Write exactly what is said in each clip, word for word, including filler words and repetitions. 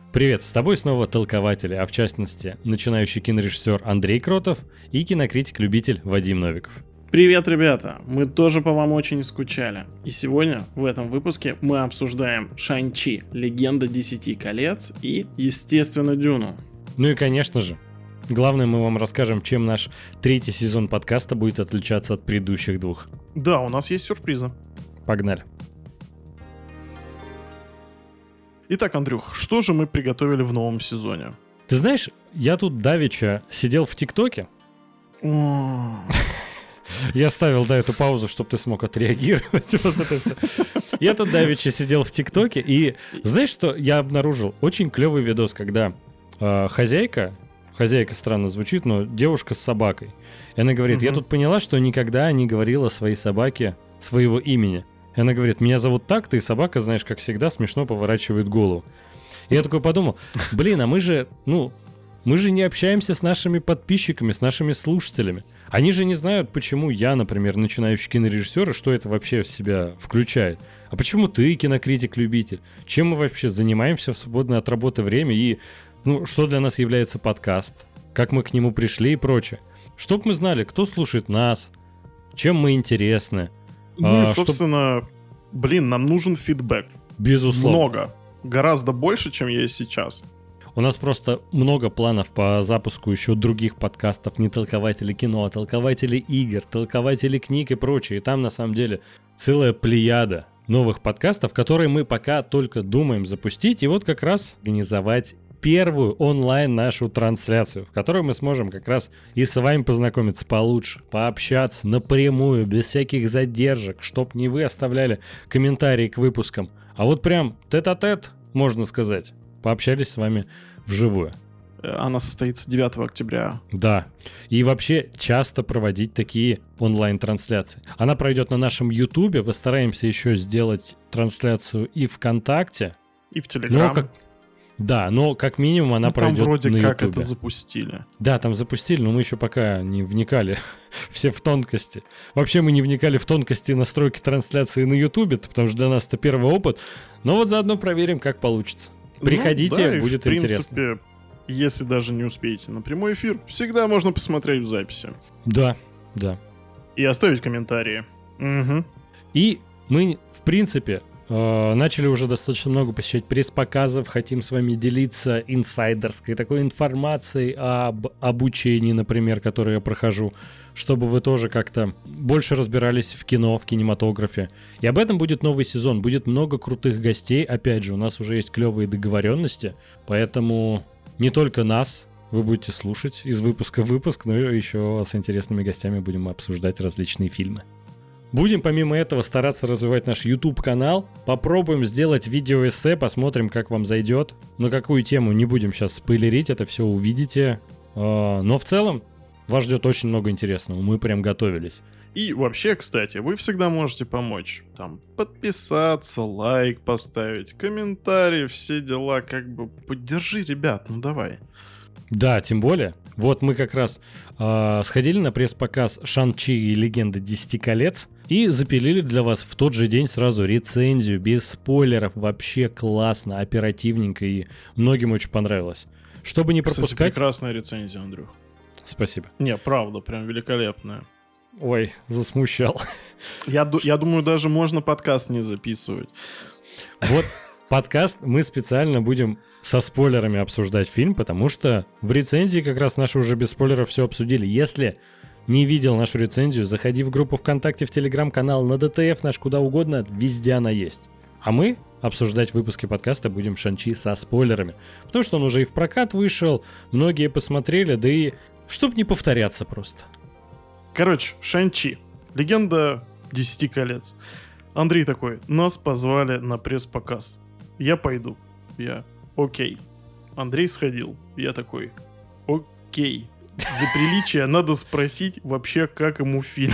Привет, с тобой снова толкователи, а в частности начинающий кинорежиссер Андрей Кротов и кинокритик-любитель Вадим Новиков. Привет, ребята! Мы тоже по вам очень скучали. И сегодня в этом выпуске мы обсуждаем Шань-Чи, Легенда Десяти Колец и, естественно, Дюну. Ну и, конечно же, главное, мы вам расскажем, чем наш третий сезон подкаста будет отличаться от предыдущих двух. Да, у нас есть сюрпризы. Погнали. Итак, Андрюх, что же мы приготовили в новом сезоне? Ты знаешь, я тут давеча сидел в ТикТоке. Я ставил, да, эту паузу, чтобы ты смог отреагировать. Вот это все. Я тут давеча сидел в ТикТоке, и знаешь, что я обнаружил? Очень клевый видос, когда э, хозяйка, хозяйка странно звучит, но девушка с собакой. И она говорит, я тут поняла, что никогда не говорила своей собаке своего имени. И она говорит, меня зовут так-то, и собака, знаешь, как всегда, смешно поворачивает голову. И я такой подумал, блин, а мы же, ну, мы же не общаемся с нашими подписчиками, с нашими слушателями. Они же не знают, почему я, например, начинающий кинорежиссер, и что это вообще в себя включает. А почему ты кинокритик-любитель? Чем мы вообще занимаемся в свободное от работы время? И, ну, что для нас является подкаст? Как мы к нему пришли и прочее. Чтоб мы знали, кто слушает нас, чем мы интересны. Ну, а, и, собственно, чтоб... блин, нам нужен фидбэк. Безусловно. Много. Гораздо больше, чем есть сейчас. У нас просто много планов по запуску еще других подкастов, не толкователи кино, а толкователи игр, толкователи книг и прочее. И там, на самом деле, целая плеяда новых подкастов, которые мы пока только думаем запустить. И вот как раз организовать первую онлайн нашу трансляцию, в которой мы сможем как раз и с вами познакомиться получше, пообщаться напрямую, без всяких задержек, чтоб не вы оставляли комментарии к выпускам, а вот прям тет-а-тет, можно сказать, пообщались с вами вживую. Она состоится девятого октября. Да, и вообще часто проводить такие онлайн-трансляции. Она пройдет на нашем Ютубе, постараемся еще сделать трансляцию и ВКонтакте. И в Телеграм. Как... Да, но как минимум она ну, пройдет на Ютубе. Там вроде как это запустили. Да, там запустили, но мы еще пока не вникали все в тонкости. Вообще мы не вникали в тонкости настройки трансляции на Ютубе, потому что для нас это первый опыт. Но вот заодно проверим, как получится. Приходите, ну, да, будет и в интересно. принципе, если даже не успеете на прямой эфир, всегда можно посмотреть в записи. Да, да. И оставить комментарии. Угу. И мы, в принципе, э, начали уже достаточно много посещать пресс-показов, хотим с вами делиться инсайдерской такой информацией об обучении, например, которое я прохожу, чтобы вы тоже как-то больше разбирались в кино, в кинематографе. И об этом будет новый сезон, будет много крутых гостей. Опять же, у нас уже есть клевые договоренности, поэтому не только нас вы будете слушать из выпуска в выпуск, но и еще с интересными гостями будем обсуждать различные фильмы. Будем помимо этого стараться развивать наш YouTube-канал, попробуем сделать видеоэссе, посмотрим, как вам зайдет. На какую тему не будем сейчас спойлерить, это все увидите. Но в целом вас ждет очень много интересного, мы прям готовились. И вообще, кстати, вы всегда можете помочь. Там подписаться, лайк поставить, комментарии, все дела, как бы поддержи, ребят, ну давай. Да, тем более, вот мы как раз э, сходили на пресс-показ Шань-Чи и Легенда Десяти Колец и запилили для вас в тот же день сразу рецензию, без спойлеров, вообще классно, оперативненько, и многим очень понравилось. Чтобы не пропускать... Кстати, прекрасная рецензия, Андрюх. Спасибо. Не, правда, прям великолепная. Ой, засмущал. Я, я думаю, даже можно подкаст не записывать. Вот подкаст мы специально будем со спойлерами обсуждать фильм, потому что в рецензии как раз наши уже без спойлеров все обсудили. Если не видел нашу рецензию, заходи в группу ВКонтакте, в Телеграм-канал, на ДТФ наш, куда угодно, везде она есть. А мы обсуждать выпуски подкаста будем Шань-Чи со спойлерами, потому что он уже и в прокат вышел, многие посмотрели, да и чтоб не повторяться просто. Короче, Шань-Чи. Легенда Десяти Колец. Андрей такой, нас позвали на пресс-показ. Я пойду. Я, окей. Андрей сходил. Я такой, окей. Для приличия надо спросить вообще, как ему фильм.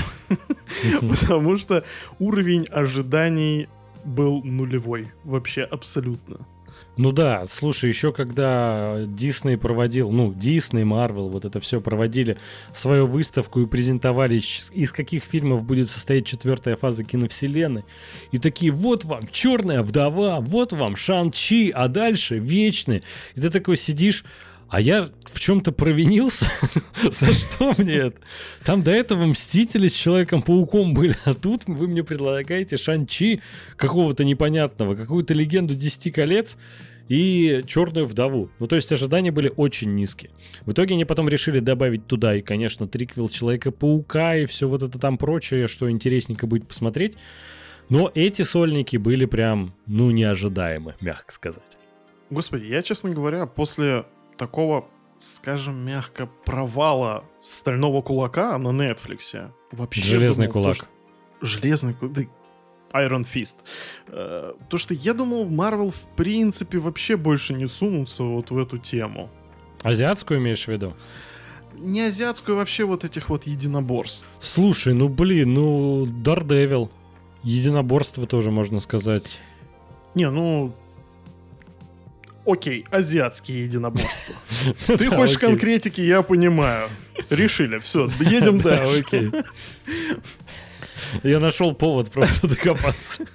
Потому что уровень ожиданий был нулевой. Вообще абсолютно. Ну да, слушай, еще когда Disney проводил, ну, Disney, Marvel, вот это все проводили свою выставку и презентовали, из каких фильмов будет состоять четвертая фаза киновселенной. И такие, вот вам Черная вдова, вот вам Шан-Чи, а дальше Вечный. И ты такой сидишь, а я в чем-то провинился? За что мне это? Там до этого Мстители с Человеком-пауком были, а тут вы мне предлагаете Шан-Чи какого-то непонятного, какую-то легенду Десяти колец и Черную вдову. Ну, то есть ожидания были очень низкие. В итоге они потом решили добавить туда и, конечно, триквел Человека-паука и все вот это там прочее, что интересненько будет посмотреть. Но эти сольники были прям, ну, неожидаемы, мягко сказать. Господи, я, честно говоря, после такого, скажем мягко, провала «Стального кулака» на Netflix вообще Железный думал, кулак. То, что... Железный кулак. Iron Fist. То, что я думал, Marvel в принципе вообще больше не сунутся вот в эту тему. Азиатскую имеешь в виду? Не азиатскую, вообще вот этих вот единоборств. Слушай, ну блин, ну Daredevil. Единоборство тоже можно сказать. Не, ну... Окей, азиатские единоборства. Ты хочешь конкретики, я понимаю. Решили, все, едем дальше. Окей. Я нашел повод просто докопаться.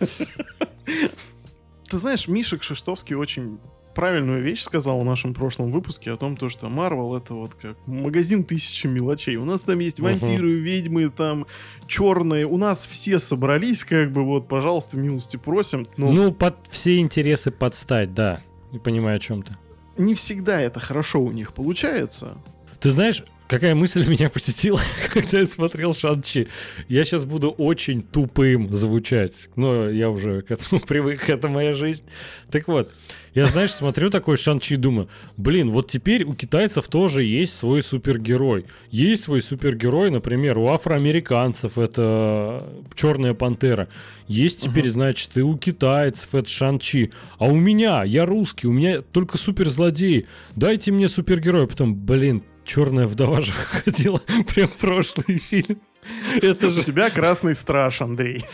Ты знаешь, Миша Кшиштовский очень правильную вещь сказал в нашем прошлом выпуске о том, что Marvel — это вот как магазин тысячи мелочей. У нас там есть вампиры, uh-huh. ведьмы, там черные. У нас все собрались, как бы вот, пожалуйста, милости просим. Но... Ну, под все интересы подстать, да. Не понимаю, о чем ты. Не всегда это хорошо у них получается. Ты знаешь, какая мысль меня посетила, когда я смотрел Шан-Чи? Я сейчас буду очень тупым звучать, но я уже к этому привык, это моя жизнь. Так вот, я, знаешь, смотрю такой Шан-Чи и думаю, блин, вот теперь у китайцев тоже есть свой супергерой. Есть свой супергерой, например, у афроамериканцев это Черная пантера. Есть теперь, uh-huh. значит, и у китайцев это Шан-Чи. А у меня, я русский, у меня только суперзлодеи. Дайте мне супергероя. Потом, блин, Черная вдова же выходила прям в прошлый фильм. Это же... У тебя красный страж, Андрей.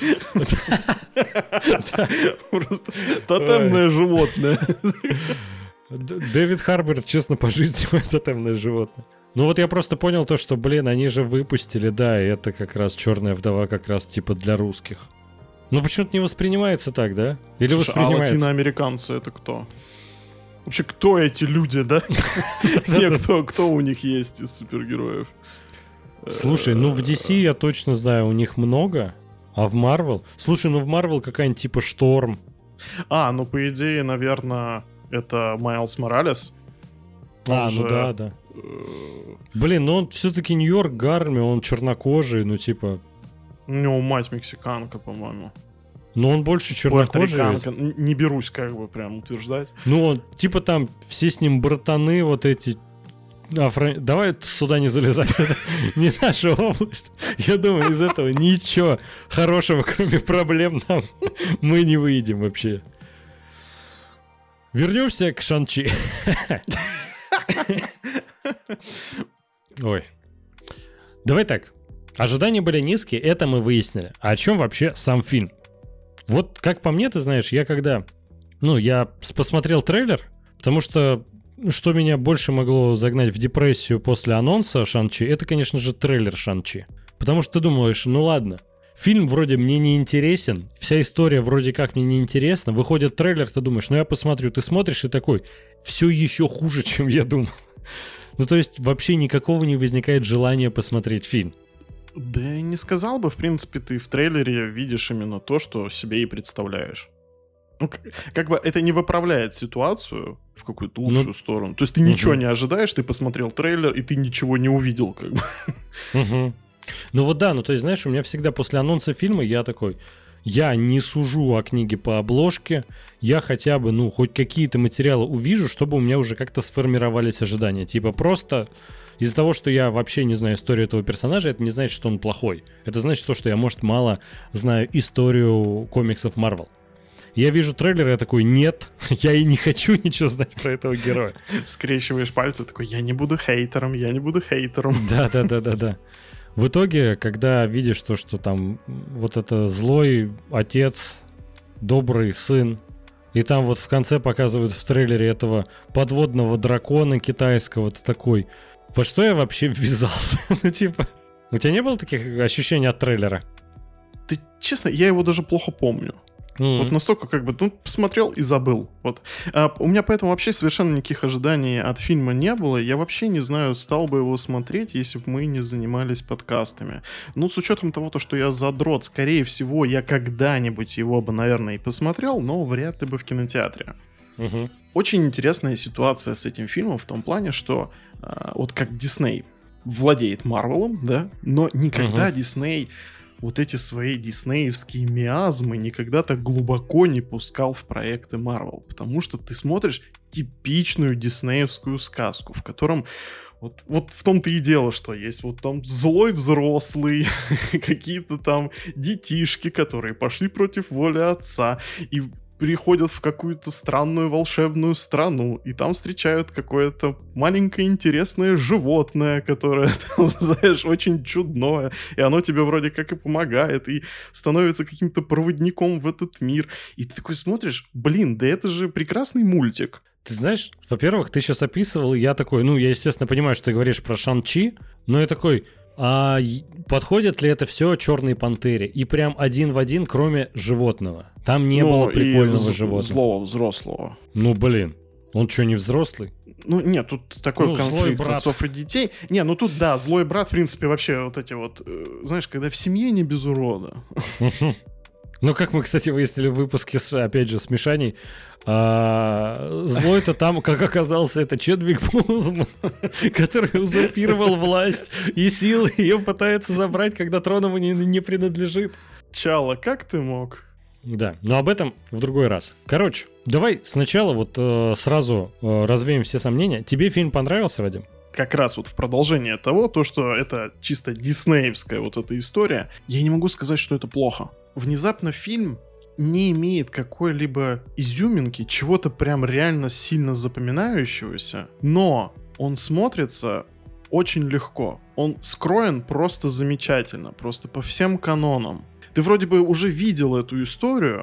Просто тотемное животное. Дэвид Харбор, честно, по жизни мое тотемное животное. Ну вот я просто понял то, что, блин, они же выпустили, да, и это как раз Черная вдова как раз типа для русских. Ну почему-то не воспринимается так, да? Или Слушай, воспринимается? А латиноамериканцы это кто? Вообще, кто эти люди, да? Нет, кто, кто у них есть из супергероев? Слушай, ну в ди си я точно знаю, у них много, а в Marvel... Слушай, ну в Marvel какая-нибудь типа Шторм. А, ну по идее, наверное, это Майлз Моралес. А, он ну же... да, да. Блин, ну он все-таки Нью-Йорк Гарми, он чернокожий, ну типа... У него мать мексиканка, по-моему. Но он больше чернокожий. Не берусь как бы прям утверждать. Ну, он, типа там все с ним братаны вот эти... Афро... Давай сюда не залезать. Не наша область. Я думаю, из этого ничего хорошего, кроме проблем, нам мы не выйдем вообще. Вернемся к Шан-Чи. Ой. Давай так. Ожидания были низкие, это мы выяснили. А о чем вообще сам фильм? Вот как по мне, ты знаешь, я когда... Ну, я посмотрел трейлер, потому что что меня больше могло загнать в депрессию после анонса Шан-Чи, это, конечно же, трейлер Шан-Чи. Потому что ты думаешь, ну ладно, фильм вроде мне не интересен, вся история вроде как мне не интересна, выходит трейлер, ты думаешь, ну я посмотрю, ты смотришь и такой, все еще хуже, чем я думал. Ну, то есть вообще никакого не возникает желания посмотреть фильм. Да я не сказал бы, в принципе, ты в трейлере видишь именно то, что себе и представляешь. Ну, как, как бы это не выправляет ситуацию в какую-то лучшую ну, сторону. То есть ты ничего угу. не ожидаешь, ты посмотрел трейлер, и ты ничего не увидел, как бы. Угу. Ну вот да, ну то есть, знаешь, у меня всегда после анонса фильма я такой, я не сужу о книге по обложке, я хотя бы, ну, хоть какие-то материалы увижу, чтобы у меня уже как-то сформировались ожидания. Типа просто... Из-за того, что я вообще не знаю историю этого персонажа, это не значит, что он плохой. Это значит то, что я, может, мало знаю историю комиксов Marvel. Я вижу трейлер, и я такой, нет, я и не хочу ничего знать про этого героя. Скрещиваешь пальцы, такой, я не буду хейтером, я не буду хейтером. Да-да-да-да-да. В итоге, когда видишь то, что там вот это злой отец, добрый сын, И там вот в конце показывают в трейлере этого подводного дракона китайского. Ты такой, во что я вообще ввязался? Ну типа, у тебя не было таких ощущений от трейлера? Ты, честно, я его даже плохо помню. Mm-hmm. Вот настолько как бы, ну, посмотрел и забыл. Вот. А у меня поэтому вообще совершенно никаких ожиданий от фильма не было. Я вообще не знаю, стал бы его смотреть, если бы мы не занимались подкастами. Ну, с учетом того, что я задрот, скорее всего, я когда-нибудь его бы, наверное, и посмотрел, но вряд ли бы в кинотеатре. Mm-hmm. Очень интересная ситуация с этим фильмом в том плане, что а, вот как Дисней владеет Марвелом, да, но никогда Дисней... Mm-hmm. вот эти свои диснеевские миазмы никогда так глубоко не пускал в проекты Marvel, потому что ты смотришь типичную диснеевскую сказку, в котором вот, вот в том-то и дело, что есть вот там злой взрослый, какие-то там детишки, которые пошли против воли отца, и приходят в какую-то странную волшебную страну, и там встречают какое-то маленькое интересное животное, которое, там, знаешь, очень чудное, и оно тебе вроде как и помогает, и становится каким-то проводником в этот мир. И ты такой смотришь, блин, да это же прекрасный мультик. Ты знаешь, во-первых, ты сейчас описывал, и я такой, ну, я, естественно, понимаю, что ты говоришь про Шан-Чи, но я такой... А подходит ли это все Черной Пантере? И прям один в один, кроме животного. Там не ну, было прикольного и животного. Злого взрослого. Ну блин, он что, не взрослый? Ну нет, тут такой ну, конфликт отцов и детей. Не, ну тут да, злой брат, в принципе, вообще вот эти вот, э, знаешь, когда в семье не без урода. Ну, как мы, кстати, выяснили в выпуске, опять же, с Мишаней, а, злой-то там, как оказался, это Чедвик Бозман, который узурпировал власть и силы, ее пытается забрать, когда трон ему не, не принадлежит. Чало, как ты мог? Да, но об этом в другой раз. Короче, давай сначала вот э, сразу э, развеем все сомнения. Тебе фильм понравился, Вадим? Как раз вот в продолжение того, то, что это чисто диснеевская вот эта история, я не могу сказать, что это плохо. Внезапно фильм не имеет какой-либо изюминки, чего-то прям реально сильно запоминающегося, но он смотрится очень легко. Он скроен просто замечательно, просто по всем канонам. Ты вроде бы уже видел эту историю,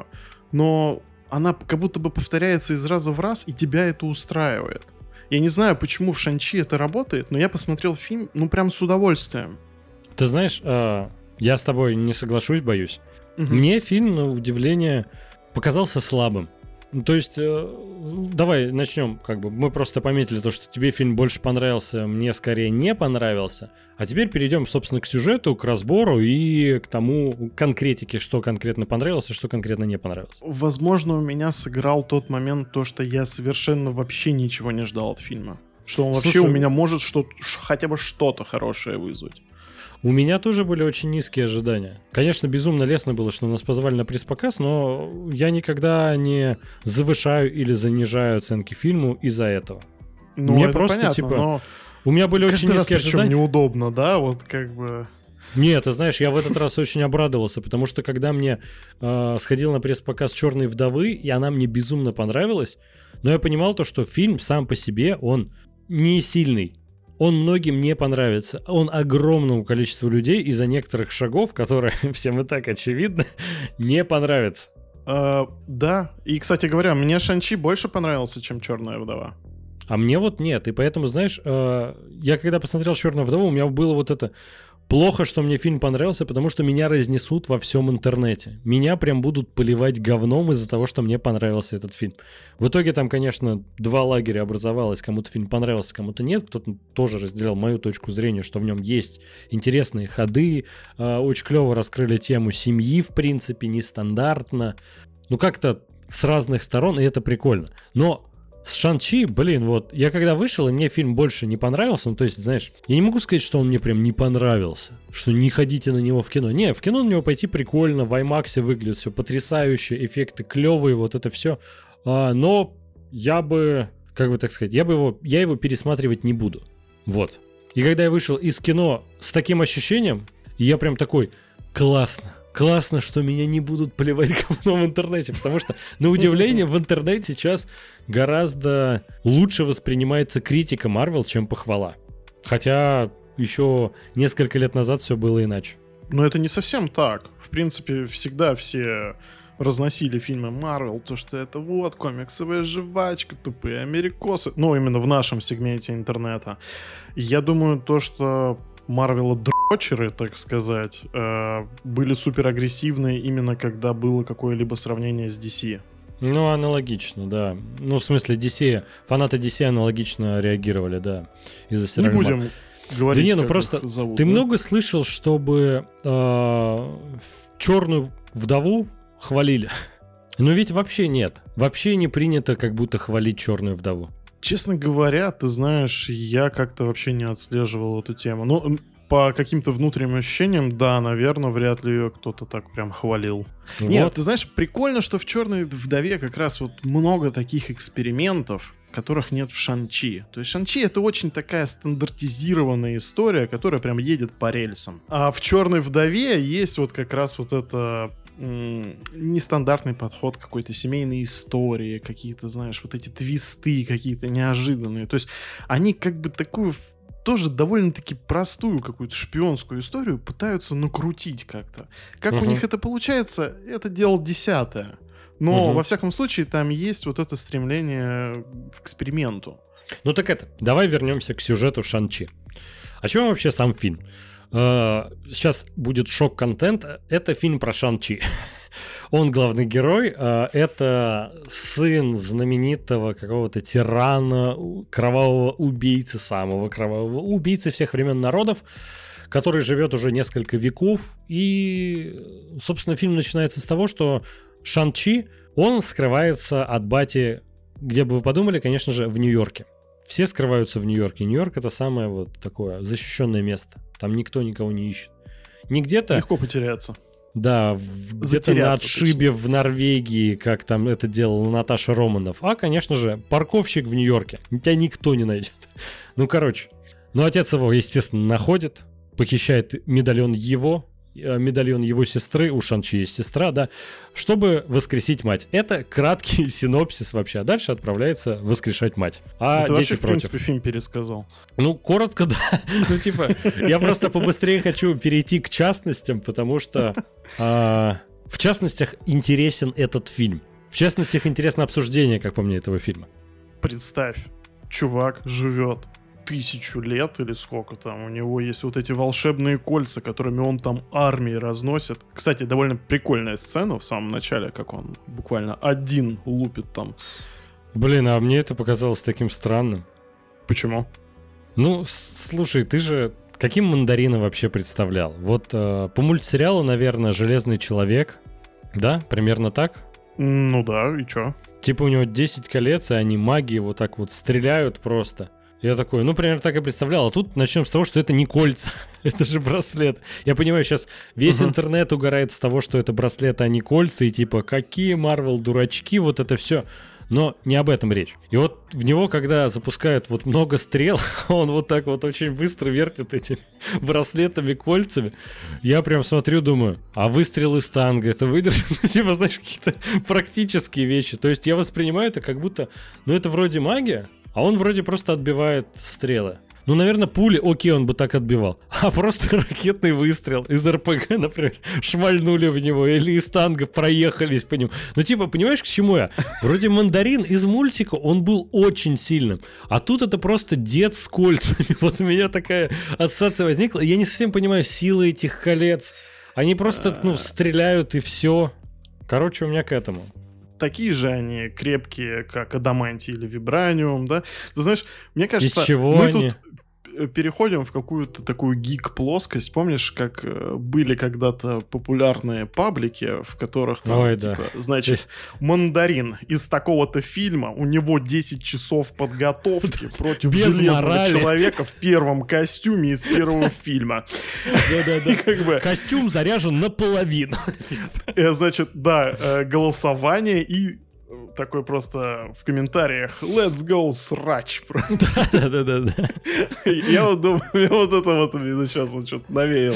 но она как будто бы повторяется из раза в раз, и тебя это устраивает. Я не знаю, почему в Шан-Чи это работает, но я посмотрел фильм, ну, прям с удовольствием. Ты знаешь, э, я с тобой не соглашусь, боюсь. Угу. Мне фильм, на удивление, показался слабым. Ну, то есть, э, давай начнем, как бы, мы просто пометили то, что тебе фильм больше понравился, мне скорее не понравился. А теперь перейдем, собственно, к сюжету, к разбору и к тому конкретике, что конкретно понравилось, что конкретно не понравилось. Возможно, у меня сыграл тот момент, то, что я совершенно вообще ничего не ждал от фильма. Что он Слушай, вообще у меня может что- хотя бы что-то хорошее вызвать. У меня тоже были очень низкие ожидания. Конечно, безумно лестно было, что нас позвали на пресс-показ, но я никогда не завышаю или занижаю оценки фильму из-за этого. Ну, Мне это просто, понятно, типа, но у меня были очень низкие ожидания. Неудобно, да, вот как бы... Нет, ты знаешь, я в этот раз очень обрадовался, потому что когда мне э, сходил на пресс-показ «Черной вдовы», и она мне безумно понравилась, но я понимал то, что фильм сам по себе, он не сильный. Он многим не понравится. Он огромному количеству людей из-за некоторых шагов, которые всем и так очевидно, не понравятся. Uh, да, и, кстати говоря, мне Шан-Чи больше понравился, чем «Черная вдова». А мне вот нет, и поэтому, знаешь, э, я когда посмотрел «Черную вдову», у меня было вот это... Плохо, что мне фильм понравился, потому что меня разнесут во всем интернете. Меня прям будут поливать говном из-за того, что мне понравился этот фильм. В итоге там, конечно, два лагеря образовалось. Кому-то фильм понравился, кому-то нет. Кто-то тоже разделял мою точку зрения, что в нем есть интересные ходы. Очень клево раскрыли тему семьи, в принципе, нестандартно. Ну, как-то с разных сторон, и это прикольно. Но... С Шан-Чи, блин, вот, я когда вышел, и мне фильм больше не понравился, ну, то есть, знаешь, я не могу сказать, что он мне прям не понравился, что не ходите на него в кино. Не, в кино на него пойти прикольно, в IMAX выглядит все потрясающе, эффекты клевые, вот это все. А, но я бы, как бы так сказать, я бы его, я его пересматривать не буду. Вот. И когда я вышел из кино с таким ощущением, я прям такой, классно. Классно, что меня не будут плевать говном в интернете, потому что, на удивление, в интернете сейчас гораздо лучше воспринимается критика Marvel, чем похвала. Хотя еще несколько лет назад все было иначе. Но это не совсем так. В принципе, всегда все разносили фильмы Марвел, то что это вот комиксовая жвачка, тупые америкосы, ну, именно в нашем сегменте интернета. Я думаю, то, что Марвела дрочеры, так сказать, э, были супер агрессивные именно когда было какое-либо сравнение с ди си. Ну, аналогично, да. Ну, в смысле, ди си, фанаты ди си аналогично реагировали, да, из-за сериала. Не будем говорить, да не, ну как просто их зовут, ты да? много слышал, чтобы э, черную вдову хвалили? Ну ведь вообще нет. Вообще не принято как будто хвалить черную вдову. Честно говоря, ты знаешь, я как-то вообще не отслеживал эту тему. Ну, по каким-то внутренним ощущениям, да, наверное, вряд ли ее кто-то так прям хвалил. Вот. Нет, ты знаешь, прикольно, что в «Черной вдове» как раз вот много таких экспериментов, которых нет в «Шан-Чи». То есть «Шан-Чи» — это очень такая стандартизированная история, которая прям едет по рельсам. А в «Черной вдове» есть вот как раз вот это... нестандартный подход к какой-то семейной истории, какие-то, знаешь, вот эти твисты какие-то неожиданные. То есть они как бы такую тоже довольно-таки простую какую-то шпионскую историю пытаются накрутить как-то. Как uh-huh. у них это получается, это дело десятое. Но, uh-huh. во всяком случае, там есть вот это стремление к эксперименту. Ну так это, давай вернемся к сюжету «Шан-Чи». О чем вообще сам фильм? Сейчас будет шок-контент. Это фильм про Шан-Чи. Он главный герой. Это сын знаменитого какого-то тирана, кровавого убийцы, самого кровавого убийцы всех времен народов, который живет уже несколько веков. И, собственно, фильм начинается с того, что Шан-Чи, он скрывается от бати, где бы вы подумали, конечно же, в Нью-Йорке. Все скрываются в Нью-Йорке. Нью-Йорк — это самое вот такое защищенное место. Там никто никого не ищет. Не где-то... Легко потеряться. Да, в, где-то на отшибе точно. В Норвегии, как там это делала Наташа Романов. А, конечно же, парковщик в Нью-Йорке. Тебя никто не найдет. Ну, короче. Ну, отец его, естественно, находит, похищает медальон его, медальон его сестры, у Шан-Чи есть сестра, да, чтобы воскресить мать. Это краткий синопсис вообще, а дальше отправляется воскрешать мать. А ты дети вообще, против. в принципе, фильм пересказал. Ну, коротко, да. Ну, типа, я просто побыстрее хочу перейти к частностям, потому что а, в частностях интересен этот фильм. В частностях интересно обсуждение, как по мне, этого фильма. Представь, чувак живет тысячу лет или сколько там, у него есть вот эти волшебные кольца, которыми он там армии разносит. Кстати, довольно прикольная сцена в самом начале, как он буквально один лупит там. Блин, а мне это показалось таким странным. Почему? Ну, слушай, ты же каким мандарина вообще представлял? Вот э, по мультсериалу, наверное, «Железный человек», да? Примерно так? Ну да, и чё? Типа у него десять колец, и они магии вот так вот стреляют просто. Я такой, ну, примерно так и представлял. А тут начнем с того, что это не кольца. Это же браслет. Я понимаю, сейчас весь uh-huh. интернет угорает с того, что это браслет, а не кольца. И типа, какие Марвел дурачки, вот это все. Но не об этом речь. И вот в него, когда запускают вот много стрел, он вот так вот очень быстро вертит этими браслетами, кольцами. Я прям смотрю, думаю, а выстрел из танга это выдержит? Типа, знаешь, какие-то практические вещи. То есть я воспринимаю это как будто, ну, это вроде магия, а он вроде просто отбивает стрелы. Ну, наверное, пули, окей, он бы так отбивал. А просто ракетный выстрел из эр пэ гэ, например, шмальнули в него, или из танга проехались по нему. Ну, типа, понимаешь, к чему я? Вроде мандарин из мультика, он был очень сильным. А тут это просто дед с кольцами. Вот у меня такая ассоциация возникла. Я не совсем понимаю силы этих колец. Они просто, ну, стреляют и все. Короче, у меня к этому. Такие же они крепкие, как адамантий или вибраниум, да? Ты знаешь, мне кажется, из чего мы они? тут переходим в какую-то такую гик-плоскость. Помнишь, как были когда-то популярные паблики, в которых там, Ой, типа, да. значит, мандарин из такого-то фильма, у него десять часов подготовки против без железного морали. человека в первом костюме из первого фильма. Да-да-да. Костюм заряжен наполовину. Значит, да, голосование и такой просто в комментариях «Let's go, срач». Да-да-да. Я вот думаю, вот это вот меня сейчас вот что-то навеяло.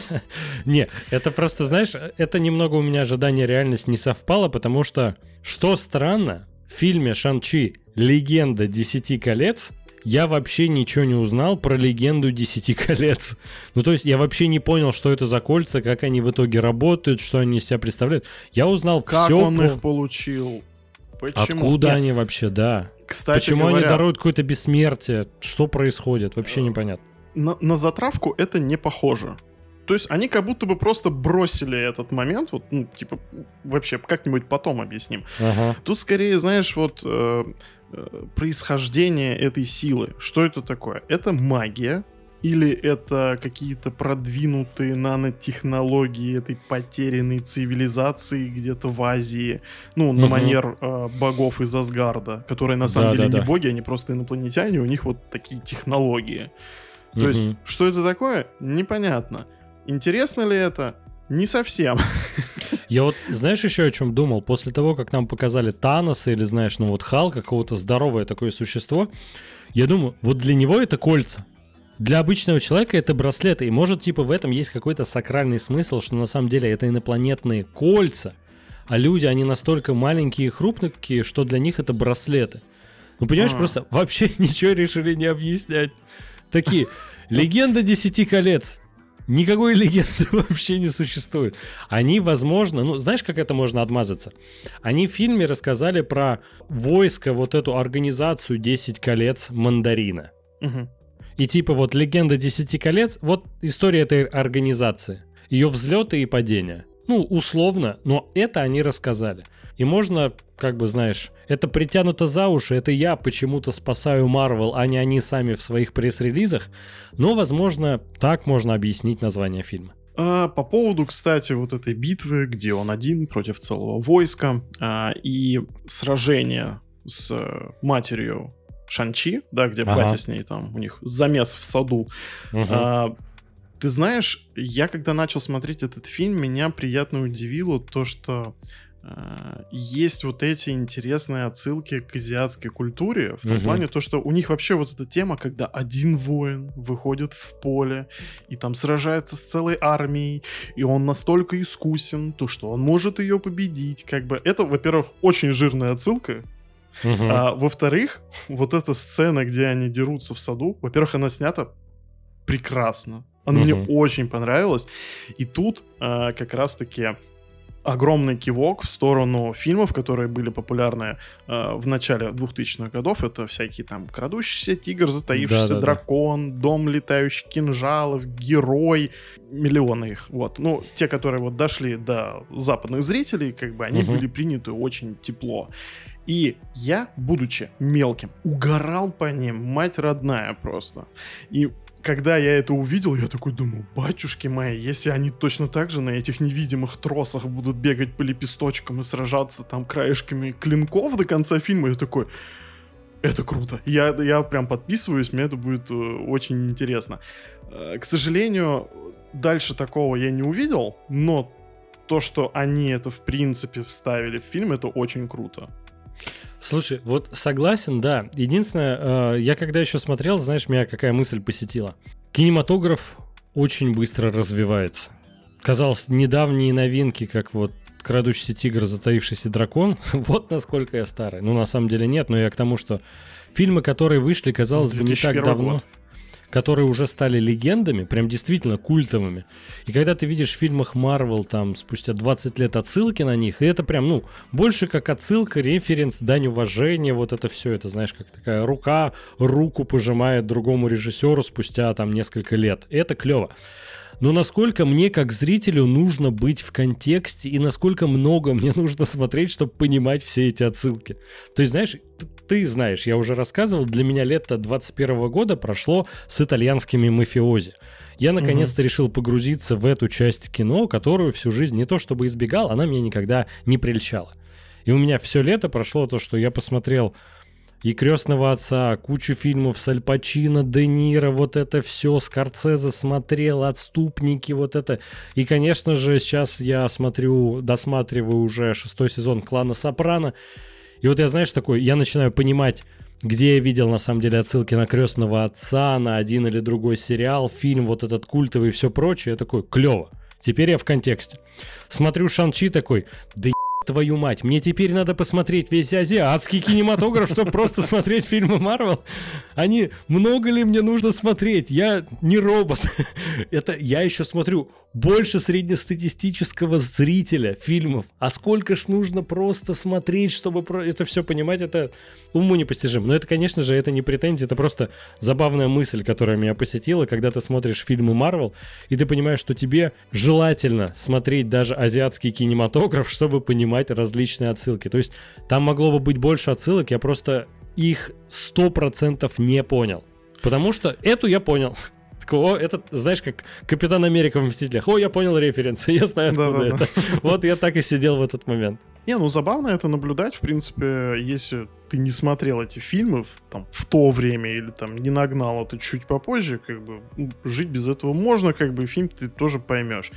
Не, это просто, знаешь, это немного у меня ожидание реальность не совпало, потому что, что странно, в фильме «Шан-Чи. Легенда десяти колец» я вообще ничего не узнал про легенду Десяти колец. Ну, то есть я вообще не понял, что это за кольца, как они в итоге работают, что они из себя представляют. Я узнал как все. Как он про... их получил? Почему? Откуда Нет. они вообще, да. Кстати Почему говоря, они даруют какое-то бессмертие? Что происходит? Вообще непонятно. На, на затравку это не похоже. То есть они как будто бы просто бросили этот момент, вот, ну, типа, вообще, как-нибудь потом объясним. Ага. Тут скорее, знаешь, вот э, э, происхождение этой силы. Что это такое? Это магия? Или это какие-то продвинутые нанотехнологии этой потерянной цивилизации где-то в Азии, ну, на Мгм. манер э, богов из Асгарда, которые на самом Да, деле да, не да. боги, они просто инопланетяне, у них вот такие технологии. То есть, Мгм. что это такое? Непонятно. Интересно ли это? Не совсем. Я вот, знаешь, еще о чем думал? После того, как нам показали Таноса или, знаешь, ну вот Халка, какого-то здоровое такое существо, я думаю, вот для него это кольца. Для обычного человека это браслеты. И может, типа, в этом есть какой-то сакральный смысл, что на самом деле это инопланетные кольца, а люди, они настолько маленькие и хрупкие, что для них это браслеты. Ну, понимаешь, А. просто вообще ничего решили не объяснять. Такие, легенда Десяти колец. Никакой легенды вообще не существует. Они, возможно, ну, знаешь, как это можно отмазаться? Они в фильме рассказали про войско, вот эту организацию Десять колец Мандарина. Мгм. И типа вот легенда Десяти колец, вот история этой организации. Ее взлеты и падения. Ну, условно, но это они рассказали. И можно, как бы, знаешь, это притянуто за уши, это я почему-то спасаю Марвел, а не они сами в своих пресс-релизах. Но, возможно, так можно объяснить название фильма. А, по поводу, кстати, вот этой битвы, где он один против целого войска, а, и сражения с э, матерью Шан-Чи, да, где Ага. батя с ней там, у них замес в саду. Мгм. А, ты знаешь, я когда начал смотреть этот фильм, меня приятно удивило то, что а, есть вот эти интересные отсылки к азиатской культуре, в том Мгм. плане то, что у них вообще вот эта тема, когда один воин выходит в поле и там сражается с целой армией, и он настолько искусен, то что он может ее победить, как бы это, во-первых, очень жирная отсылка. Мгм. А, во-вторых, вот эта сцена, где они дерутся в саду, во-первых, она снята прекрасно. Она Мгм. мне очень понравилась. И тут а, как раз-таки огромный кивок в сторону фильмов, которые были популярны а, в начале двухтысячных годов. Это всякие там «Крадущийся тигр», «Затаившийся Да-да-да. дракон», «Дом летающих кинжалов», «Герой». Миллионы их. Вот. Ну, те, которые вот дошли до западных зрителей, как бы они Мгм. были приняты очень тепло. И я, будучи мелким, угорал по ним, мать родная просто. И когда я это увидел, я такой думаю, батюшки мои, если они точно так же на этих невидимых тросах будут бегать по лепесточкам и сражаться там краешками клинков до конца фильма, я такой, это круто. Я, я прям подписываюсь, мне это будет э, очень интересно. Э, к сожалению, дальше такого я не увидел, но то, что они это в принципе вставили в фильм, это очень круто. Слушай, вот согласен, да. Единственное, э, я когда еще смотрел, знаешь, меня какая мысль посетила. Кинематограф очень быстро развивается. Казалось, недавние новинки, как вот «Крадущийся тигр», «Затаившийся дракон», вот насколько я старый. Ну, на самом деле нет, но я к тому, что фильмы, которые вышли, казалось бы, не так две тысячи первый давно, год. которые уже стали легендами, прям действительно культовыми. И когда ты видишь в фильмах Marvel там спустя двадцать лет отсылки на них, и это прям, ну, больше как отсылка, референс, дань уважения, вот это все, это, знаешь, как такая рука руку пожимает другому режиссеру спустя там несколько лет. Это клево. Но насколько мне, как зрителю, нужно быть в контексте и насколько много мне нужно смотреть, чтобы понимать все эти отсылки. То есть, знаешь, т- ты знаешь, я уже рассказывал, для меня лето двадцать первого года прошло с итальянскими мафиози. Я наконец-то решил погрузиться в эту часть кино, которую всю жизнь не то чтобы избегал, она меня никогда не прельщала. И у меня все лето прошло то, что я посмотрел и «Крестного отца», кучу фильмов с Аль Пачино, Де Ниро, вот это все, Скорсезе смотрел, «Отступники», вот это. И, конечно же, сейчас я смотрю, досматриваю уже шестой сезон «Клана Сопрано». И вот я, знаешь, такой, я начинаю понимать, где я видел, на самом деле, отсылки на «Крестного отца», на один или другой сериал, фильм, вот этот культовый и все прочее. Я такой, клево. Теперь я в контексте. Смотрю Шан-Чи такой, да твою мать, мне теперь надо посмотреть весь азиатский кинематограф, чтобы просто смотреть фильмы Марвел. Они, много ли мне нужно смотреть? Я не робот. Это я еще смотрю больше среднестатистического зрителя фильмов. А сколько ж нужно просто смотреть, чтобы это все понимать, это уму непостижимо. Но это, конечно же, это не претензия, это просто забавная мысль, которая меня посетила, когда ты смотришь фильмы Марвел, и ты понимаешь, что тебе желательно смотреть даже азиатский кинематограф, чтобы понимать различные отсылки. То есть там могло бы быть больше отсылок, я просто их сто процентов не понял. Потому что эту я понял. О, это, знаешь, как Капитан Америка в «Мстителях». О, я понял референс, я знаю, откуда да, да, это. Да. Вот я так и сидел в этот момент. Не, ну забавно это наблюдать, в принципе, если ты не смотрел эти фильмы там, в то время или там не нагнал это чуть попозже, как бы жить без этого можно, как бы фильм ты тоже поймешь.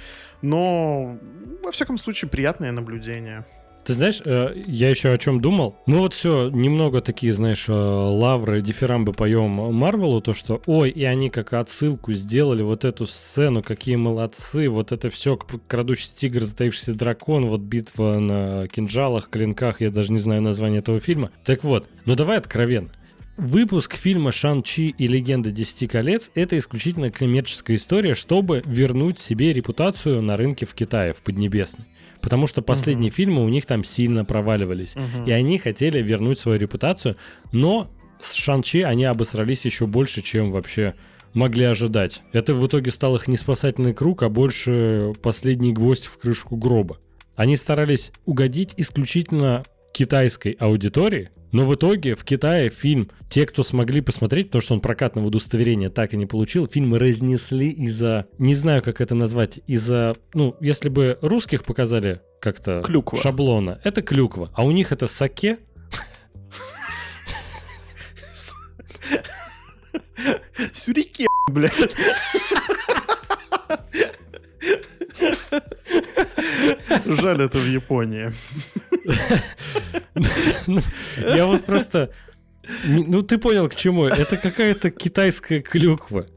Но, во всяком случае, приятное наблюдение. Ты знаешь, я еще о чем думал. Мы вот все немного такие, знаешь, лавры, дифирамбы поем Марвелу, то что, ой, и они как отсылку сделали вот эту сцену, какие молодцы, вот это все, крадущийся тигр, затаившийся дракон, вот битва на кинжалах, клинках, я даже не знаю название этого фильма. Так вот, ну давай откровенно. Выпуск фильма «Шан-Чи и легенда десяти колец» — это исключительно коммерческая история, чтобы вернуть себе репутацию на рынке в Китае, в Поднебесной. Потому что последние uh-huh. фильмы у них там сильно проваливались. Uh-huh. И они хотели вернуть свою репутацию, но с «Шан-Чи» они обосрались еще больше, чем вообще могли ожидать. Это в итоге стал их не спасательный круг, а больше последний гвоздь в крышку гроба. Они старались угодить исключительно китайской аудитории, но в итоге в Китае фильм, те, кто смогли посмотреть, потому что он прокатного удостоверения так и не получил, фильм разнесли из-за, не знаю, как это назвать, из-за, ну, если бы русских показали как-то клюква. Шаблона, это клюква, а у них это саке. Сюрике, блядь. Жаль, это в Японии. Я вот просто... Ну, ты понял, к чему. Это какая-то китайская клюква.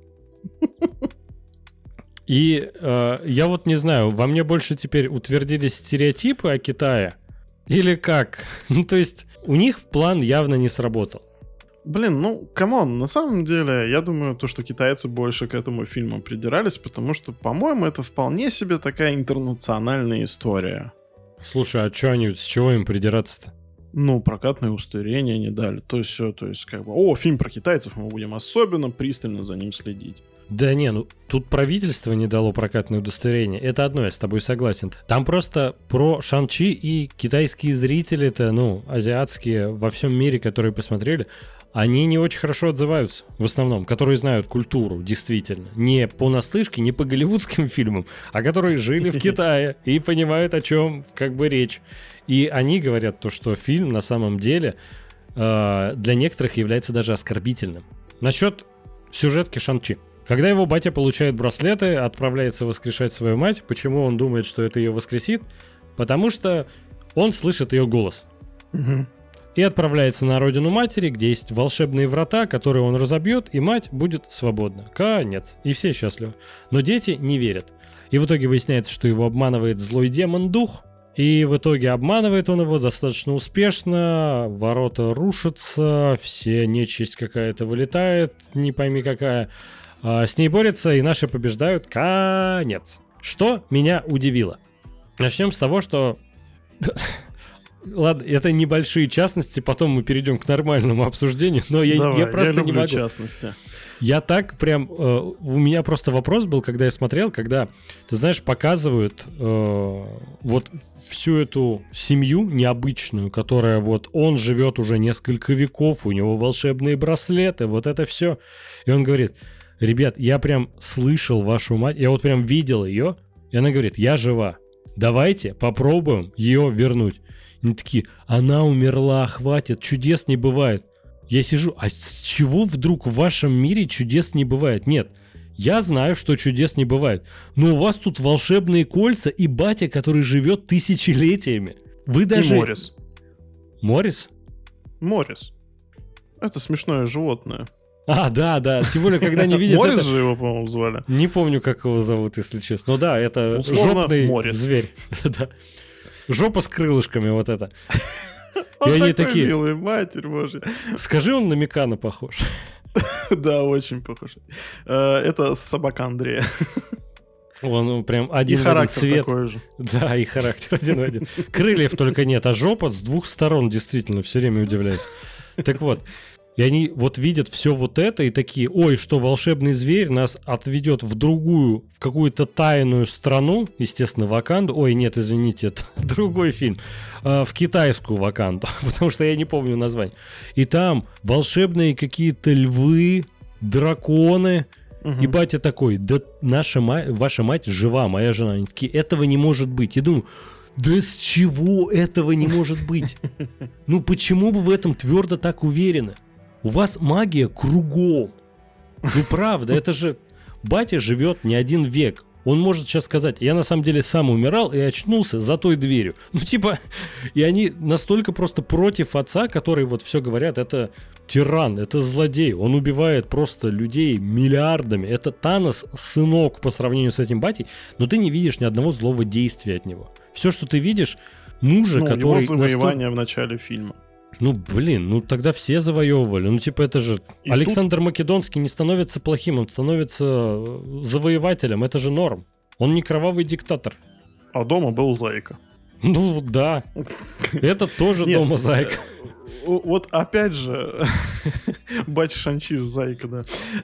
И э, я вот не знаю, во мне больше теперь утвердились стереотипы о Китае? Или как? Ну, то есть, у них план явно не сработал. Блин, ну, камон, на самом деле, я думаю, то, что китайцы больше к этому фильму придирались, потому что, по-моему, это вполне себе такая интернациональная история. Слушай, а что они, с чего им придираться-то? Ну, прокатное удостоверение не дали, то есть все, то есть как бы, о, фильм про китайцев, мы будем особенно пристально за ним следить. Да не, ну тут правительство не дало прокатное удостоверение. Это одно, я с тобой согласен. Там просто про Шан-Чи и китайские зрители-то, ну, азиатские во всем мире, которые посмотрели, они не очень хорошо отзываются, в основном, которые знают культуру, действительно. Не понаслышке, не по голливудским фильмам, а которые жили в Китае и понимают, о чем как бы речь. И они говорят то, что фильм на самом деле э, для некоторых является даже оскорбительным. Насчет сюжетки Шан-Чи. Когда его батя получает браслеты, отправляется воскрешать свою мать, почему он думает, что это ее воскресит? Потому что он слышит ее голос. Угу. И отправляется на родину матери, где есть волшебные врата, которые он разобьет, и мать будет свободна. Конец. И все счастливы. Но дети не верят. И в итоге выясняется, что его обманывает злой демон-дух. И в итоге обманывает он его достаточно успешно. Ворота рушатся, все нечисть какая-то вылетает, не пойми какая. А с ней борется, и наши побеждают. Конец. Что меня удивило. Начнем с того, что... Ладно, это небольшие частности, потом мы перейдем к нормальному обсуждению, но я, Давай, я просто я не могу. Частности. Я так прям... Э, у меня просто вопрос был, когда я смотрел, когда, ты знаешь, показывают э, вот всю эту семью необычную, которая вот он живет уже несколько веков, у него волшебные браслеты, вот это все. И он говорит, ребят, я прям слышал вашу мать, я вот прям видел ее, и она говорит, я жива, давайте попробуем ее вернуть. Они такие, она умерла, хватит, чудес не бывает. Я сижу, а с чего вдруг в вашем мире чудес не бывает? Нет, я знаю, что чудес не бывает, но у вас тут волшебные кольца и батя, который живет тысячелетиями. Вы даже... И Моррис. Моррис? Моррис. Это смешное животное. А, да, да, тем более, когда не видят... Моррис же его, по-моему, звали. Не помню, как его зовут, если честно. Ну да, это жопный зверь. Жопа с крылышками вот это. Он И они такой такие, милый, матерь божья. скажи, он на Микана похож. Да, очень похож. Э, Это собака Андрея. Он прям И один в один характер цвет. такой же. Да, и характер один в один. Крыльев только нет, а жопа с двух сторон, действительно, все время удивляюсь. Так вот, и они вот видят все вот это и такие, ой, что волшебный зверь нас отведет в другую, в какую-то тайную страну, естественно, Ваканду. Ой, нет, извините, это другой фильм. А, в китайскую Ваканду, потому что я не помню название. И там волшебные какие-то львы, драконы. Мгм. И батя такой, да наша мать, ваша мать жива, моя жена. Они такие, этого не может быть. Я думаю, да с чего этого не может быть? Ну почему бы в этом твердо так уверены? У вас магия кругом. Ну правда, это же... Батя живет не один век. Он может сейчас сказать, я на самом деле сам умирал и очнулся за той дверью. Ну типа, и они настолько просто против отца, которые вот все говорят, это тиран, это злодей, он убивает просто людей миллиардами. Это Танос, сынок по сравнению с этим батей, но ты не видишь ни одного злого действия от него. Все, что ты видишь, мужа, Ну, который... его настолько- завоевание в начале фильма. Ну, блин, ну тогда все завоевывали. Ну, типа, это же... И Александр Македонский не становится плохим, он становится э, завоевателем. Это же норм. Он не кровавый диктатор. А дома был Зайка. Ну, да. Это тоже Нет, дома Зайка. э, Вот опять же, батя Шанчи Зайка, да.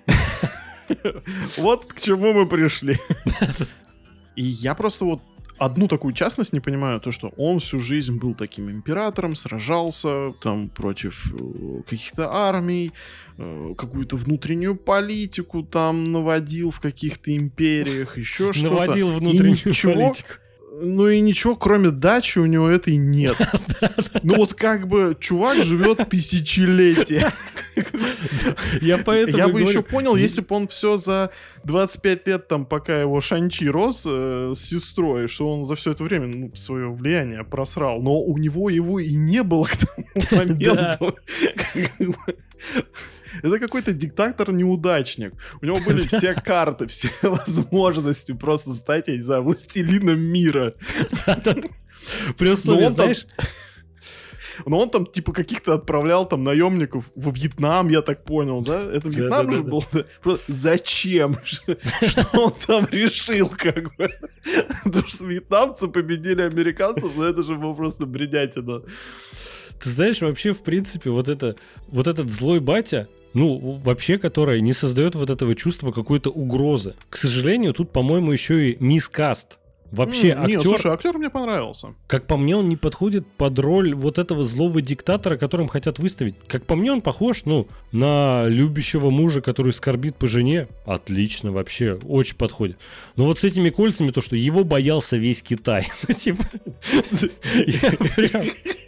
Вот к чему мы пришли. И я просто вот одну такую частность не понимаю, то, что он всю жизнь был таким императором, сражался там против э, каких-то армий, э, какую-то внутреннюю политику там наводил в каких-то империях, еще что-то. Наводил И внутреннюю ничего, политику. Ну и ничего, кроме дачи у него этой нет. Ну вот как бы чувак живет тысячелетия. Я поэтому Я и бы говорю, еще понял, если бы он все за двадцать пять лет, там, пока его Шанчи рос э, с сестрой, что он за все это время ну, свое влияние просрал. Но у него его и не было к тому моменту. Как бы. Это какой-то диктатор-неудачник. У него были все карты, все возможности просто стать, я не знаю, властелином мира. при условии, Но он там- знаешь... Но он там, типа, каких-то отправлял там наемников во Вьетнам, я так понял, да? Это Вьетнам же Да-да-да-да. был? Да? Просто зачем? Что он там решил, как бы? Потому что вьетнамцы победили американцев, но это же было просто бредятина. Ты знаешь, вообще, в принципе, вот, это, вот этот злой батя, ну, вообще, который не создает вот этого чувства какой-то угрозы. К сожалению, тут, по-моему, еще и мискаст. Вообще, М, Нет, актер, слушай, актер мне понравился. как по мне, он не подходит под роль вот этого злого диктатора, которым хотят выставить. Как по мне, он похож, ну, на любящего мужа, который скорбит по жене. Отлично, вообще, очень подходит. Но вот с этими кольцами, то, что его боялся весь Китай. Ну, типа, я прям...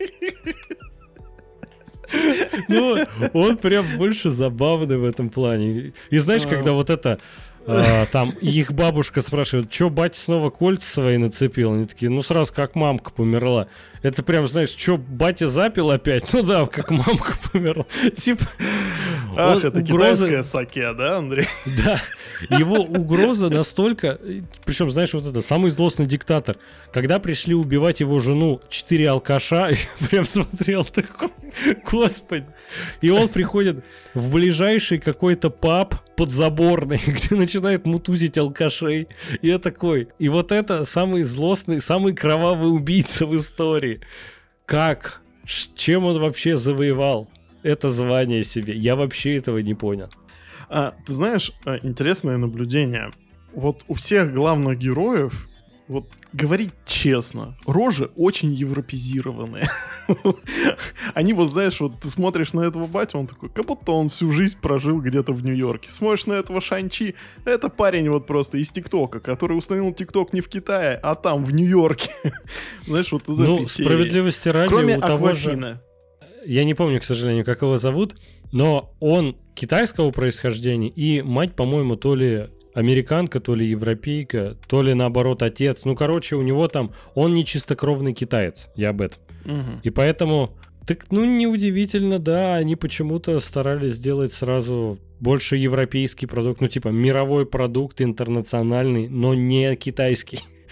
Ну, он прям больше забавный в этом плане. И знаешь, А. когда вот это... а, там их бабушка спрашивает, что батя снова кольца свои нацепил? Они такие, ну сразу как мамка померла. Это прям, знаешь, что батя запил опять? Ну да, как мамка померла. Типа, Ах, он это угроза- китайская саке, да, Андрей? Да, его угроза настолько... Причем, знаешь, вот это, самый злостный диктатор. Когда пришли убивать его жену четыре алкаша, я прям смотрел такой, господи. И он приходит в ближайший какой-то паб подзаборный, где начинает мутузить алкашей. И я такой... И вот это самый злостный, самый кровавый убийца в истории. Как? Ш- Чем он вообще завоевал это звание себе? Я вообще этого не понял. А, ты знаешь, а, интересное наблюдение. Вот у всех главных героев, вот говорить честно, рожи очень европезированные. Они вот, знаешь, вот ты смотришь на этого батю, он такой, как будто он всю жизнь прожил где-то в Нью-Йорке. Смотришь на этого Шанчи, это парень вот просто из ТикТока, который установил ТикТок не в Китае, а там, в Нью-Йорке. Знаешь, вот из Ну, этой серии. справедливости ради, Кроме у того же... Аквафина. Я не помню, к сожалению, как его зовут, но он китайского происхождения, и мать, по-моему, то ли американка, то ли европейка, то ли, наоборот, отец. Ну, короче, у него там... Он не чистокровный китаец, я об этом. Мгм. И поэтому... Так, ну, неудивительно, да, они почему-то старались сделать сразу больше европейский продукт, ну, типа, мировой продукт, интернациональный, но не китайский.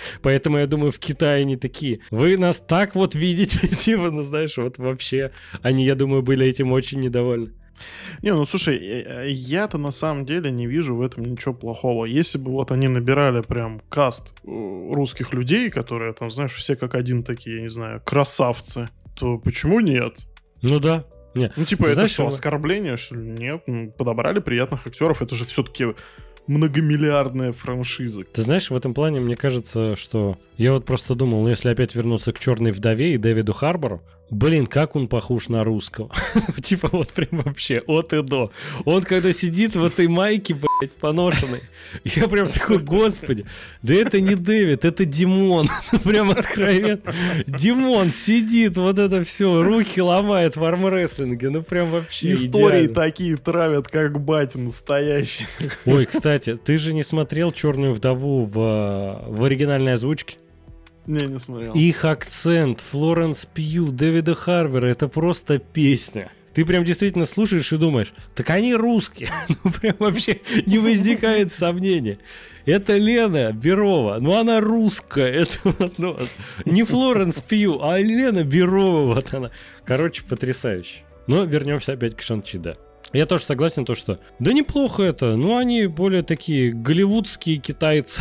Поэтому я думаю, в Китае они такие. Вы нас так вот видите, типа, ну знаешь, вот вообще. Они, я думаю, были этим очень недовольны. Не, ну слушай, я-то на самом деле не вижу в этом ничего плохого. Если бы вот они набирали прям каст русских людей, которые там, знаешь, все как один такие, я не знаю, красавцы, то почему нет? Ну да. Нет. Ну типа это Знаешь, что, вы- оскорбление, что ли? Нет, ну, подобрали приятных актеров, это же все-таки многомиллиардная франшиза. Ты знаешь, в этом плане мне кажется, что я вот просто думал, ну если опять вернуться к «Черной вдове» и Дэвиду Харбору, блин, как он похож на русского. Типа вот прям вообще от и до. Он когда сидит в этой майке, блядь, поношенной, я прям такой, господи, да это не Дэвид, это Димон. Прям откровенно. Димон сидит, вот это все, руки ломает в армрестлинге, ну прям вообще Истории идеально. такие травят, как батя настоящий. Ой, кстати, ты же не смотрел «Черную вдову» в, в оригинальной озвучке? Не, не смотрел. Их акцент, Флоренс Пью, Дэвида Харбора, это просто песня. Ты прям действительно слушаешь и думаешь, так они русские. Ну прям вообще не возникает сомнения. Это Лена Берова, ну она русская. Это вот, ну, не Флоренс Пью, а Лена Берова, вот она. Короче, потрясающе. Но вернемся опять к Шан-Чи, да. Я тоже согласен, то что да неплохо это, но они более такие голливудские китайцы.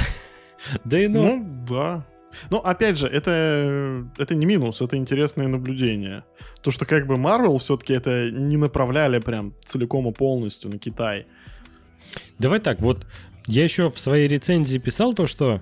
Да и ну... Ну, да. Но, опять же, это, это не минус, это интересное наблюдение. То, что как бы Marvel все-таки это не направляли прям целиком и полностью на Китай. Давай так, вот я еще в своей рецензии писал то, что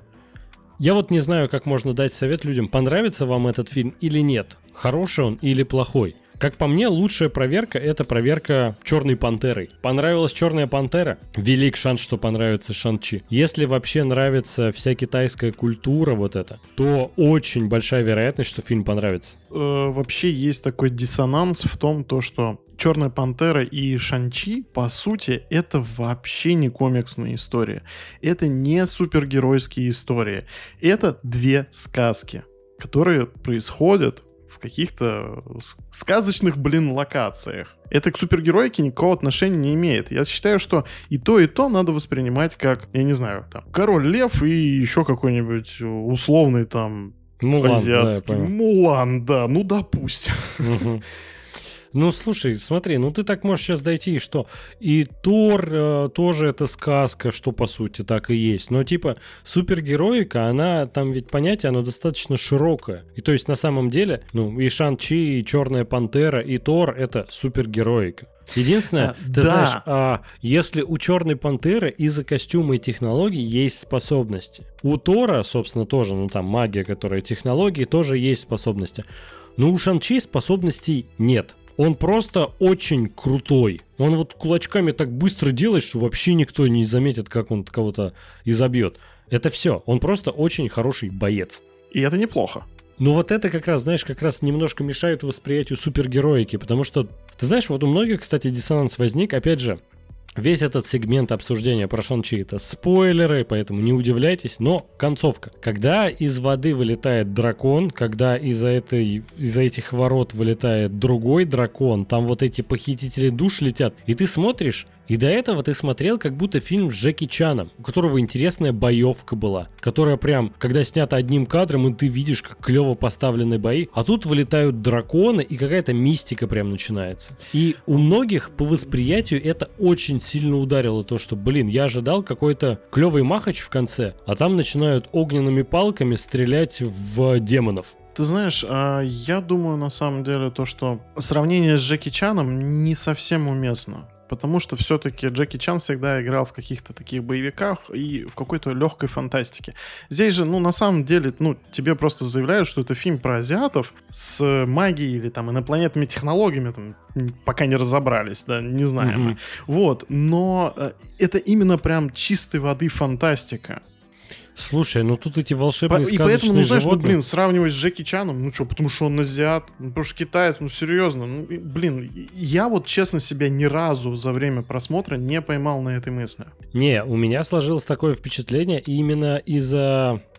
я вот не знаю, как можно дать совет людям, понравится вам этот фильм или нет, хороший он или плохой. Как по мне, лучшая проверка — это проверка «Черной пантерой». Понравилась «Черная пантера»? Велик шанс, что понравится Шан-Чи. Если вообще нравится вся китайская культура вот эта, то очень большая вероятность, что фильм понравится. Э, вообще есть такой диссонанс в том, то, что «Черная пантера» и «Шан-Чи», по сути, это вообще не комиксные истории. Это не супергеройские истории. Это две сказки, которые происходят в каких-то сказочных, блин, локациях. Это к супергероике никакого отношения не имеет. Я считаю, что и то, и то надо воспринимать как, я не знаю, там, Король Лев и еще какой-нибудь условный там Мулан, азиатский. да, я понял. Мулан, да, ну допустим. Мгм. Ну, слушай, смотри, ну ты так можешь сейчас дойти, что и Тор э, тоже это сказка, что по сути так и есть. Но типа супергероика, она там ведь понятие, оно достаточно широкое. И то есть на самом деле, ну и Шан-Чи, и Черная пантера, и Тор — это супергероика. Единственное, А, ты да. знаешь, а, если у Черной пантеры из-за костюма и технологий есть способности. У Тора, собственно, тоже, ну там магия, которая технологии, тоже есть способности. Но у Шан-Чи способностей нет. Он просто очень крутой. Он вот кулачками так быстро делает, что вообще никто не заметит, как он кого-то изобьет. Это все. Он просто очень хороший боец. И это неплохо. Но вот это как раз, знаешь, как раз немножко мешает восприятию супергероики, потому что, ты знаешь, вот у многих, кстати, диссонанс возник, опять же, весь этот сегмент обсуждения про Шан-Чи — это спойлеры, поэтому не удивляйтесь, но концовка. Когда из воды вылетает дракон, когда из-за этой, из-за этих ворот вылетает другой дракон, там вот эти похитители душ летят, и ты смотришь, и до этого ты смотрел как будто фильм с Джеки Чаном, у которого интересная боевка была, которая прям, когда снята одним кадром, и ты видишь, как клево поставлены бои, а тут вылетают драконы, и какая-то мистика прям начинается. И у многих по восприятию это очень сильно ударило, то, что, блин, я ожидал какой-то клевый махач в конце, а там начинают огненными палками стрелять в демонов. Ты знаешь, а, я думаю, на самом деле, то, что сравнение с Джеки Чаном не совсем уместно. Потому что все-таки Джеки Чан всегда играл в каких-то таких боевиках и в какой-то легкой фантастике. Здесь же, ну, на самом деле, ну, тебе просто заявляют, что это фильм про азиатов с магией или там инопланетными технологиями, там, пока не разобрались, да, не знаем. Мгм. Вот, но э, это именно прям чистой воды фантастика. Слушай, ну тут эти По- волшебные и сказочные поэтому, ну, знаешь, ну, животные... блин, сравнивать с Джеки Чаном, ну что, потому что он азиат, ну, потому что китаец, ну, серьезно, ну, и, блин, я вот, честно, себя ни разу за время просмотра не поймал на этой мысли. Не, у меня сложилось такое впечатление именно из-за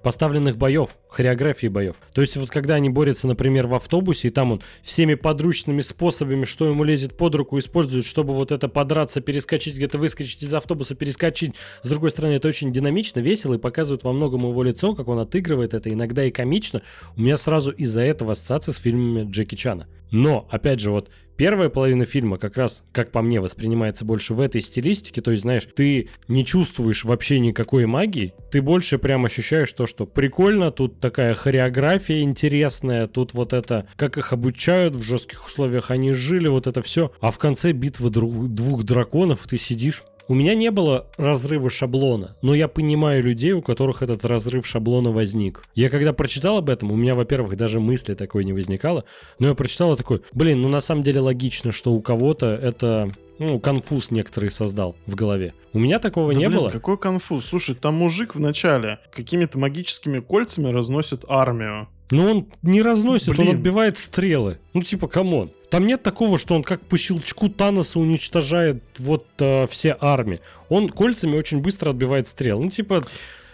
поставленных боев, хореографии боев. То есть вот когда они борются, например, в автобусе, и там он всеми подручными способами, что ему лезет под руку, использует, чтобы вот это подраться, перескочить, где-то выскочить из автобуса, перескочить. С другой стороны, это очень динамично, весело и показывает во многом его лицо, как он отыгрывает это, иногда и комично. У меня сразу из-за этого ассоциация с фильмами Джеки Чана. Но, опять же, вот первая половина фильма как раз, как по мне, воспринимается больше в этой стилистике. То есть, знаешь, ты не чувствуешь вообще никакой магии, ты больше прям ощущаешь то, что прикольно, тут такая хореография интересная, тут вот это, как их обучают, в жестких условиях они жили, вот это все. А в конце битвы друг, двух драконов ты сидишь. У меня не было разрыва шаблона, но я понимаю людей, у которых этот разрыв шаблона возник. Я когда прочитал об этом, у меня, во-первых, даже мысли такой не возникало, но я прочитал и такой, блин, ну на самом деле логично, что у кого-то это, ну, конфуз некоторый создал в голове. У меня такого да, не блин, было. Какой конфуз? Слушай, там мужик вначале какими-то магическими кольцами разносит армию. Но он не разносит, Блин. он отбивает стрелы. Ну типа, камон. Там нет такого, что он как по щелчку Таноса уничтожает вот э, все армии. Он кольцами очень быстро отбивает стрелы. Ну типа...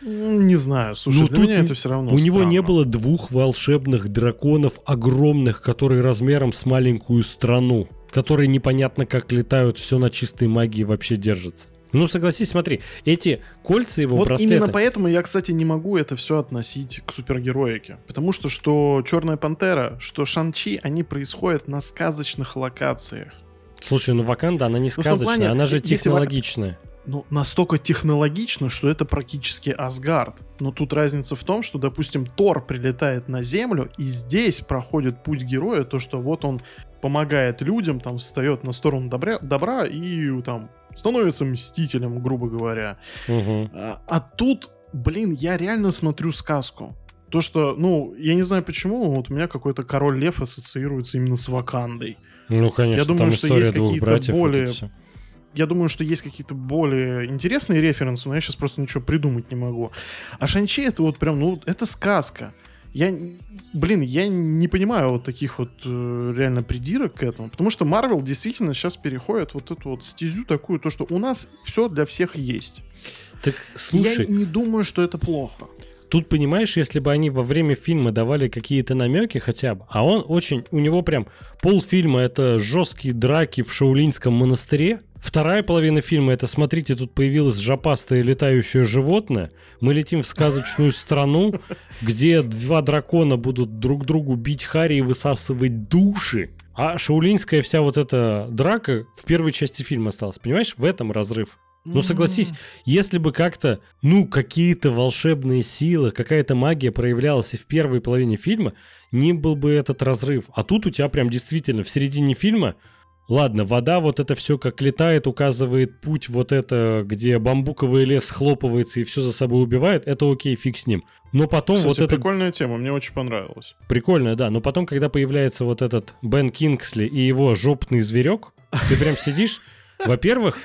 Не знаю, слушай, ну, для тут меня это все равно у него странно. не было двух волшебных драконов огромных, которые размером с маленькую страну, которые непонятно как летают, все на чистой магии вообще держатся. Ну, согласись, смотри, эти кольца его вот браслеты... именно поэтому я, кстати, не могу это все относить к супергероике. Потому что что Черная Пантера, что Шан-Чи, они происходят на сказочных локациях. Слушай, ну Ваканда, она не сказочная, плане, она же если технологичная. Ну, настолько технологично, что это практически Асгард. Но тут разница в том, что, допустим, Тор прилетает на Землю, и здесь проходит путь героя, то, что вот он помогает людям, там, встает на сторону добра, добра и там становится мстителем, грубо говоря. Угу. А, а тут, блин, я реально смотрю сказку. То, что, ну, я не знаю почему, вот у меня какой-то Король Лев ассоциируется именно с Вакандой. Ну, конечно, я думаю, там что история есть двух какие-то братьев. более... Вот это Я думаю, что есть какие-то более интересные референсы, но я сейчас просто ничего придумать не могу. А Шан-Чи это вот прям, ну, это сказка. Я, блин, я не понимаю вот таких вот э, реально придирок к этому, потому что Marvel действительно сейчас переходит вот эту вот стезю такую, то, что у нас все для всех есть. Так, слушай... Я не думаю, что это плохо. Тут, понимаешь, если бы они во время фильма давали какие-то намеки хотя бы, а он очень, у него прям полфильма это жесткие драки в Шаолиньском монастыре, вторая половина фильма это, смотрите, тут появилось жопастое летающее животное, мы летим в сказочную страну, где два дракона будут друг другу бить хари и высасывать души, а шаолиньская вся вот эта драка в первой части фильма осталась, понимаешь, в этом разрыв. Ну, согласись, если бы как-то, ну, какие-то волшебные силы, какая-то магия проявлялась и в первой половине фильма, не был бы этот разрыв. А тут у тебя прям действительно в середине фильма, ладно, вода вот это все как летает, указывает путь вот это, где бамбуковый лес схлопывается и все за собой убивает, это окей, фиг с ним. Но потом Кстати, вот это... прикольная тема, мне очень понравилась. Прикольная, да, но потом, когда появляется вот этот Бен Кингсли и его жопный зверек, ты прям сидишь, во-первых...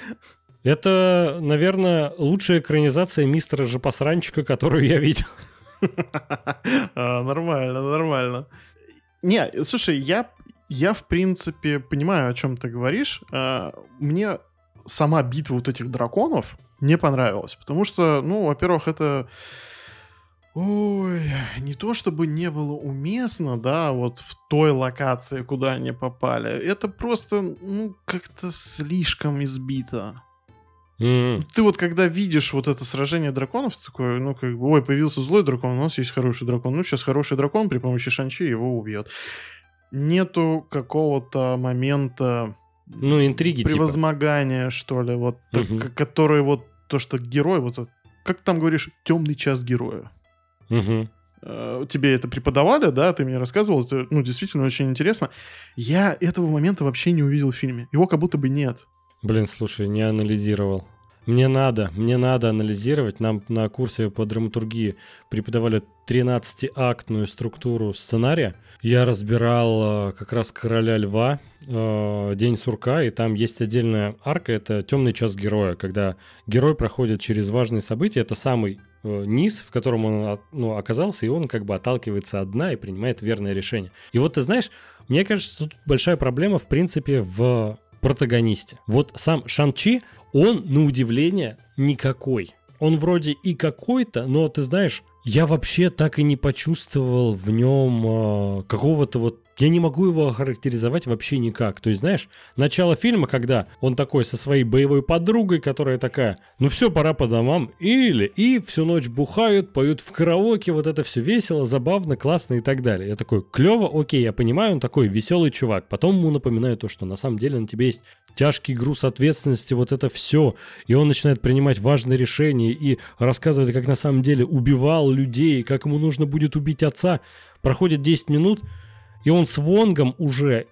Это, наверное, лучшая экранизация мистера Жопосранчика, которую я видел. Нормально, нормально. Не, слушай, я, я в принципе понимаю, о чем ты говоришь. Мне сама битва вот этих драконов не понравилась. Потому что, ну, во-первых, это... Ой, не то чтобы не было уместно, да, вот в той локации, куда они попали. Это просто, ну, как-то слишком избито. Mm. Ты вот когда видишь вот это сражение драконов, ты такой, ну как бы, ой, появился злой дракон, у нас есть хороший дракон. Ну, сейчас хороший дракон при помощи Шан-Чи его убьет. Нету какого-то момента... Ну, интриги превозмогания, типа. Что ли, вот, uh-huh. так, который вот, то, что герой, вот, как ты там говоришь, темный час героя. Uh-huh. Uh, тебе это преподавали, да, ты мне рассказывал, это, ну, действительно очень интересно. Я этого момента вообще не увидел в фильме. Его как будто бы нет. Блин, слушай, не анализировал. Мне надо, мне надо анализировать. Нам на курсе по драматургии преподавали тринадцатиактную структуру сценария. Я разбирал как раз «Короля льва», «День сурка», и там есть отдельная арка, это «Темный час героя», когда герой проходит через важные события. Это самый низ, в котором он, ну, оказался, и он как бы отталкивается от дна и принимает верное решение. И вот ты знаешь, мне кажется, тут большая проблема, в принципе, в протагонисте. Вот сам Шан-Чи, он, на удивление, никакой. Он вроде и какой-то, но ты знаешь, я вообще так и не почувствовал в нем э, какого-то вот... Я не могу его охарактеризовать вообще никак. То есть, знаешь, начало фильма, когда он такой со своей боевой подругой, которая такая, ну все, пора по домам, или и всю ночь бухают, поют в караоке, вот это все весело, забавно, классно и так далее. Я такой, клево, окей, я понимаю, он такой веселый чувак. Потом ему напоминаю то, что на самом деле на тебе есть тяжкий груз ответственности, вот это все. И он начинает принимать важные решения и рассказывает, как на самом деле убивал людей, как ему нужно будет убить отца. Проходит десять минут, и он с Вонгом уже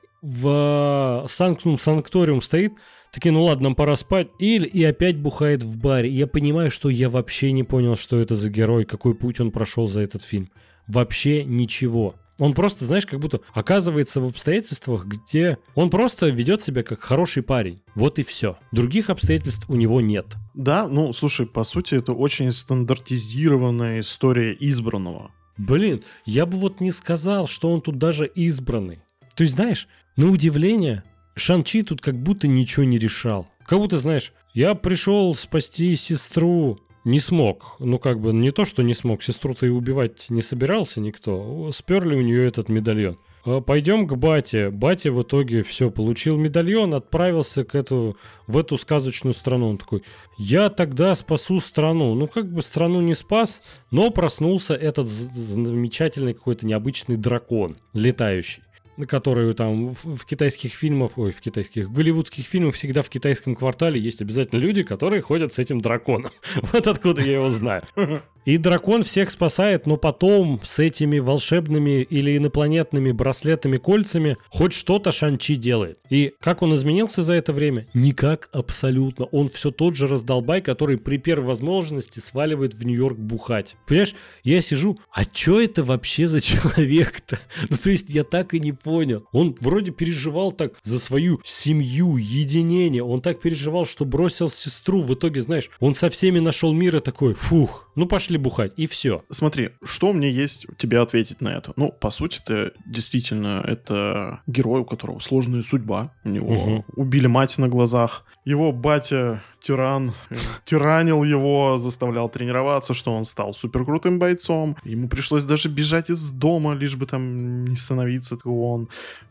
в Санктум Санкториум стоит, такие, ну ладно, нам пора спать, и, и опять бухает в баре. И я понимаю, что я вообще не понял, что это за герой, какой путь он прошел за этот фильм. Вообще ничего. Он просто, знаешь, как будто оказывается в обстоятельствах, где он просто ведет себя как хороший парень. Вот и все. Других обстоятельств у него нет. Да, ну, слушай, по сути, это очень стандартизированная история избранного. Блин, я бы вот не сказал, что он тут даже избранный. То есть, знаешь, на удивление, Шан-Чи тут как будто ничего не решал. Как будто, знаешь, я пришел спасти сестру, не смог. Ну, как бы не то, что не смог, сестру-то и убивать не собирался никто. Сперли у нее этот медальон. Пойдем к бате. Батя в итоге все, получил медальон, отправился к эту, в эту сказочную страну. Он такой, я тогда спасу страну. Ну, как бы страну не спас, но проснулся этот замечательный какой-то необычный дракон летающий, который там в, в китайских фильмах, ой, в китайских, в голливудских фильмах всегда в китайском квартале есть обязательно люди, которые ходят с этим драконом. Вот откуда я его знаю. И дракон всех спасает, но потом с этими волшебными или инопланетными браслетами-кольцами хоть что-то Шан-Чи делает. И как он изменился за это время? Никак абсолютно. Он все тот же раздолбай, который при первой возможности сваливает в Нью-Йорк бухать. Понимаешь, я сижу, а что это вообще за человек-то? Ну, то есть я так и не понял. Он вроде переживал так за свою семью, единение. Он так переживал, что бросил сестру. В итоге, знаешь, он со всеми нашел мир и такой, фух, ну пошли бухать, и все. Смотри, что мне есть тебе ответить на это? Ну, по сути-то, действительно, это герой, у которого сложная судьба. У него угу. убили мать на глазах. Его батя, тиран, тиранил его, заставлял тренироваться, что он стал суперкрутым бойцом. Ему пришлось даже бежать из дома, лишь бы там не становиться, как он.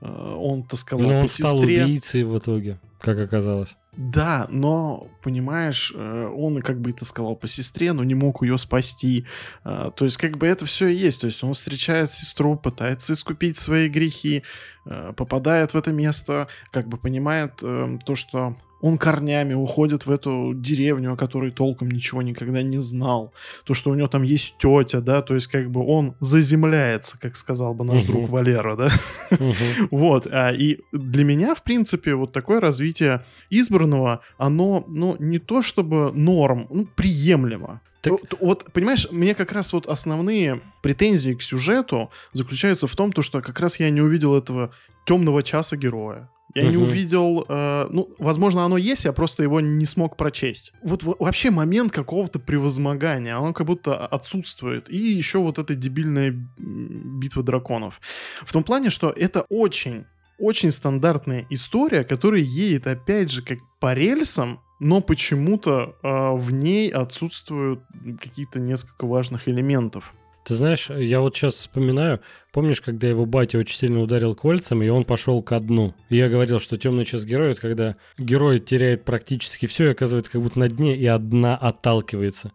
Он тосковал по сестре. Но он сестре. стал убийцей в итоге, как оказалось. Да, но, понимаешь, он как бы и тосковал по сестре, но не мог ее спасти. То есть как бы это все и есть. То есть он встречает сестру, пытается искупить свои грехи, попадает в это место, как бы понимает то, что он корнями уходит в эту деревню, о которой толком ничего никогда не знал. То, что у него там есть тетя, да, то есть как бы он заземляется, как сказал бы наш uh-huh. друг Валера, да. Uh-huh. Вот, а, и для меня, в принципе, вот такое развитие избранного, оно, ну, не то чтобы норм, ну, приемлемо. Так... Вот, вот, понимаешь, мне как раз вот основные претензии к сюжету заключаются в том, то, что как раз я не увидел этого темного часа героя. Я uh-huh. не увидел, э, ну, возможно, оно есть, я просто его не смог прочесть. Вот в- вообще момент какого-то превозмогания, оно как будто отсутствует. И еще вот эта дебильная битва драконов. В том плане, что это очень, очень стандартная история, которая едет, опять же, как по рельсам, но почему-то э, в ней отсутствуют какие-то несколько важных элементов. Ты знаешь, я вот сейчас вспоминаю, помнишь, когда его батя очень сильно ударил кольцами, и он пошел ко дну. И я говорил, что темный час героя — это когда герой теряет практически все и оказывается как будто на дне, и от дна отталкивается.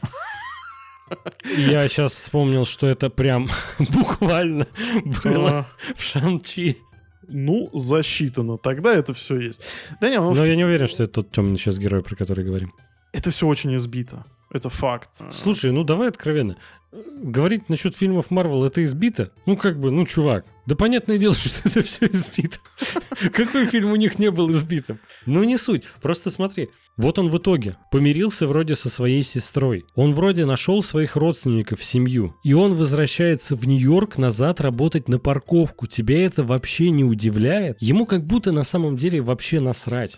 И я сейчас вспомнил, что это прям буквально было в Шан-Чи. Ну, засчитано. Тогда это все есть. Да не, ну... Но я не уверен, что это тот темный сейчас герой, про который говорим. Это все очень избито. Это факт. Слушай, ну давай откровенно. Говорить насчет фильмов Marvel — это избито? Ну как бы, ну чувак. Да понятное дело, что это все избито. Какой фильм у них не был избитым? Ну не суть. Просто смотри. Вот он в итоге помирился вроде со своей сестрой. Он вроде нашел своих родственников, семью. И он возвращается в Нью-Йорк назад работать на парковку. Тебя это вообще не удивляет? Ему как будто на самом деле вообще насрать.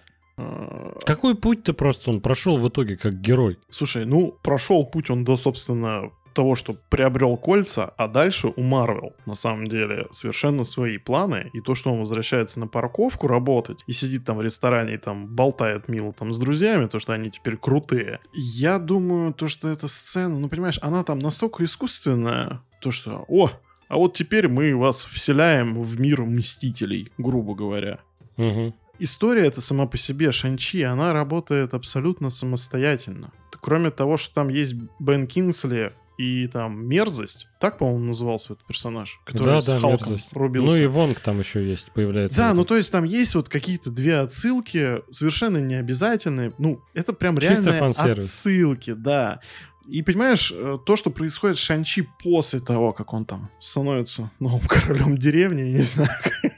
Какой путь-то просто он прошел в итоге как герой? Слушай, ну, прошел путь он до, собственно, того, что приобрел кольца, а дальше у Марвел, на самом деле, совершенно свои планы, и то, что он возвращается на парковку работать и сидит там в ресторане и там болтает мило там с друзьями, то, что они теперь крутые. Я думаю, то, что эта сцена, ну, понимаешь, она там настолько искусственная, то, что, о, а вот теперь мы вас вселяем в мир Мстителей, грубо говоря. Угу. История эта сама по себе, Шан-Чи, она работает абсолютно самостоятельно. Кроме того, что там есть Бен Кингсли и там Мерзость, так, по-моему, назывался этот персонаж, который да, с да, Халком Мерзость. рубился. Ну и Вонг там еще есть, появляется. Да, ну то есть там есть вот какие-то две отсылки, совершенно необязательные. Ну, это прям реальные отсылки, да. И понимаешь, то, что происходит с Шан-Чи после того, как он там становится новым королем деревни, я не знаю,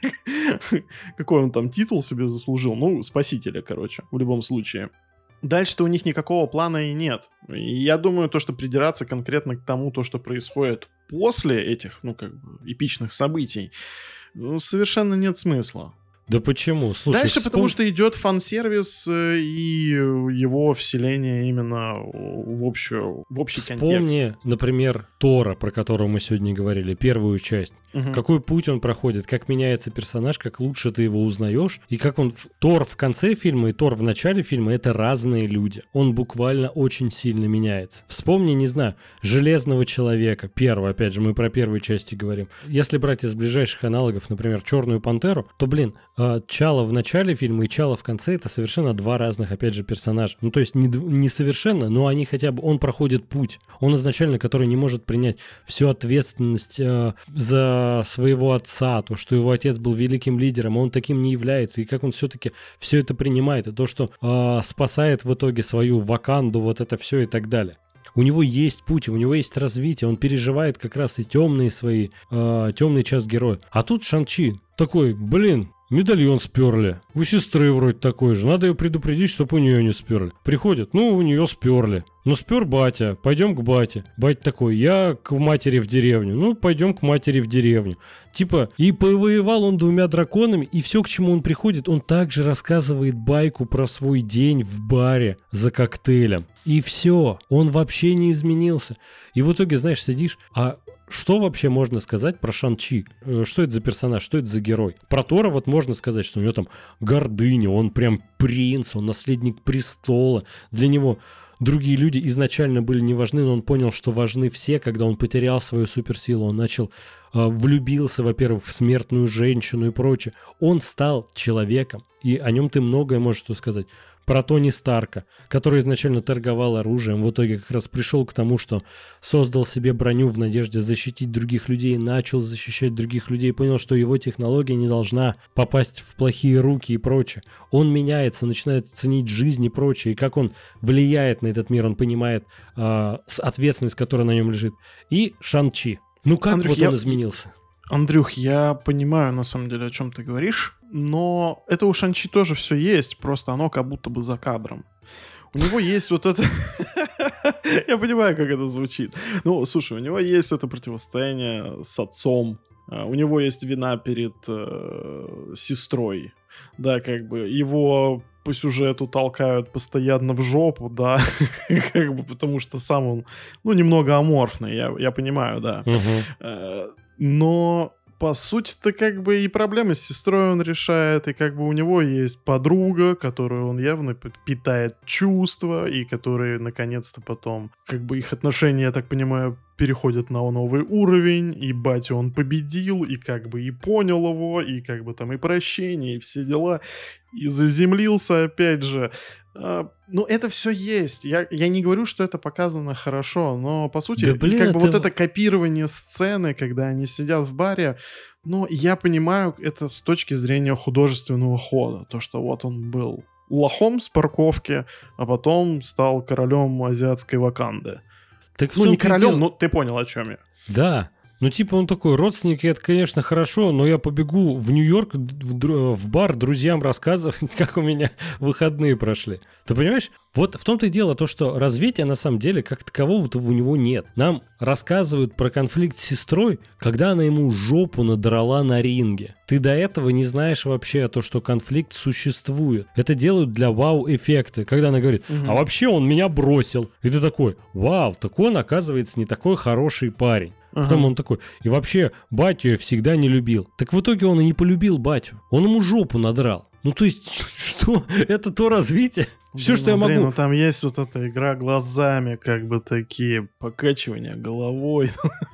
какой он там титул себе заслужил, ну, спасителя, короче, в любом случае. Дальше-то у них никакого плана и нет. И я думаю, то, что придираться конкретно к тому, то, что происходит после этих, ну, как бы, эпичных событий, ну, совершенно нет смысла. Да почему? Слушай, Дальше, вспом... потому что идет фан-сервис и его вселение именно в, общую, в общий Вспомни, контекст. Вспомни, например, Тора, про которого мы сегодня говорили, первую часть. Угу. Какой путь он проходит, как меняется персонаж, как лучше ты его узнаешь, и как он... Тор в конце фильма и Тор в начале фильма — это разные люди. Он буквально очень сильно меняется. Вспомни, не знаю, Железного Человека, первого, опять же, мы про первые части говорим. Если брать из ближайших аналогов, например, Черную Пантеру, то, блин, Чало в начале фильма и Чало в конце — это совершенно два разных, опять же, персонажа. Ну, то есть не, не совершенно, но они хотя бы... Он проходит путь. Он изначально, который не может принять всю ответственность э, за своего отца, то, что его отец был великим лидером, а он таким не является, и как он все-таки все это принимает, и то, что э, спасает в итоге свою Ваканду, вот это все и так далее. У него есть путь, у него есть развитие, он переживает как раз и темные свои, э, темный час героя. А тут Шан-Чи такой, блин, медальон сперли. У сестры вроде такой же. Надо ее предупредить, чтобы у нее не сперли. Приходят, ну, у нее сперли. Ну, спер батя, пойдем к бате. Батя такой, я к матери в деревню. Ну, пойдем к матери в деревню. Типа, и повоевал он двумя драконами, и все, к чему он приходит, он также рассказывает байку про свой день в баре за коктейлем. И все, он вообще не изменился. И в итоге, знаешь, сидишь, а... Что вообще можно сказать про Шан-Чи? Что это за персонаж? Что это за герой? Про Тора вот можно сказать, что у него там гордыня, он прям принц, он наследник престола. Для него другие люди изначально были не важны, но он понял, что важны все, когда он потерял свою суперсилу. Он начал, э, влюбился, во-первых, в смертную женщину и прочее. Он стал человеком, и о нем ты многое можешь что сказать. Про Тони Старка, который изначально торговал оружием, в итоге как раз пришел к тому, что создал себе броню в надежде защитить других людей, начал защищать других людей, понял, что его технология не должна попасть в плохие руки и прочее. Он меняется, начинает ценить жизнь и прочее, и как он влияет на этот мир, он понимает э, ответственность, которая на нем лежит. И Шан-Чи. Ну как Андрюх, вот он я... изменился? Андрюх, я понимаю, на самом деле, о чем ты говоришь, но это у Шан-Чи тоже все есть, просто оно как будто бы за кадром. У него есть вот это... Я понимаю, как это звучит. Ну, слушай, у него есть это противостояние с отцом, у него есть вина перед э, сестрой, да, как бы его по сюжету толкают постоянно в жопу, да, как бы потому что сам он, ну, немного аморфный, я, я понимаю, да. Uh-huh. Но, по сути-то, как бы и проблемы с сестрой он решает, и как бы у него есть подруга, которую он явно питает чувства, и которые, наконец-то, потом, как бы их отношения, я так понимаю, переходят на новый уровень, и батю он победил, и как бы и понял его, и как бы там и прощение, и все дела, и заземлился опять же. Uh, ну, это все есть. Я, я не говорю, что это показано хорошо, но, по сути, да, блин, как бы это... вот это копирование сцены, когда они сидят в баре, ну, я понимаю, это с точки зрения художественного хода. То, что вот он был лохом с парковки, а потом стал королем азиатской Ваканды. Так ну, не королем, но ты понял, о чем я. Да. Ну, типа, он такой, родственники, это, конечно, хорошо, но я побегу в Нью-Йорк в, дру- в бар друзьям рассказывать, как у меня выходные прошли. Ты понимаешь? Вот в том-то и дело, то, что развития на самом деле как такового-то у него нет. Нам рассказывают про конфликт с сестрой, когда она ему жопу надрала на ринге. Ты до этого не знаешь вообще то, что конфликт существует. Это делают для вау-эффекта, когда она говорит, а вообще он меня бросил. И ты такой, вау, так он, оказывается, не такой хороший парень. Потом ага. он такой, и вообще батю я всегда не любил. Так в итоге он и не полюбил батю. Он ему жопу надрал. Ну то есть, что? Это то развитие? Все, ну, что я Андрей, могу. Ну там есть вот эта игра глазами, как бы такие покачивания головой.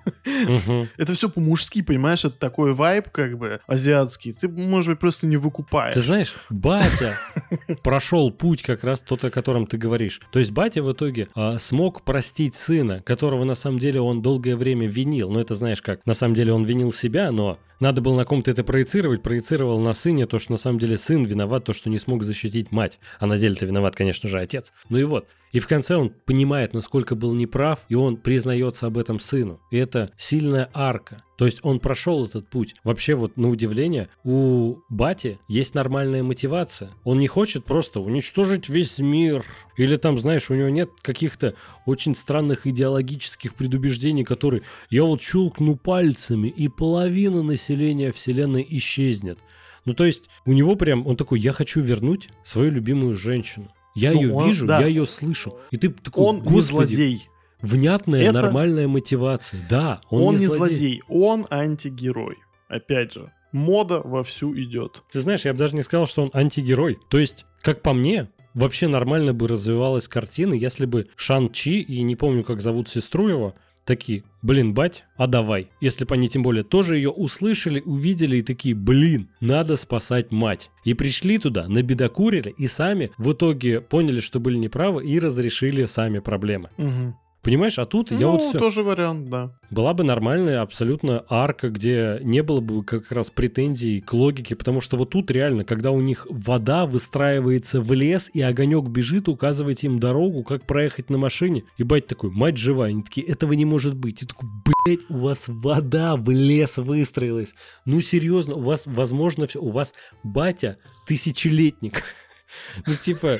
Угу. Это все по-мужски, понимаешь? Это такой вайб, как бы, азиатский. Ты, может быть, просто не выкупаешь. Ты знаешь, батя прошел путь как раз тот, о котором ты говоришь. То есть батя в итоге а, смог простить сына, которого на самом деле он долгое время винил. Ну это знаешь как, на самом деле он винил себя, но надо было на ком-то это проецировать, проецировал на сыне то, что на самом деле сын виноват, то, что не смог защитить мать. А на деле-то виноват, конечно же, отец. Ну и вот. И в конце он понимает, насколько был неправ, и он признается об этом сыну. И это сильная арка. То есть он прошел этот путь. Вообще вот на удивление, у бати есть нормальная мотивация. Он не хочет просто уничтожить весь мир. Или там, знаешь, у него нет каких-то очень странных идеологических предубеждений, которые «я вот щелкну пальцами, и половина населения вселенной исчезнет». Ну то есть у него прям, он такой, я хочу вернуть свою любимую женщину. Я ну, ее он, вижу, да. я ее слышу. И ты такой, он господи, не злодей. Внятная, это... нормальная мотивация. Да, он, он не, не злодей. злодей, он антигерой. Опять же, мода вовсю идет. Ты знаешь, я бы даже не сказал, что он антигерой. То есть, как по мне, вообще нормально бы развивалась картина, если бы Шан-Чи, и не помню, как зовут сестру его, такие, блин, бать, а давай. Если бы они тем более тоже ее услышали, увидели и такие, блин, надо спасать мать. И пришли туда, набедокурили и сами в итоге поняли, что были неправы и разрешили сами проблемы. Угу. Понимаешь, а тут ну, я вот все... тоже вариант, да. Была бы нормальная абсолютно арка, где не было бы как раз претензий к логике, потому что вот тут реально, когда у них вода выстраивается в лес, и огонек бежит, указываете им дорогу, как проехать на машине, и бать такой, мать жива, они такие, этого не может быть. И такой, блять, у вас вода в лес выстроилась. Ну серьезно, у вас, возможно, все, у вас батя тысячелетник. Ну типа,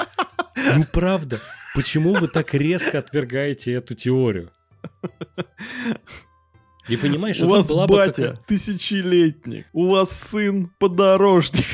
ну правда. Почему вы так резко отвергаете эту теорию? И понимаешь, у вас была батя бы такая... тысячелетник, у вас сын подорожник.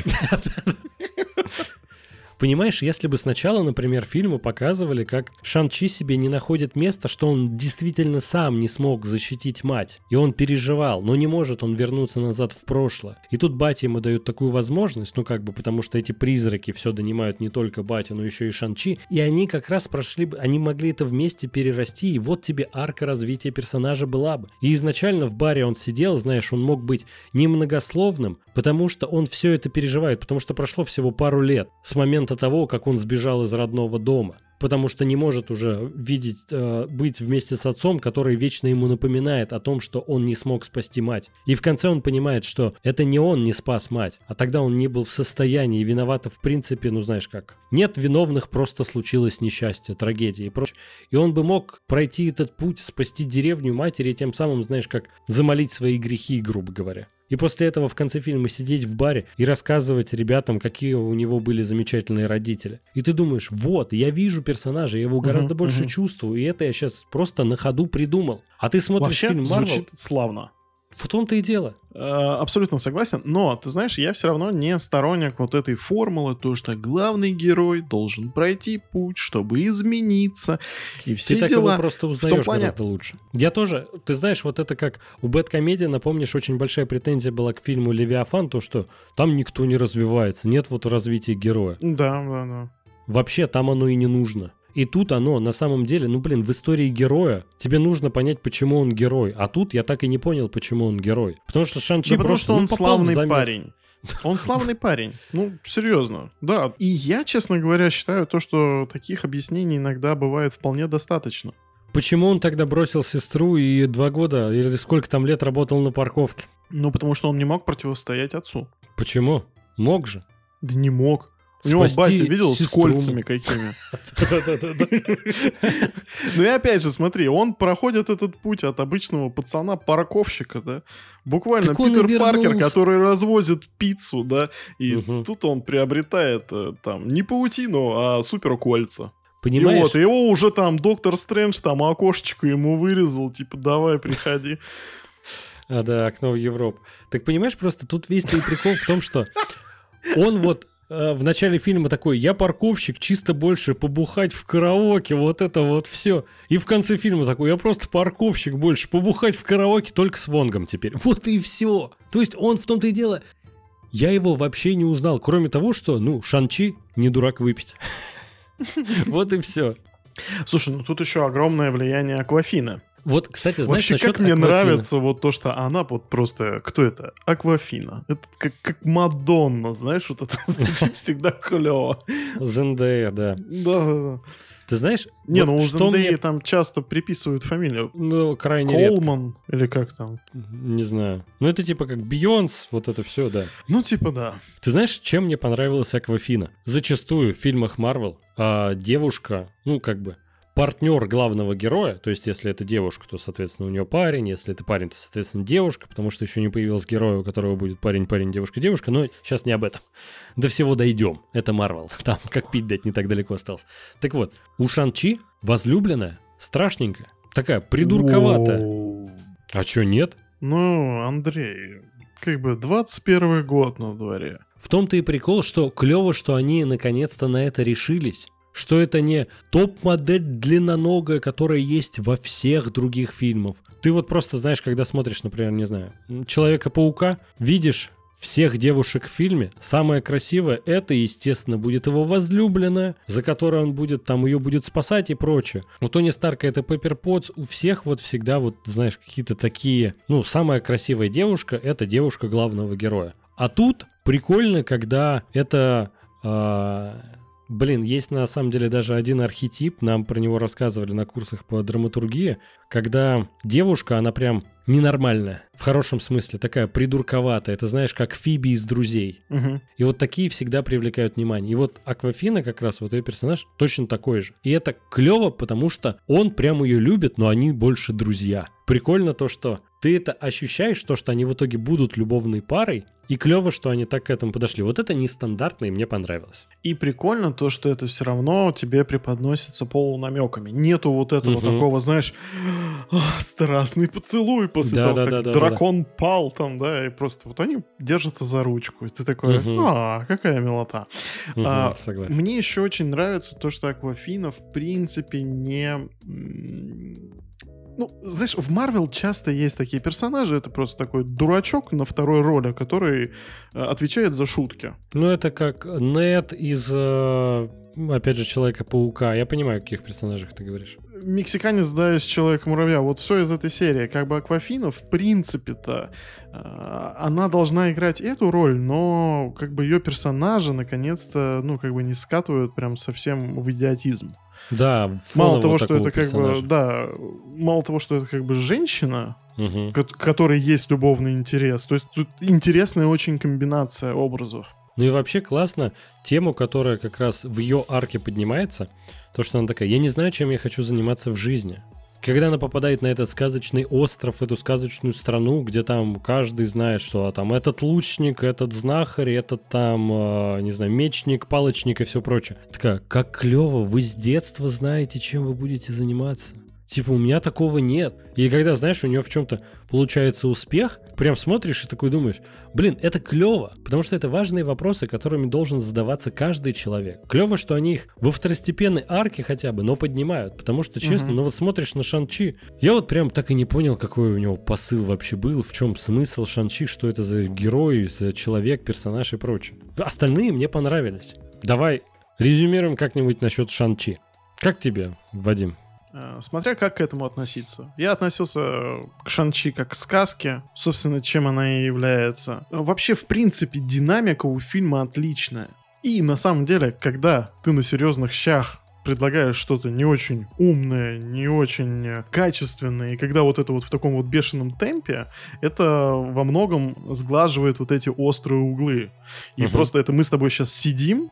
Понимаешь, если бы сначала, например, фильмы показывали, как Шан-Чи себе не находит места, что он действительно сам не смог защитить мать, и он переживал, но не может он вернуться назад в прошлое. И тут батя ему дают такую возможность, ну как бы, потому что эти призраки все донимают не только батю, но еще и Шан-Чи, и они как раз прошли бы, они могли это вместе перерасти, и вот тебе арка развития персонажа была бы. И изначально в баре он сидел, знаешь, он мог быть немногословным, потому что он все это переживает, потому что прошло всего пару лет с момента того, как он сбежал из родного дома, потому что не может уже видеть, э, быть вместе с отцом, который вечно ему напоминает о том, что он не смог спасти мать. И в конце он понимает, что это не он не спас мать, а тогда он не был в состоянии, виновата в принципе, ну знаешь как. Нет виновных, просто случилось несчастье, трагедия и прочее. И он бы мог пройти этот путь, спасти деревню матери и тем самым, знаешь как, замолить свои грехи, грубо говоря. И после этого в конце фильма сидеть в баре и рассказывать ребятам, какие у него были замечательные родители. И ты думаешь, вот, я вижу персонажа, я его гораздо uh-huh, больше uh-huh. чувствую, и это я сейчас просто на ходу придумал. А ты смотришь вообще фильм Марвел... звучит славно. В том-то и дело. Абсолютно согласен, но, ты знаешь, я все равно не сторонник вот этой формулы, то, что главный герой должен пройти путь, чтобы измениться, и все ты дела. Ты так его просто узнаешь плане... гораздо лучше. Я тоже, ты знаешь, вот это как у Бэдкомедиана, помнишь, очень большая претензия была к фильму «Левиафан», то, что там никто не развивается, нет вот развития героя. Да, да, да. Вообще там оно и не нужно. И тут оно, на самом деле, ну блин, в истории героя тебе нужно понять, почему он герой. А тут я так и не понял, почему он герой. Потому что Шан-Чи да просто, потому что он ну, попал в славный замес. парень. Он славный парень. Ну, серьезно. Да. И я, честно говоря, считаю то, что таких объяснений иногда бывает вполне достаточно. Почему он тогда бросил сестру и два года, или сколько там лет работал на парковке? Ну, потому что он не мог противостоять отцу. Почему? Мог же. Да не мог. У него спасти батя, видел, сестру. с кольцами какими. Ну и опять же, смотри, он проходит этот путь от обычного пацана-парковщика, да? Буквально Так он и Питер Паркер, вернулся. который развозит пиццу, да? И Мгм. тут он приобретает э, там не паутину, а суперкольца. И Понимаешь? вот, его уже там доктор Стрэндж там окошечко ему вырезал, типа, давай, приходи. А, да, окно в Европу. Так понимаешь, просто тут весь твой прикол в том, что он вот э, в начале фильма такой: я парковщик, чисто больше побухать в караоке, вот это вот все. И в конце фильма такой: я просто парковщик, больше побухать в караоке, только с Вонгом теперь. Вот и все. То есть он в том-то и дело... Я его вообще не узнал, кроме того, что, ну, Шан-Чи не дурак выпить. Вот и все. Слушай, ну тут еще огромное влияние Аквафины. Вот, кстати, знаешь, Вообще, насчет как мне Аквафины. нравится вот то, что она вот просто... Кто это? Аквафина. Это как, как Мадонна, знаешь, вот это звучит всегда клево. Зендея, да. Да-да-да. Ты знаешь, Не, вот ну у что Зендеи мне... там часто приписывают фамилию. Ну, крайне редко. Колман или как там. Не знаю. Ну, это типа как Бейонс, вот это все, да. Ну, типа да. Ты знаешь, чем мне понравилась Аквафина? Зачастую в фильмах Марвел а, девушка, ну, как бы, партнер главного героя, то есть если это девушка, то, соответственно, у нее парень, если это парень, то, соответственно, девушка, потому что еще не появился герой, у которого будет парень, парень, девушка, девушка, но сейчас не об этом. До всего дойдем. Это Марвел. Там как пить дать не так далеко осталось. Так вот, у Шан-Чи возлюбленная, страшненькая, такая придурковатая. Воу. А чё, нет? Ну, Андрей, как бы двадцать первый год на дворе. В том-то и прикол, что клево, что они наконец-то на это решились. Что это не топ-модель длинноногая, которая есть во всех других фильмах. Ты вот просто знаешь, когда смотришь, например, не знаю, Человека-паука, видишь всех девушек в фильме, самая красивая — это, естественно, будет его возлюбленная, за которой он будет, там, ее будет спасать и прочее. У Тони Старка это Пеппер Потс, у всех вот всегда вот, знаешь, какие-то такие... Ну, самая красивая девушка — это девушка главного героя. А тут прикольно, когда это... А... Блин, есть на самом деле даже один архетип, нам про него рассказывали на курсах по драматургии, когда девушка, она прям ненормальная, в хорошем смысле, такая придурковатая, это знаешь, как Фиби из «Друзей». Угу. И вот такие всегда привлекают внимание. И вот Аквафина как раз, вот ее персонаж, точно такой же. И это клево, потому что он прям ее любит, но они больше друзья. Прикольно то, что ты это ощущаешь, то, что они в итоге будут любовной парой, и клево, что они так к этому подошли. Вот это нестандартно, и мне понравилось. И прикольно то, что это все равно тебе преподносится полунамеками. Нету вот этого Мгм. такого, знаешь, «Ах, страстный поцелуй после Да, того, да, как да, да, дракон пал там, да, и просто вот они держатся за ручку. И ты такой, Мгм. а, какая милота. Мгм, А, согласен. Мне еще очень нравится то, что Аквафина в принципе не... м, Ну, знаешь, в Марвел часто есть такие персонажи, это просто такой дурачок на второй роли, который э, отвечает за шутки. Ну, это как Нед из, э, опять же, Человека-паука. Я понимаю, о каких персонажах ты говоришь. Мексиканец, да, из Человека-муравья. Вот все из этой серии. Как бы Аквафина, в принципе-то, э, она должна играть эту роль, но как бы ее персонажи, наконец-то, ну, как бы не скатывают прям совсем в идиотизм. Да, Мало того, вот что такого это как персонажа. бы, да, мало того, что это как бы женщина, Мгм. ко- которой есть любовный интерес. То есть тут интересная очень комбинация образов. Ну и вообще классно тему, которая как раз в ее арке поднимается, то, что она такая: я не знаю, чем я хочу заниматься в жизни. Когда она попадает на этот сказочный остров, эту сказочную страну, где там каждый знает, что а, там этот лучник, этот знахарь, этот там, э, не знаю, мечник, палочник и все прочее. Такая: как клево, вы с детства знаете, чем вы будете заниматься. Типа, у меня такого нет. И когда, знаешь, у нее в чем-то получается успех, прям смотришь и такой думаешь: блин, это клево, потому что это важные вопросы, которыми должен задаваться каждый человек. Клево, что они их во второстепенной арке хотя бы, но поднимают, потому что, честно, Мгм. ну вот смотришь на Шан-Чи, я вот прям так и не понял, какой у него посыл вообще был, в чем смысл Шан-Чи, что это за герой, за человек, персонаж и прочее. Остальные мне понравились. Давай резюмируем как-нибудь насчет Шан-Чи. Как тебе, Вадим? Э, Смотря как к этому относиться. Я относился э, к Шан-Чи как к сказке, собственно, чем она и является. Э, Вообще, в принципе, динамика у фильма отличная. И на самом деле, когда ты на серьезных щах предлагаешь что-то не очень умное, не очень э, качественное, и когда вот это вот в таком вот бешеном темпе, это во многом сглаживает вот эти острые углы. И Мгм. просто это мы с тобой сейчас сидим,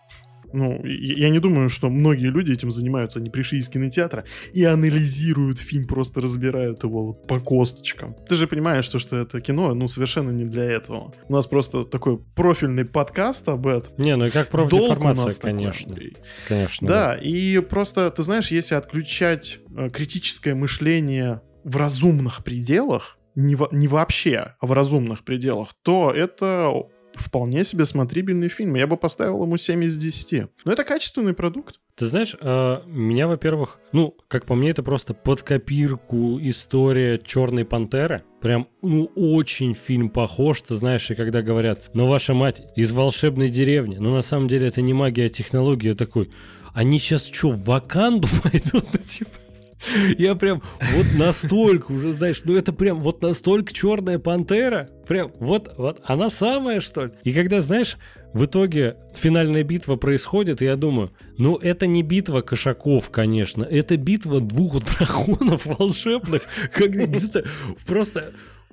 Ну, я не думаю, что многие люди этим занимаются. Они пришли из кинотеатра и анализируют фильм, просто разбирают его вот по косточкам. Ты же понимаешь, что, что это кино, ну, совершенно не для этого. У нас просто такой профильный подкаст об этом. Не, ну и как профдеформация, конечно. Такой, конечно. Да, да, и просто, ты знаешь, если отключать э, критическое мышление в разумных пределах, не, во, не вообще, а в разумных пределах, то это вполне себе смотрибельный фильм. Я бы поставил ему семь из десяти. Но это качественный продукт. Ты знаешь, э, меня, во-первых, ну, как по мне, это просто под копирку история «Черной пантеры». Прям, ну, очень фильм похож, ты знаешь, и когда говорят, но ваша мать из волшебной деревни, но на самом деле это не магия, а технология, такой, они сейчас что, в Ваканду пойдут? Ну, типа... Я прям вот настолько уже, знаешь, ну это прям вот настолько «Черная пантера», прям вот, вот она самая, что ли. И когда, знаешь, в итоге финальная битва происходит, и я думаю, ну это не битва кошаков, конечно, это битва двух драконов волшебных, как где-то просто...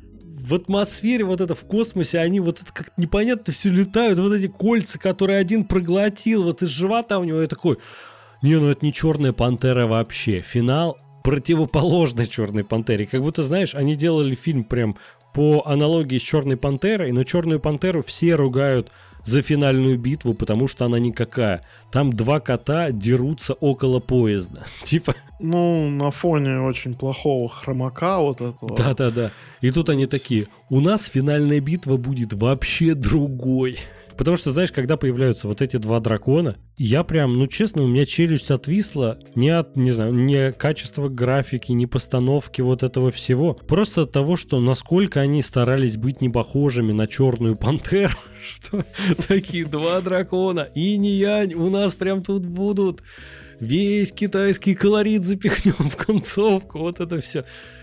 В атмосфере вот это, в космосе, они вот это как непонятно все летают, вот эти кольца, которые один проглотил, вот из живота у него, я такой... Не, ну это не «Черная пантера» вообще. Финал противоположный «Черной пантере». Как будто, знаешь, они делали фильм прям по аналогии с «Черной пантерой», но «Черную пантеру» все ругают за финальную битву, потому что она никакая. Там два кота дерутся около поезда. Типа... Ну, на фоне очень плохого хромака вот этого. Да-да-да. И тут они такие, у нас финальная битва будет вообще другой. Потому что, знаешь, когда появляются вот эти два дракона, я прям, ну честно, у меня челюсть отвисла не от, не знаю, не качества графики, не постановки вот этого всего. Просто от того, что насколько они старались быть не похожими на «Черную пантеру», что такие два дракона, инь и янь у нас прям тут будут. Весь китайский колорит запихнем в концовку, вот это все.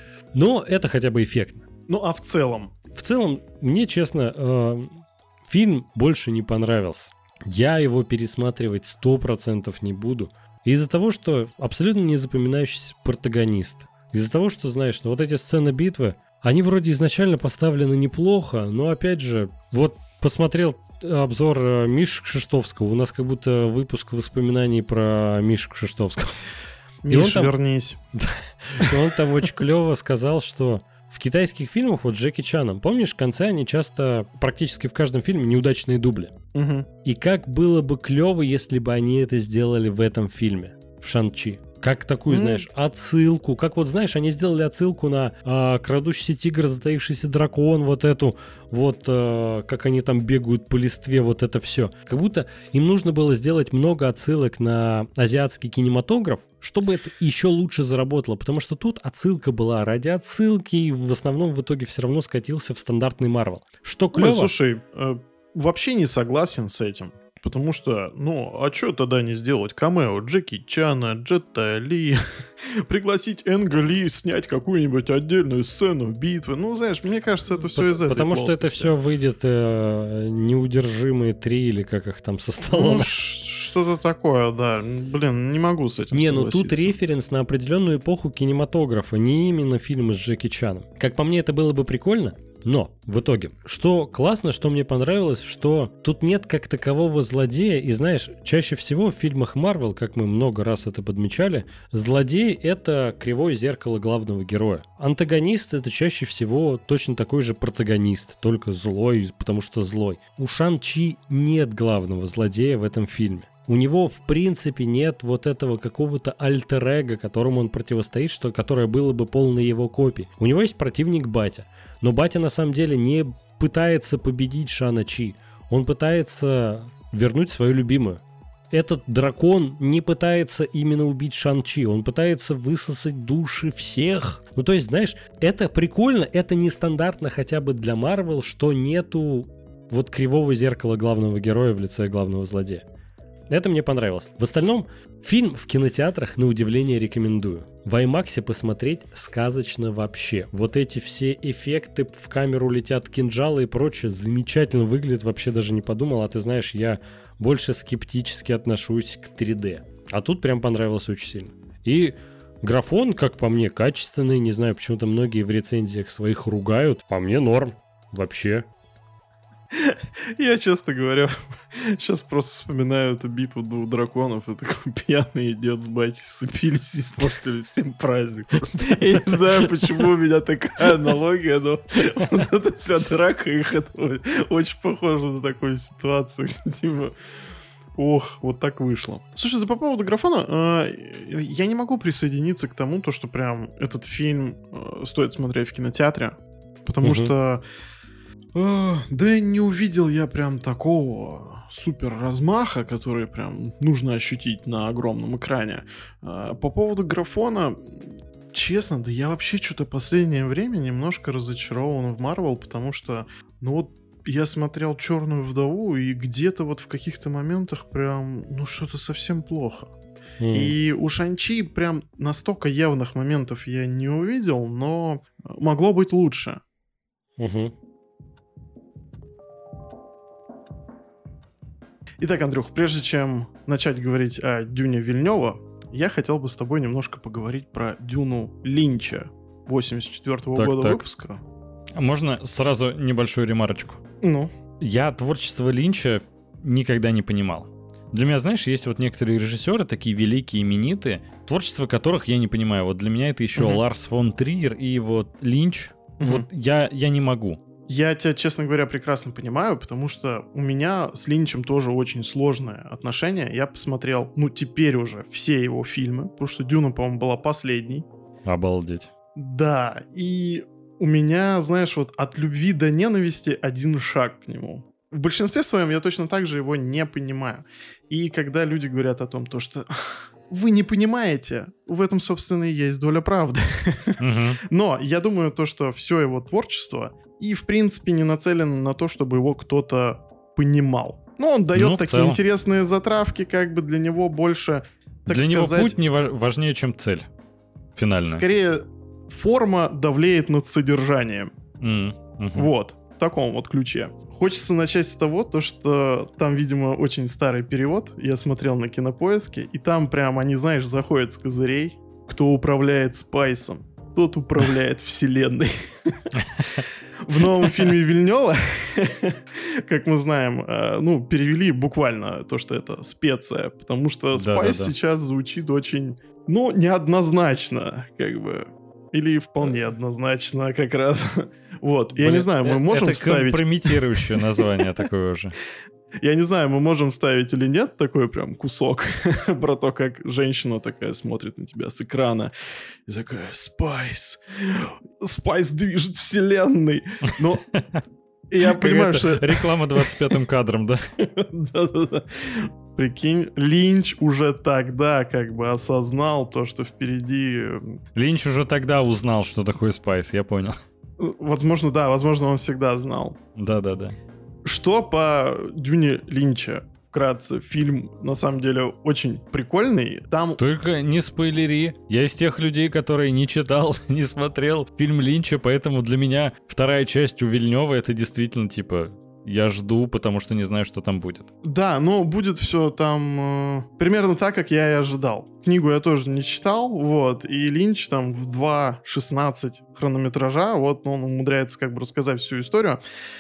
Но это хотя бы эффектно. Ну а в целом? В целом, мне, честно... Э- Фильм больше не понравился. Я его пересматривать сто процентов не буду. Из-за того, что абсолютно не запоминающийся протагонист. Из-за того, что, знаешь, ну, вот эти сцены битвы, они вроде изначально поставлены неплохо, но опять же, вот посмотрел обзор Миши Кшиштовского, у нас как будто выпуск воспоминаний про Мишу Кшиштовского. Миш, вернись. И он там очень клево сказал, что в китайских фильмах, вот с Джеки Чаном, помнишь, в конце они часто, практически в каждом фильме, неудачные дубли. Угу. И как было бы клево, если бы они это сделали в этом фильме, в Шан-Чи. Как такую, mm. знаешь, отсылку. Как вот, знаешь, они сделали отсылку на а, крадущийся тигр, затаившийся дракон, вот эту, вот, а, как они там бегают по листве, вот это все. Как будто им нужно было сделать много отсылок на азиатский кинематограф, чтобы это еще лучше заработало. Потому что тут отсылка была ради отсылки, и в основном в итоге все равно скатился в стандартный Марвел. Что клево. Ой, слушай, э, вообще не согласен с этим. Потому что, ну, а что тогда не сделать? Камео Джеки Чана, Джета Ли, пригласить Энга Ли, снять какую-нибудь отдельную сцену битвы. Ну, знаешь, мне кажется, это все По- из этой Потому плоскости. что это все выйдет э, неудержимые три, или как их там со столом. Ну, что-то такое, да. Блин, не могу с этим Не, ну согласиться. тут референс на определенную эпоху кинематографа, не именно фильмы с Джеки Чаном. Как по мне, это было бы прикольно. Но в итоге, что классно, что мне понравилось, что тут нет как такового злодея. И знаешь, чаще всего в фильмах Marvel, как мы много раз это подмечали, злодей — это кривое зеркало главного героя. Антагонист — это чаще всего точно такой же протагонист, только злой, потому что злой. У Шан-Чи нет главного злодея в этом фильме. У него, в принципе, нет вот этого какого-то альтер-эго, которому он противостоит, что, которое было бы полной его копией. У него есть противник Батя. Но Батя на самом деле не пытается победить Шана-Чи. Он пытается вернуть свою любимую. Этот дракон не пытается именно убить Шан-Чи. Он пытается высосать души всех. Ну, то есть, знаешь, это прикольно. Это нестандартно хотя бы для Marvel, что нету вот кривого зеркала главного героя в лице главного злодея. Это мне понравилось. В остальном, фильм в кинотеатрах, на удивление, рекомендую. В IMAX посмотреть сказочно вообще. Вот эти все эффекты, в камеру летят кинжалы и прочее, замечательно выглядит, вообще даже не подумал. А ты знаешь, я больше скептически отношусь к три дэ. А тут прям понравилось очень сильно. И графон, как по мне, качественный. Не знаю, почему-то многие в рецензиях своих ругают. По мне норм. Вообще. Я, честно говоря, сейчас просто вспоминаю эту битву двух драконов, и такой пьяный идет с батей, сцепились и испортили всем праздник. Я не знаю, почему у меня такая аналогия, но вот эта вся драка их, это очень похоже на такую ситуацию, типа... Ох, вот так вышло. Слушай, по поводу графона, э, я не могу присоединиться к тому, то, что прям этот фильм э, стоит смотреть в кинотеатре, потому угу. что э, да не увидел я прям такого супер размаха, который прям нужно ощутить на огромном экране. Э, по поводу графона, честно, да я вообще что-то в последнее время немножко разочарован в Marvel, потому что, ну вот, я смотрел «Черную вдову», и где-то вот в каких-то моментах прям, ну, что-то совсем плохо. Mm. И у Шан-Чи прям настолько явных моментов я не увидел, но могло быть лучше. Uh-huh. Итак, Андрюх, прежде чем начать говорить о Дюне Вильнёва, я хотел бы с тобой немножко поговорить про Дюну Линча восемьдесят четвёртого так, года так. выпуска. Можно сразу небольшую ремарочку? Ну? Я творчество Линча никогда не понимал. Для меня, знаешь, есть вот некоторые режиссеры, такие великие, именитые, творчество которых я не понимаю. Вот для меня это еще uh-huh. Ларс фон Триер и вот Линч. Uh-huh. Вот я, я не могу. Я тебя, честно говоря, прекрасно понимаю, потому что у меня с Линчем тоже очень сложное отношение. Я посмотрел, ну, теперь уже все его фильмы, потому что Дюна, по-моему, была последней. Обалдеть. Да, и... У меня, знаешь, вот от любви до ненависти один шаг к нему. В большинстве своем я точно так же его не понимаю. И когда люди говорят о том, то, что вы не понимаете, в этом, собственно, и есть доля правды. Uh-huh. Но я думаю, то, что все его творчество и, в принципе, не нацелено на то, чтобы его кто-то понимал. Ну, он дает ну, такие целом. интересные затравки, как бы для него больше, так для сказать... него путь не важнее, чем цель финальная. Скорее... Форма давлеет над содержанием. Mm, uh-huh. Вот, в таком вот ключе. Хочется начать с того, то, что там, видимо, очень старый перевод. Я смотрел на Кинопоиске, и там прям они, знаешь, заходят с козырей. Кто управляет Спайсом, тот управляет вселенной. В новом фильме Вильнёва, как мы знаем, ну, перевели буквально то, что это специя, потому что Спайс сейчас звучит очень, ну, неоднозначно, как бы. Или вполне однозначно как раз. Вот. Блин, я не знаю, мы можем это вставить... Это компрометирующее название такое уже. Я не знаю, мы можем вставить или нет такой прям кусок про то, как женщина такая смотрит на тебя с экрана и такая: Спайс, Спайс движет вселенной. Но я понимаю, что... Реклама двадцать пятым кадром, да? Да-да-да. Прикинь, Линч уже тогда как бы осознал то, что впереди... Линч уже тогда узнал, что такое Спайс, я понял. Возможно, да, возможно, он всегда знал. Да-да-да. Что по Дюне Линча? Вкратце, фильм, на самом деле, очень прикольный. Там... Только не спойлери. Я из тех людей, которые не читал, не смотрел фильм Линча, поэтому для меня вторая часть у Вильнёва — это действительно, типа... Я жду, потому что не знаю, что там будет. Да, но будет все там э, примерно так, как я и ожидал. Книгу я тоже не читал, вот, и Линч там в два шестнадцать хронометража, вот, он умудряется как бы рассказать всю историю.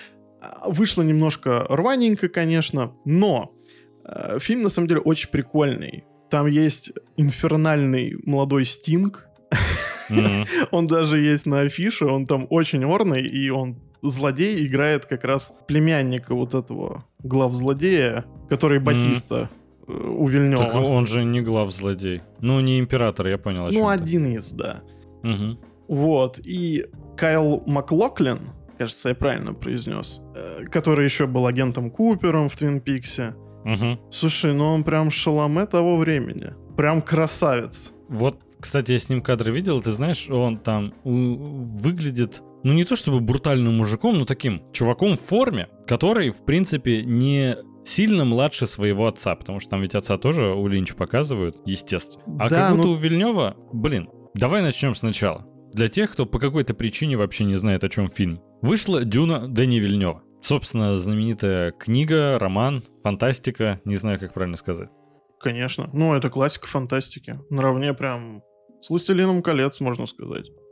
Вышло немножко рваненько, конечно, но э, фильм на самом деле очень прикольный. Там есть инфернальный молодой Стинг. Mm-hmm. Он даже есть на афише, он там очень орный, и он... Злодей играет как раз племянника вот этого главзлодея, который Батиста mm. у Вильнёва. Так он же не главзлодей. Ну, не император, я понял. Ну, один из, да. Угу. Вот. И Кайл Маклоклин, кажется, я правильно произнес, который еще был агентом Купером в Твин Пиксе. Угу. Слушай, ну он прям Шаломе того времени. Прям красавец. Вот, кстати, я с ним кадры видел, ты знаешь, он там у- выглядит... Ну, не то чтобы брутальным мужиком, но таким чуваком в форме, который, в принципе, не сильно младше своего отца, потому что там ведь отца тоже у Линча показывают, естественно. А да, как будто ну... у Вильнёва... Блин, давай начнем сначала. Для тех, кто по какой-то причине вообще не знает, о чем фильм. Вышла «Дюна» Дэни Вильнёва. Собственно, знаменитая книга, роман, фантастика, не знаю, как правильно сказать. Конечно. Ну, это классика фантастики. Наравне прям с «Властелином колец», можно сказать.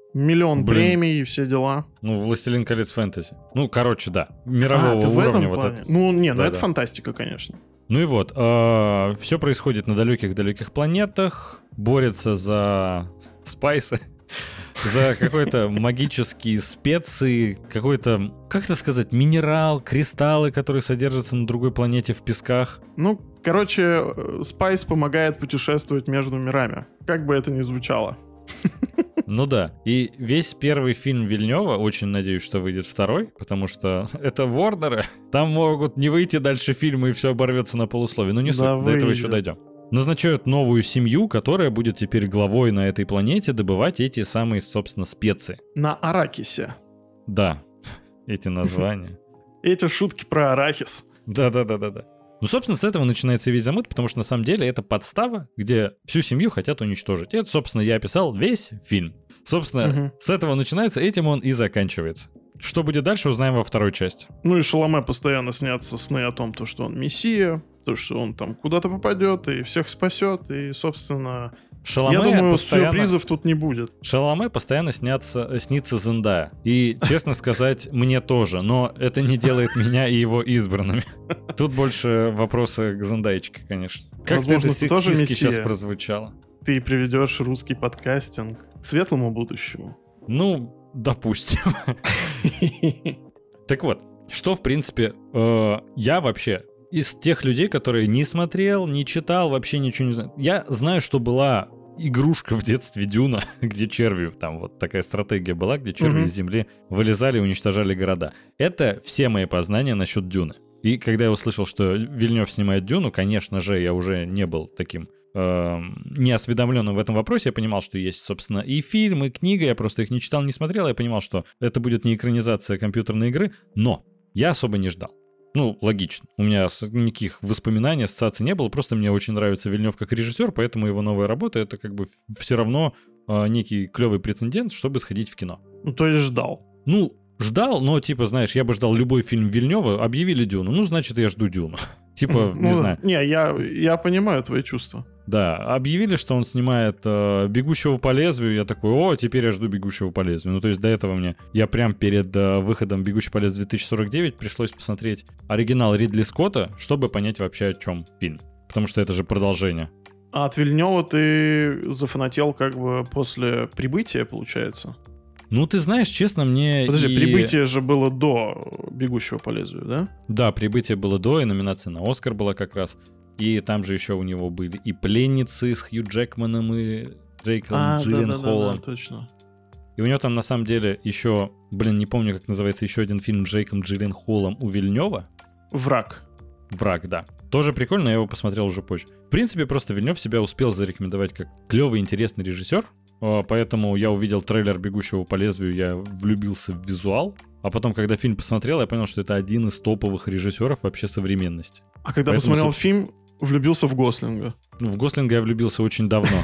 Миллион Блин. премий и все дела. Ну, «Властелин колец» фэнтези. Ну, короче, да. Мирового а, ты в уровня этом вот плане? это. Ну, не, ну Да, это да. фантастика, конечно. Ну и вот, все происходит на далеких-далеких планетах, борется за спайсы, за какой-то магические специи, какой-то, как это сказать, минерал, кристаллы, которые содержатся на другой планете в песках. Ну, короче, Спайс помогает путешествовать между мирами. Как бы это ни звучало. Ну да, и весь первый фильм Вильнёва, очень надеюсь, что выйдет второй, потому что это Ворнеры, там могут не выйти дальше фильма и все оборвется на полусловие. Ну не суть, Да до этого выйдет. еще дойдем. Назначают новую семью, которая будет теперь главой на этой планете добывать эти самые, собственно, специи. На Аракисе. Да, эти названия. Эти шутки про арахис. Да-да-да-да-да. Ну, собственно, с этого начинается весь замут, потому что на самом деле это подстава, где всю семью хотят уничтожить. И это, собственно, я описал весь фильм. Собственно, Мгм. с этого начинается, этим он и заканчивается. Что будет дальше, узнаем во второй части. Ну и Шаломе постоянно снятся сны о том, то, что он мессия, то, что он там куда-то попадет и всех спасет. И, собственно, Шаломе я думаю, постоянно... сюрпризов тут не будет. Шаломе постоянно снятся, снится Зендая. И, честно сказать, мне тоже. Но это не делает меня и его избранными. Тут больше вопросы к Зендаечке, конечно. Как Возможно, ты это ты тоже сексистски сейчас мессия. прозвучало? Ты приведешь русский подкастинг к светлому будущему. Ну, допустим. Так вот, что, в принципе, э, я вообще из тех людей, которые не смотрел, не читал, вообще ничего не знаю. Я знаю, что была игрушка в детстве Дюна, где черви, там вот такая стратегия была, где черви Мгм. из земли вылезали и уничтожали города. Это все мои познания насчет Дюны. И когда я услышал, что Вильнёв снимает Дюну, конечно же, я уже не был таким эм, неосведомленным в этом вопросе. Я понимал, что есть, собственно, и фильм, и книга. Я просто их не читал, не смотрел. Я понимал, что это будет не экранизация компьютерной игры, но я особо не ждал. Ну, логично. У меня с- никаких воспоминаний, ассоциаций не было. Просто мне очень нравится Вильнёв как режиссер, поэтому его новая работа — это как бы все равно э, некий клевый прецедент, чтобы сходить в кино. Ну, то есть ждал. Ну, ждал, но, типа, знаешь, я бы ждал любой фильм Вильнёва, объявили Дюну, ну, значит, я жду Дюну. Типа, не Ну, знаю. Не, я, я понимаю твои чувства. Да, объявили, что он снимает э, «Бегущего по лезвию», я такой, о, теперь я жду «Бегущего по лезвию». Ну, то есть до этого мне, я прям перед э, выходом «Бегущий по лезвию» две тысячи сорок девять пришлось посмотреть оригинал Ридли Скотта, чтобы понять вообще, о чем фильм. Потому что это же продолжение. А от Вильнёва ты зафанател как бы после прибытия, получается? Ну, ты знаешь, честно, мне Подожди, и- прибытие же было до «Бегущего по лезвию», да? Да, «Прибытие» было до, и номинация на «Оскар» была как раз. И там же еще у него были и «Пленницы» с Хью Джекманом и Джейком А, Джилленхолом. да-да-да, точно. И у него там на самом деле еще, блин, не помню, как называется, еще один фильм с Джейком Джилленхолом у Вильнёва. Враг. «Враг», да. Тоже прикольно, я его посмотрел уже позже. В принципе, просто Вильнёв себя успел зарекомендовать как клевый, интересный режиссер. А, Поэтому я увидел трейлер «Бегущего по лезвию», я влюбился в визуал. А потом, когда фильм посмотрел, я понял, что это один из топовых режиссеров вообще современности. А когда Поэтому, посмотрел собственно- фильм, влюбился в Гослинга. Ну, в Гослинга я влюбился очень давно.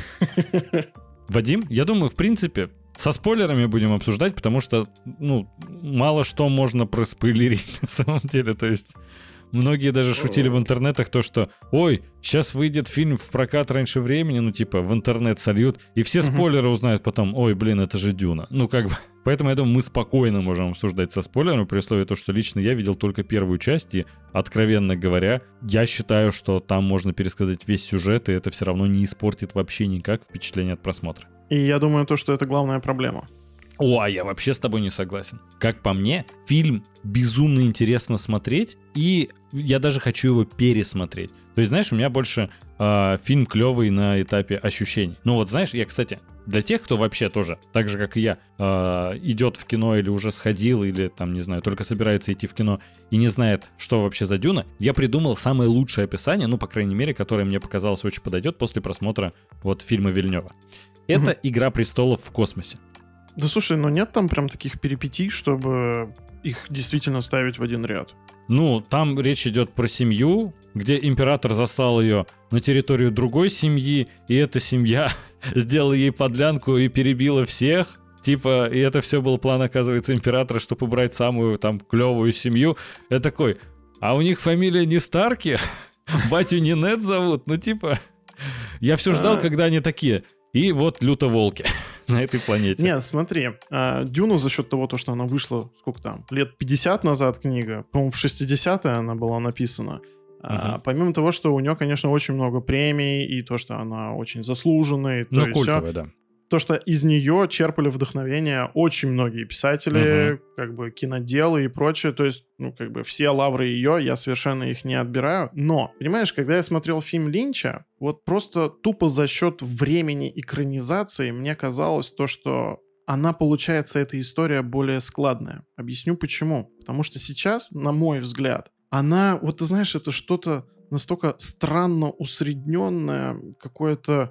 Вадим, я думаю, в принципе, со спойлерами будем обсуждать, потому что, ну, мало что можно проспойлерить на самом деле. То есть многие даже шутили в интернетах то, что ой, сейчас выйдет фильм в прокат раньше времени, ну, типа, в интернет сольют, и все Мгм. спойлеры узнают потом, ой, блин, это же Дюна. Ну, как бы, поэтому я думаю, мы спокойно можем обсуждать со спойлерами, при условии того, что лично я видел только первую часть, и, откровенно говоря, я считаю, что там можно пересказать весь сюжет, и это все равно не испортит вообще никак впечатление от просмотра. И я думаю, то, что это главная проблема. О, а я вообще с тобой не согласен. Как по мне, фильм безумно интересно смотреть, и я даже хочу его пересмотреть. То есть, знаешь, у меня больше э, фильм клевый на этапе ощущений. Ну вот, знаешь, я, кстати, для тех, кто вообще тоже, так же, как и я, э, идет в кино или уже сходил, или там, не знаю, только собирается идти в кино и не знает, что вообще за Дюна, я придумал самое лучшее описание, ну, по крайней мере, которое мне показалось очень подойдет после просмотра вот фильма Вильнёва. Это Мгм. «Игра престолов» в космосе. Да слушай, ну нет там прям таких перипетий, чтобы их действительно ставить в один ряд. Ну, там речь идет про семью, где император застал ее на территорию другой семьи, и эта семья сделала ей подлянку и перебила всех. Типа, и это все был план, оказывается, императора, чтобы убрать самую там клевую семью. Я такой, а у них фамилия не Старки? Батю не Нед зовут? Ну, типа, я все ждал, А. когда они такие. И вот лютоволки. на этой планете. Нет, смотри, Дюна за счет того, что она вышла, сколько там, лет пятьдесят назад книга, по-моему, в шестидесятые она была написана. Uh-huh. Помимо того, что у нее, конечно, очень много премий, и то, что она очень заслуженная. И ну, культовая, да. То, что из нее черпали вдохновение очень многие писатели, uh-huh. как бы киноделы и прочее. То есть, ну, как бы все лавры ее, я совершенно их не отбираю. Но, понимаешь, когда я смотрел фильм Линча, вот просто тупо за счет времени экранизации мне казалось то, что она, получается, эта история более складная. Объясню почему. Потому что сейчас, на мой взгляд, она, вот ты знаешь, это что-то настолько странно усредненное, какое-то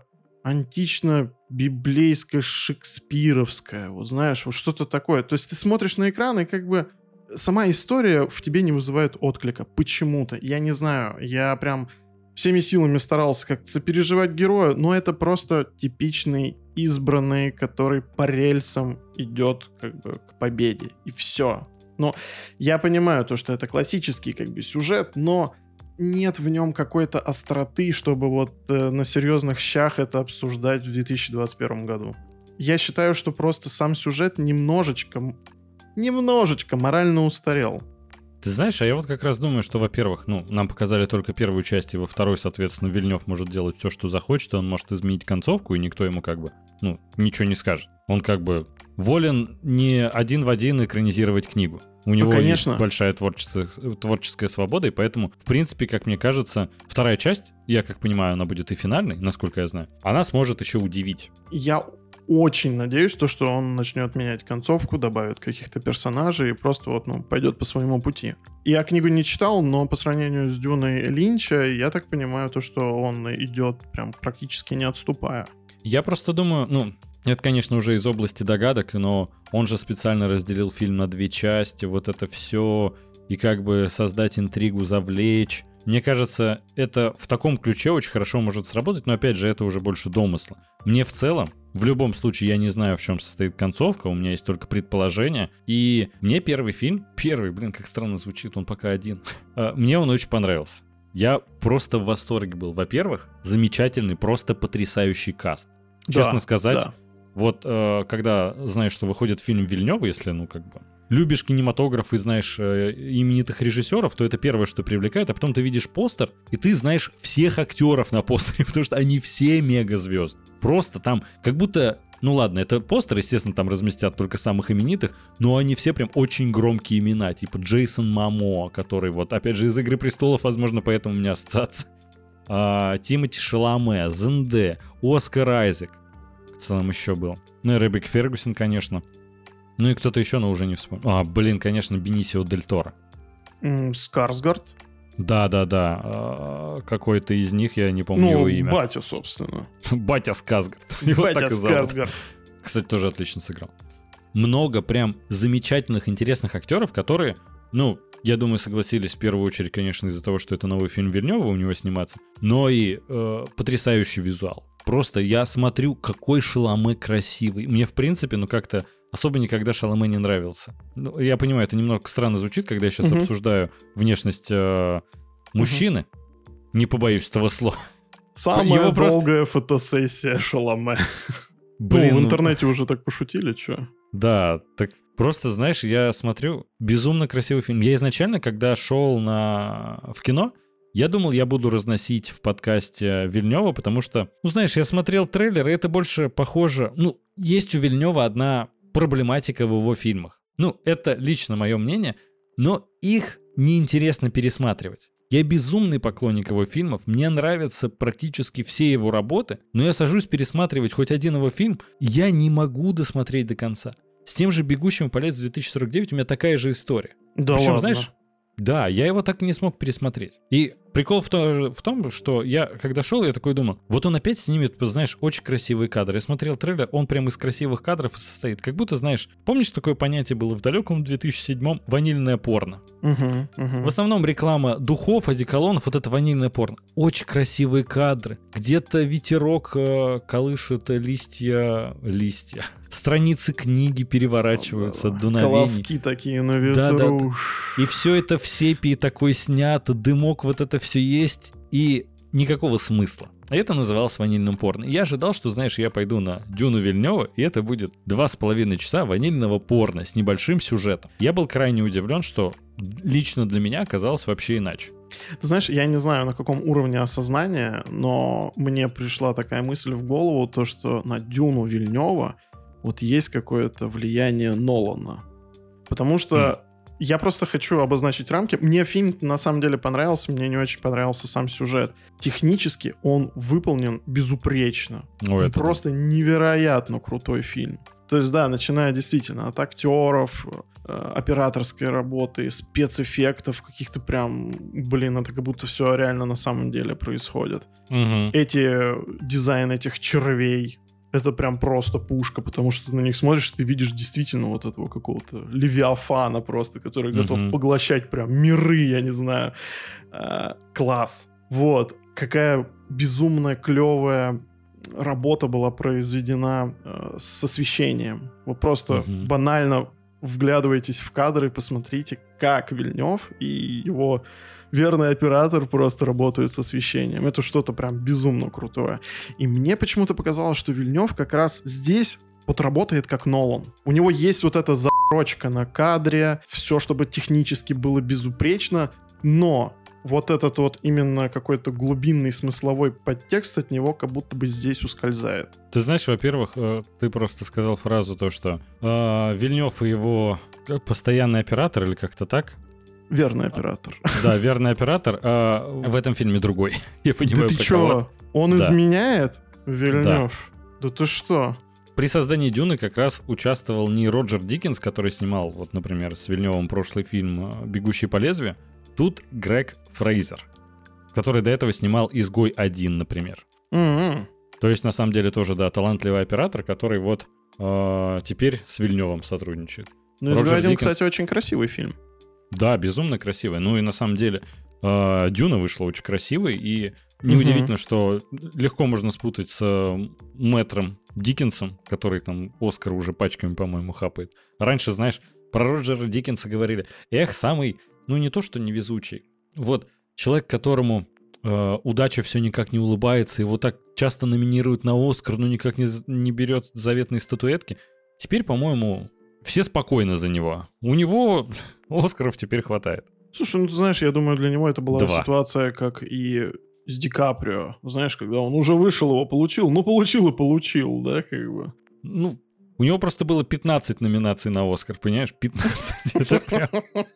антично-библейское, шекспировское, вот знаешь, вот что-то такое. То есть ты смотришь на экран, и как бы сама история в тебе не вызывает отклика. Почему-то. Я не знаю, я прям всеми силами старался как-то сопереживать героя, но это просто типичный избранный, который по рельсам идет как бы к победе. И все. Но я понимаю то, что это классический как бы сюжет, но нет в нем какой-то остроты, чтобы вот э, на серьезных щах это обсуждать в две тысячи двадцать первом году. Я считаю, что просто сам сюжет немножечко, немножечко морально устарел. Ты знаешь, а я вот как раз думаю, что, во-первых, ну, нам показали только первую часть, и во второй, соответственно, Вильнёв может делать все, что захочет, и он может изменить концовку, и никто ему как бы, ну, ничего не скажет. Он как бы волен не один в один экранизировать книгу. У него ну, есть большая творческая, творческая свобода, и поэтому, в принципе, как мне кажется, вторая часть, я как понимаю, она будет и финальной, насколько я знаю, она сможет еще удивить. Я очень надеюсь, то, что он начнет менять концовку, добавит каких-то персонажей и просто вот, ну, пойдет по своему пути. Я книгу не читал, но по сравнению с Дюной Линча, я так понимаю, то, что он идет прям практически не отступая. Я просто думаю, ну... Это, конечно, уже из области догадок, но он же специально разделил фильм на две части, вот это все, и как бы создать интригу, завлечь. Мне кажется, это в таком ключе очень хорошо может сработать, но опять же, это уже больше домысла. Мне в целом, в любом случае, я не знаю, в чем состоит концовка, у меня есть только предположение, и мне первый фильм, первый, блин, как странно звучит, он пока один, мне он очень понравился. Я просто в восторге был. Во-первых, замечательный, просто потрясающий каст. Честно да, сказать... Да. Вот э, когда знаешь, что выходит фильм Вильнёва, если, ну, как бы, любишь кинематограф и знаешь э, именитых режиссеров, то это первое, что привлекает, а потом ты видишь постер, и ты знаешь всех актеров на постере, потому что они все мегазвезды. Просто там, как будто, ну ладно, это постер, естественно, там разместят только самых именитых, но они все прям очень громкие имена, типа Джейсон Момоа, который вот, опять же, из «Игры престолов», возможно, поэтому у меня ассоциация. А, Тимоти Шаламе, Зенде, Оскар Айзек. Кто там еще был? Ну и Ребекка Фергюсон, конечно. Ну и кто-то еще, но уже не вспомню. А, блин, конечно, Бенисио Дель Торо. Mm, Скарсгард. Да-да-да. А, какой-то из них, я не помню ну, его имя. Ну, батя, собственно. Батя Скарсгард. Батя Скарсгард. Кстати, тоже отлично сыграл. Много прям замечательных, интересных актеров, которые, ну, я думаю, согласились в первую очередь, конечно, из-за того, что это новый фильм Вильнёва, у него сниматься, но и э, потрясающий визуал. Просто я смотрю, какой Шаламе красивый. Мне, в принципе, ну как-то особо никогда Шаламе не нравился. Ну, я понимаю, это немного странно звучит, когда я сейчас uh-huh. обсуждаю внешность э, мужчины. Uh-huh. Не побоюсь этого слова. Самая Его долгая просто... фотосессия Шаламе. Блин, ну, в интернете ну... уже так пошутили, что? Да, так просто, знаешь, я смотрю, безумно красивый фильм. Я изначально, когда шел на... в кино, я думал, я буду разносить в подкасте Вильнёва, потому что, ну, знаешь, я смотрел трейлер, и это больше похоже... Ну, есть у Вильнёва одна проблематика в его фильмах. Ну, это лично мое мнение, но их неинтересно пересматривать. Я безумный поклонник его фильмов, мне нравятся практически все его работы, но я сажусь пересматривать хоть один его фильм, я не могу досмотреть до конца. С тем же «Бегущим по лезвию» две тысячи сорок девять у меня такая же история. Да Причем, ладно? знаешь... Да, я его так и не смог пересмотреть. И прикол в, то, в том, что я, когда шел, я такой думал, вот он опять снимет, знаешь, очень красивые кадры. Я смотрел трейлер, он прям из красивых кадров состоит. Как будто, знаешь, помнишь, такое понятие было в далеком две тысячи седьмом ванильное порно? Uh-huh, uh-huh. В основном реклама духов, одеколонов, вот это ванильное порно. Очень красивые кадры. Где-то ветерок э, колышет листья, листья. Страницы книги переворачиваются от дуновений. Колоски такие на ветру. Да, да. И все это в сепии такой снято, дымок, вот это все есть, и никакого смысла. А это называлось ванильным порно. Я ожидал, что, знаешь, я пойду на Дюну Вильнёва, и это будет два с половиной часа ванильного порно с небольшим сюжетом. Я был крайне удивлен, что лично для меня оказалось вообще иначе. Ты знаешь, я не знаю, на каком уровне осознания, но мне пришла такая мысль в голову, то, что на Дюну Вильнёва вот есть какое-то влияние Нолана. Потому что mm. я просто хочу обозначить рамки. Мне фильм на самом деле понравился, мне не очень понравился сам сюжет. Технически он выполнен безупречно. О, это просто да. невероятно крутой фильм. То есть, да, начиная действительно от актеров, э, операторской работы, спецэффектов, каких-то прям, блин, это как будто все реально на самом деле происходит. Угу. Эти, дизайн этих червей, это прям просто пушка, потому что ты на них смотришь, ты видишь действительно вот этого какого-то левиафана просто, который uh-huh. готов поглощать прям миры, я не знаю. А, класс. Вот. Какая безумная, клевая работа была произведена а, с освещением. Вы просто uh-huh. банально вглядываетесь в кадр и посмотрите, как Вильнёв и его верный оператор просто работают с освещением. Это что-то прям безумно крутое. И мне почему-то показалось, что Вильнёв как раз здесь вот работает как Нолан. У него есть вот эта за***очка на кадре, все, чтобы технически было безупречно, но вот этот вот именно какой-то глубинный смысловой подтекст от него как будто бы здесь ускользает. Ты знаешь, во-первых, ты просто сказал фразу то, что э, Вильнёв и его постоянный оператор, или как-то так? Верный оператор. Да, верный оператор. А в этом фильме другой. Я понимаю, да ты чё? Он да. изменяет? Вильнёв? Да. да ты что? При создании «Дюны» как раз участвовал не Роджер Диккенс, который снимал, вот, например, с Вильнёвым прошлый фильм «Бегущий по лезвию». Тут Грег Фрейзер, который до этого снимал «Изгой один», например. Mm-hmm. То есть, на самом деле, тоже, да, талантливый оператор, который вот э, теперь с Вильнёвым сотрудничает. Ну, «Изгой один», Диккенс... кстати, очень красивый фильм. Да, безумно красивый. Ну и на самом деле э, «Дюна» вышла очень красивой, и неудивительно, угу. что легко можно спутать с э, мэтром Диккенсом, который там Оскар уже пачками, по-моему, хапает. Раньше, знаешь, про Роджера Диккенса говорили, эх, самый, ну не то что невезучий, вот человек, которому э, удача все никак не улыбается, его так часто номинируют на Оскар, но никак не, не берет заветные статуэтки. Теперь, по-моему... Все спокойны за него. У него Оскаров теперь хватает. Слушай, ну ты знаешь, я думаю, для него это была Два. ситуация, как и с Ди Каприо. Знаешь, когда он уже вышел, его получил. Ну, получил и получил, да, как бы. Ну, у него просто было пятнадцать номинаций на Оскар, понимаешь? пятнадцать. Это прям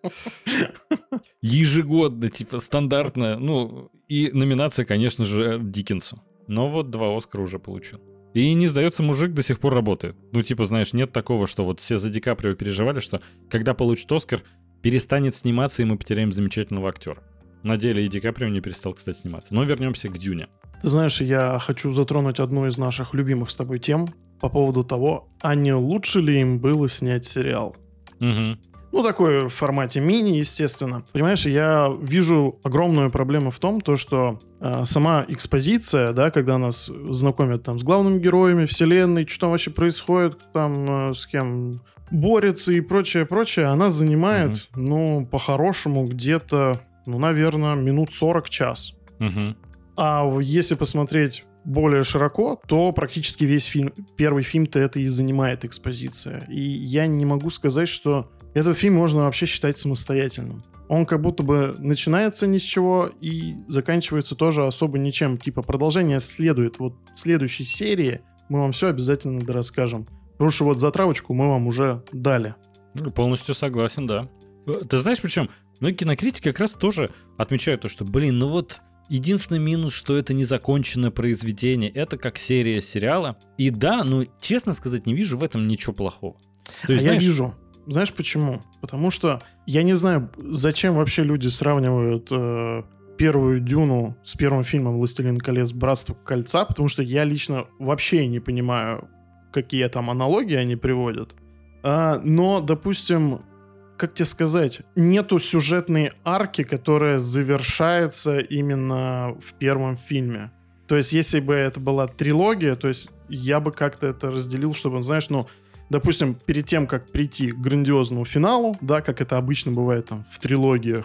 ежегодно, типа, стандартно. Ну, и номинация, конечно же, Диккенсу. Но вот два Оскара уже получил. И не сдается, мужик до сих пор работает. Ну, типа, знаешь, нет такого, что вот все за Ди Каприо переживали, что когда получит Оскар, перестанет сниматься, и мы потеряем замечательного актера. На деле и Ди Каприо не перестал, кстати, сниматься. Но вернемся к «Дюне». Ты знаешь, я хочу затронуть одну из наших любимых с тобой тем по поводу того, а не лучше ли им было снять сериал? Угу. Ну, такой в формате мини, естественно. Понимаешь, я вижу огромную проблему в том, то, что э, сама экспозиция, да, когда нас знакомят там с главными героями вселенной, что там вообще происходит, кто там э, с кем борется и прочее, прочее, она занимает, uh-huh. ну, по-хорошему, где-то, ну, наверное, минут сорок-час. Uh-huh. А если посмотреть более широко, то практически весь фильм, первый фильм-то это и занимает экспозиция. И я не могу сказать, что этот фильм можно вообще считать самостоятельным. Он как будто бы начинается ни с чего и заканчивается тоже особо ничем. Типа продолжение следует. Вот в следующей серии мы вам все обязательно дорасскажем. Потому что вот затравочку мы вам уже дали. Полностью согласен, да. Ты знаешь, причем, ну и кинокритики как раз тоже отмечают то, что, блин, ну вот единственный минус, что это незаконченное произведение, это как серия сериала. И да, ну, честно сказать, не вижу в этом ничего плохого. То есть, а знаешь, я вижу. Знаешь почему? Потому что я не знаю, зачем вообще люди сравнивают э, первую «Дюну» с первым фильмом «Властелин колец. Братство кольца», потому что я лично вообще не понимаю, какие там аналогии они приводят. А, но, допустим, как тебе сказать, нету сюжетной арки, которая завершается именно в первом фильме. То есть, если бы это была трилогия, то есть я бы как-то это разделил, чтобы, знаешь, ну, допустим, перед тем, как прийти к грандиозному финалу, да, как это обычно бывает там в трилогиях,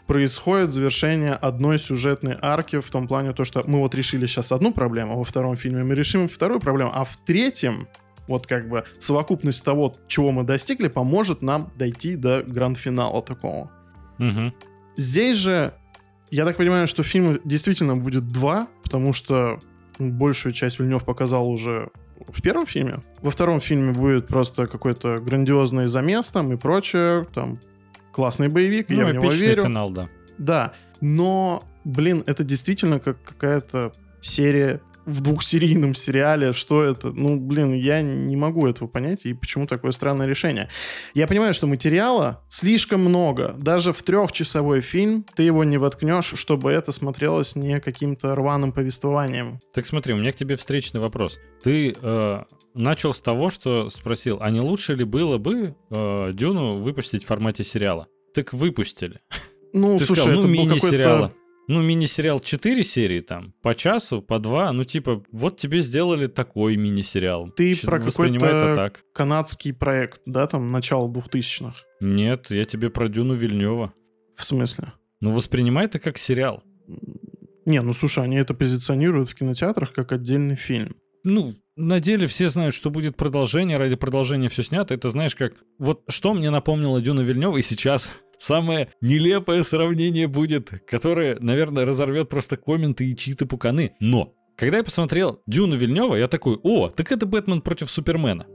происходит завершение одной сюжетной арки в том плане, то, что мы вот решили сейчас одну проблему, а во втором фильме мы решим вторую проблему, а в третьем вот как бы совокупность того, чего мы достигли, поможет нам дойти до гранд-финала такого. Угу. Здесь же, я так понимаю, что фильма действительно будет два, потому что большую часть Вильнёв показал уже в первом фильме. Во втором фильме будет просто какой-то грандиозный замес там и прочее, там классный боевик, ну, я в него верю. Финал, да. Да, но, блин, это действительно как какая-то серия в двухсерийном сериале. Что это? Ну, блин, я не могу этого понять, и почему такое странное решение. Я понимаю, что материала слишком много. Даже в трехчасовой фильм ты его не воткнешь, чтобы это смотрелось не каким-то рваным повествованием. Так смотри, у меня к тебе встречный вопрос. Ты э, начал с того, что спросил, а не лучше ли было бы э, Дюну выпустить в формате сериала? Так выпустили. Ну, ты слушай, сказал, ну, это был мини-сериала. какой-то... Ну, мини-сериал четыре серии там, по часу, по два, ну, типа, вот тебе сделали такой мини-сериал. Ты Ч- про воспринимай это какой-то так. канадский проект, да, там, начало двухтысячных? Нет, я тебе про Дюну Вильнёва. В смысле? Ну, воспринимай это как сериал. Не, ну, слушай, они это позиционируют в кинотеатрах как отдельный фильм. Ну, на деле все знают, что будет продолжение, ради продолжения все снято. Это, знаешь, как... Вот что мне напомнило Дюна Вильнёва, и сейчас самое нелепое сравнение будет, которое, наверное, разорвет просто комменты и чьи-то пуканы. Но, когда я посмотрел Дюну Вильнёва, я такой, о, так это Бэтмен против Супермена.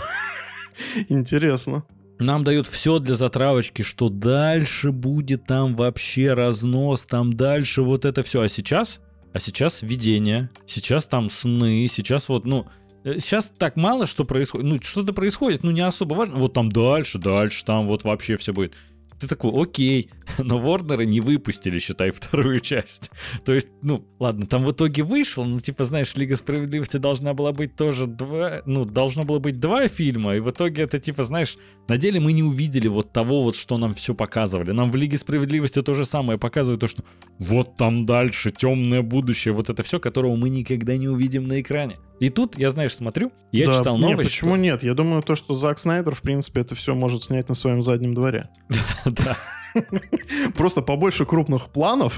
Интересно. Нам дают все для затравочки, что дальше будет там вообще разнос, там дальше вот это все. А сейчас... А сейчас видение, сейчас там сны, сейчас вот, ну, сейчас так мало что происходит, ну, что-то происходит, ну, не особо важно, вот там дальше, дальше, там вот вообще все будет. Ты такой, окей, но Ворнеры не выпустили, считай, вторую часть. То есть, ну, ладно, там в итоге вышло, ну, типа, знаешь, Лига Справедливости должна была быть тоже два, ну, должно было быть два фильма, и в итоге это, типа, знаешь, на деле мы не увидели вот того вот, что нам все показывали. Нам в Лиге Справедливости то же самое показывают, то, что вот там дальше темное будущее, вот это все, которого мы никогда не увидим на экране. И тут, я, знаешь, смотрю, я да, читал нет, новость, почему что... нет? Я думаю, то, что Зак Снайдер, в принципе, это все может снять на своем заднем дворе. Да. Просто побольше крупных планов,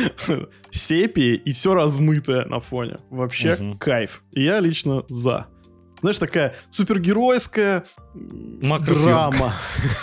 сепии и все размытое на фоне. Вообще Угу. кайф. И я лично за. Знаешь, такая супергеройская Макросъемка. драма.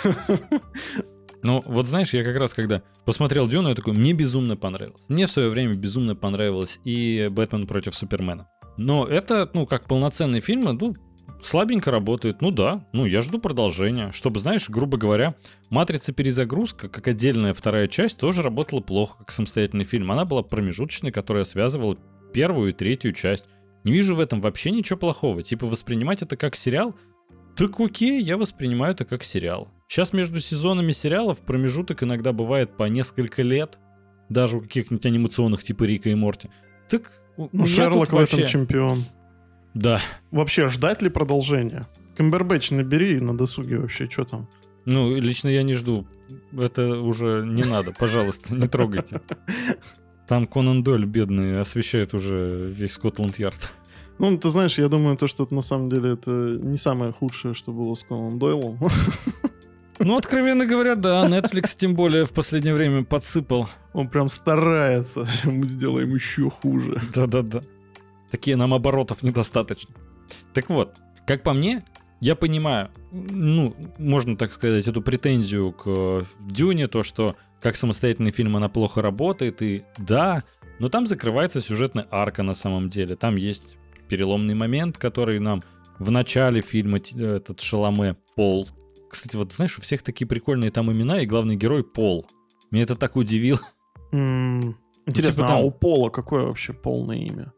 Ну, вот знаешь, я как раз когда посмотрел Дюну, я такой, мне безумно понравилось. Мне в свое время безумно понравилось и Бэтмен против Супермена. Но это, ну, как полноценный фильм, ну, слабенько работает. Ну да, ну я жду продолжения. Чтобы, знаешь, грубо говоря, «Матрица. Перезагрузка», как отдельная вторая часть, тоже работала плохо, как самостоятельный фильм. Она была промежуточной, которая связывала первую и третью часть. Не вижу в этом вообще ничего плохого. Типа воспринимать это как сериал? Так окей, я воспринимаю это как сериал. Сейчас между сезонами сериалов промежуток иногда бывает по несколько лет. Даже у каких-нибудь анимационных типа Рика и Морти. Так Ну, Шерлок в этом чемпион. Да. Вообще, ждать ли продолжения? Камбербэтч набери на досуге вообще, что там? Ну, лично я не жду. Это уже не надо, пожалуйста, не трогайте. Там Конан Дойль, бедный, освещает уже весь Скотланд-Ярд. Ну, ты знаешь, я думаю, то, что это на самом деле это не самое худшее, что было с Конан Дойлом. Ну, откровенно говоря, да, Netflix тем более в последнее время подсыпал. Он прям старается, мы сделаем еще хуже. Да-да-да. Такие нам оборотов недостаточно. Так вот, как по мне, я понимаю, ну, можно так сказать, эту претензию к Дюне, то, что как самостоятельный фильм она плохо работает, и да, но там закрывается сюжетная арка на самом деле. Там есть переломный момент, который нам в начале фильма этот Шаломе, Пол. Кстати, вот знаешь, у всех такие прикольные там имена, и главный герой Пол. Меня это так удивило. Mm, интересно, ну, типа там... а у Пола какое вообще полное имя?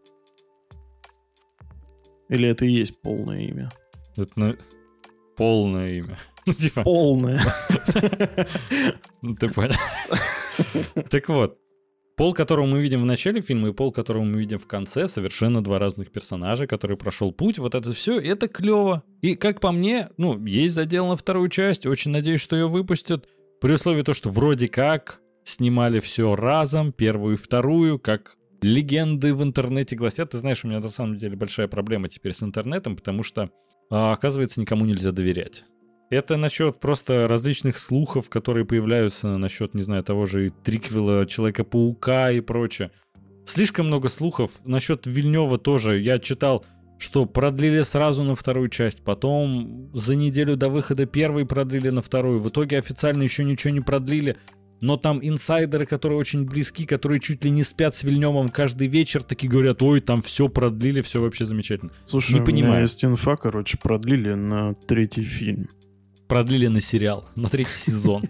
Или это и есть полное имя? Это ну, полное имя. Ну, типа... Полное. Ну, ты понял. Так вот. Пол, которого мы видим в начале фильма, и Пол, которого мы видим в конце, совершенно два разных персонажа, который прошел путь. Вот это все, это клево. И, как по мне, ну, есть задел на вторую часть. Очень надеюсь, что ее выпустят. При условии того, что вроде как снимали все разом, первую и вторую, как легенды в интернете гласят. Ты знаешь, у меня на самом деле большая проблема теперь с интернетом, потому что, оказывается, никому нельзя доверять. Это насчет просто различных слухов, которые появляются насчет, не знаю, того же триквела Человека-паука и прочее. Слишком много слухов. Насчет Вильнёва тоже. Я читал, что продлили сразу на вторую часть, потом за неделю до выхода первой продлили на вторую. В итоге официально еще ничего не продлили. Но там инсайдеры, которые очень близки, которые чуть ли не спят с Вильнёвым каждый вечер, такие говорят, ой, там все продлили, все вообще замечательно. Слушай, не у понимаю. меня есть инфа, короче, продлили на третий фильм. Продлили на сериал, на третий сезон.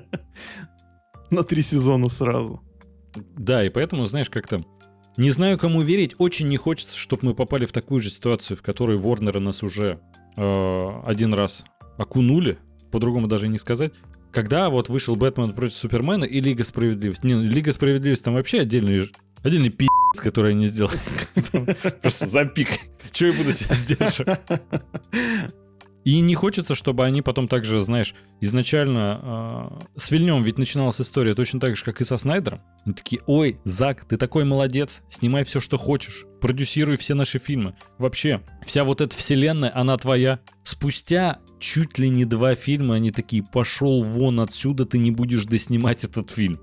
На три сезона сразу. Да, и поэтому, знаешь, как-то не знаю, кому верить. Очень не хочется, чтобы мы попали в такую же ситуацию, в которой Ворнеры нас уже э, один раз окунули, по-другому даже не сказать. Когда вот вышел Бэтмен против Супермена и Лига Справедливости. Не, Лига Справедливости там вообще отдельный, отдельный пи***ц, который они сделали. Просто запик. Чего я буду себя сдерживать? И не хочется, чтобы они потом также, знаешь, изначально э, с Вильнёвым ведь начиналась история точно так же, как и со Снайдером. Они такие, ой, Зак, ты такой молодец, снимай все, что хочешь, продюсируй все наши фильмы. Вообще, вся вот эта вселенная, она твоя. Спустя чуть ли не два фильма они такие, пошел вон отсюда, ты не будешь доснимать этот фильм.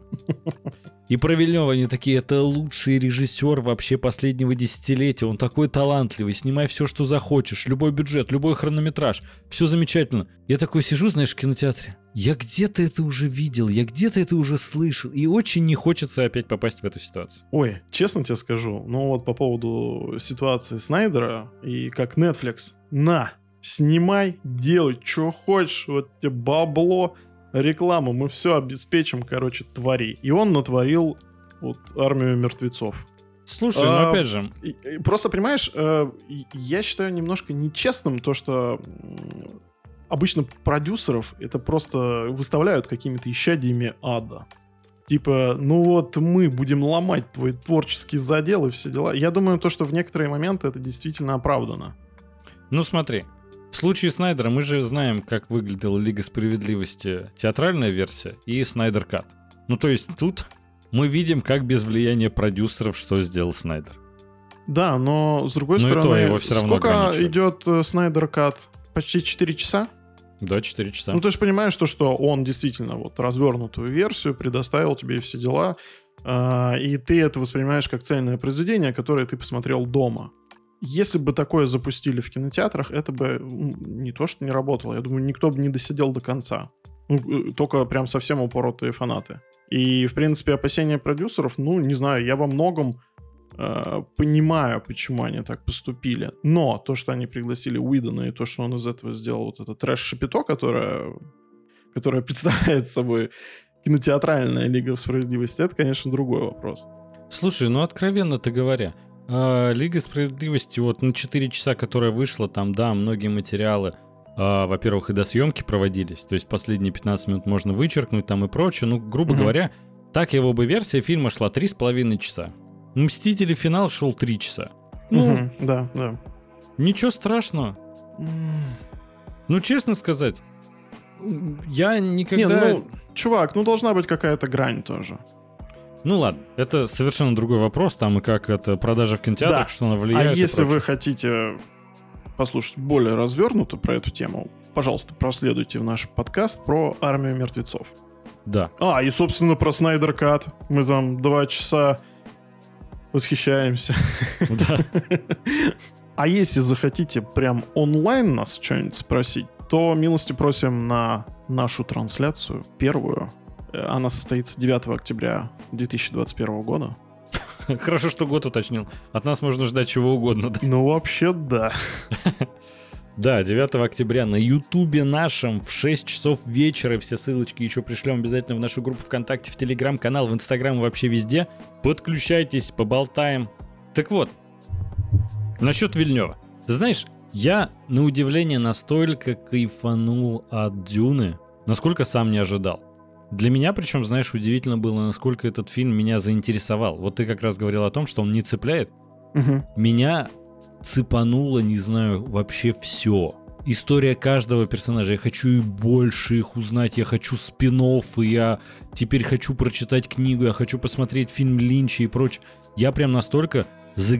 И про Вильнёва они такие, это лучший режиссер вообще последнего десятилетия, он такой талантливый, снимай все, что захочешь, любой бюджет, любой хронометраж, все замечательно. Я такой сижу, знаешь, в кинотеатре, я где-то это уже видел, я где-то это уже слышал, и очень не хочется опять попасть в эту ситуацию. Ой, честно тебе скажу, ну вот по поводу ситуации Снайдера и как Netflix, на, снимай, делай, что хочешь, вот тебе бабло, рекламу, мы все обеспечим, короче, твори. И он натворил вот «Армию мертвецов». Слушай, а, ну опять же... И, и, просто, понимаешь, э, я считаю немножко нечестным то, что обычно продюсеров это просто выставляют какими-то исчадиями ада. Типа, ну вот мы будем ломать твой творческий задел и все дела. Я думаю, то, что в некоторые моменты это действительно оправдано. Ну смотри, в случае Снайдера мы же знаем, как выглядела Лига Справедливости театральная версия и Снайдер Кат. Ну то есть тут мы видим, как без влияния продюсеров, что сделал Снайдер. Да, но с другой но стороны, и то его все равно сколько ограничивает. идет Снайдер Кат? Почти четыре часа? Да, четыре часа. Ну ты же понимаешь, то, что он действительно вот развернутую версию предоставил тебе и все дела, э, и ты это воспринимаешь как цельное произведение, которое ты посмотрел дома. Если бы такое запустили в кинотеатрах, это бы не то, что не работало. Я думаю, никто бы не досидел до конца. Ну, только прям совсем упоротые фанаты. И, в принципе, опасения продюсеров, ну, не знаю, я во многом э, понимаю, почему они так поступили. Но то, что они пригласили Уидона, и то, что он из этого сделал вот это трэш-шапито, которое, которое представляет собой кинотеатральная Лига Справедливости, это, конечно, другой вопрос. Слушай, ну, откровенно-то говоря, Лига Справедливости вот на четыре часа, которая вышла, там, да, многие материалы, э, во-первых, и до съемки проводились, то есть последние пятнадцать минут можно вычеркнуть там и прочее, ну, грубо mm-hmm. говоря, так его бы версия фильма шла три с половиной часа. «Мстители. Финал» шел три часа. Ну, mm-hmm. да, да. Ничего страшного. Mm. Ну, честно сказать, я никогда... Не, ну, чувак, ну должна быть какая-то грань тоже. Ну ладно, это совершенно другой вопрос, там и как это продажа в кинотеатрах, да. Что она влияет. А если вы хотите послушать более развернуто про эту тему, пожалуйста, проследуйте в наш подкаст про «Армию мертвецов». Да. А, и, собственно, про Снайдер Кат. Мы там два часа восхищаемся. Да. А если захотите прям онлайн нас что-нибудь спросить, то милости просим на нашу трансляцию, первую. Она состоится девятого октября две тысячи двадцать первого года. Хорошо, что год уточнил. От нас можно ждать чего угодно. Да? Ну, вообще, да. Да, девятого октября на Ютубе нашем в шесть часов вечера. Все ссылочки еще пришлем обязательно в нашу группу ВКонтакте, в Телеграм-канал, в Инстаграм и вообще везде. Подключайтесь, поболтаем. Так вот, насчет Вильнёва. Ты знаешь, я, на удивление, настолько кайфанул от «Дюны», насколько сам не ожидал. Для меня, причем, знаешь, удивительно было, насколько этот фильм меня заинтересовал. Вот ты как раз говорил о том, что он не цепляет. Угу. Меня цепануло, не знаю, вообще все. История каждого персонажа. Я хочу и больше их узнать. Я хочу спин-офф, и я теперь хочу прочитать книгу, я хочу посмотреть фильм Линча и прочее. Я прям настолько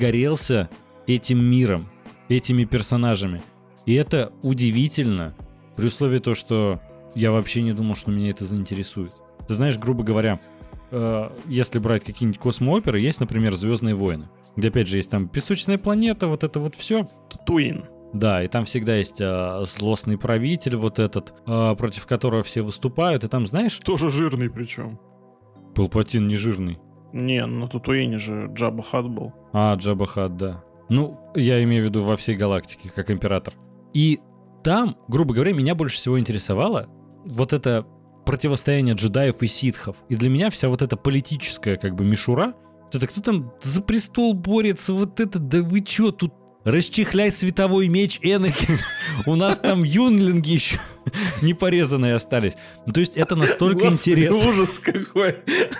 загорелся этим миром, этими персонажами. И это удивительно. При условии то, что я вообще не думал, что меня это заинтересует. Ты знаешь, грубо говоря, э, если брать какие-нибудь космооперы, есть, например, «Звездные войны», где, опять же, есть там песочная планета, вот это вот все. Татуин. Да, и там всегда есть э, злостный правитель вот этот, э, против которого все выступают, и там, знаешь... Тоже жирный причем. Палпатин не жирный. Не, на Татуине же Джабба Хат был. А, Джабба Хат, да. Ну, я имею в виду во всей галактике, как император. И там, грубо говоря, меня больше всего интересовало вот это противостояние джедаев и ситхов. И для меня вся вот эта политическая как бы мишура, вот это кто там за престол борется, вот это, да вы чё, тут расчехляй световой меч, Энакин. У нас там юнглинги еще не порезанные остались. Ну, то есть это настолько Господи, интересно. Ужас какой.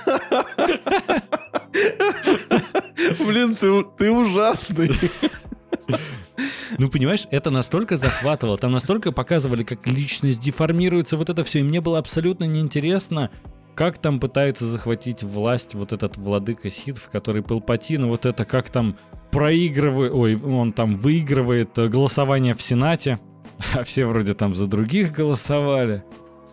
Блин, ты, ты ужасный. Ну, понимаешь, это настолько захватывало, там настолько показывали, как личность деформируется, вот это все, и мне было абсолютно неинтересно, как там пытается захватить власть вот этот владыка ситхов, который Палпатин, вот это как там проигрывает, ой, он там выигрывает голосование в Сенате, а все вроде там за других голосовали.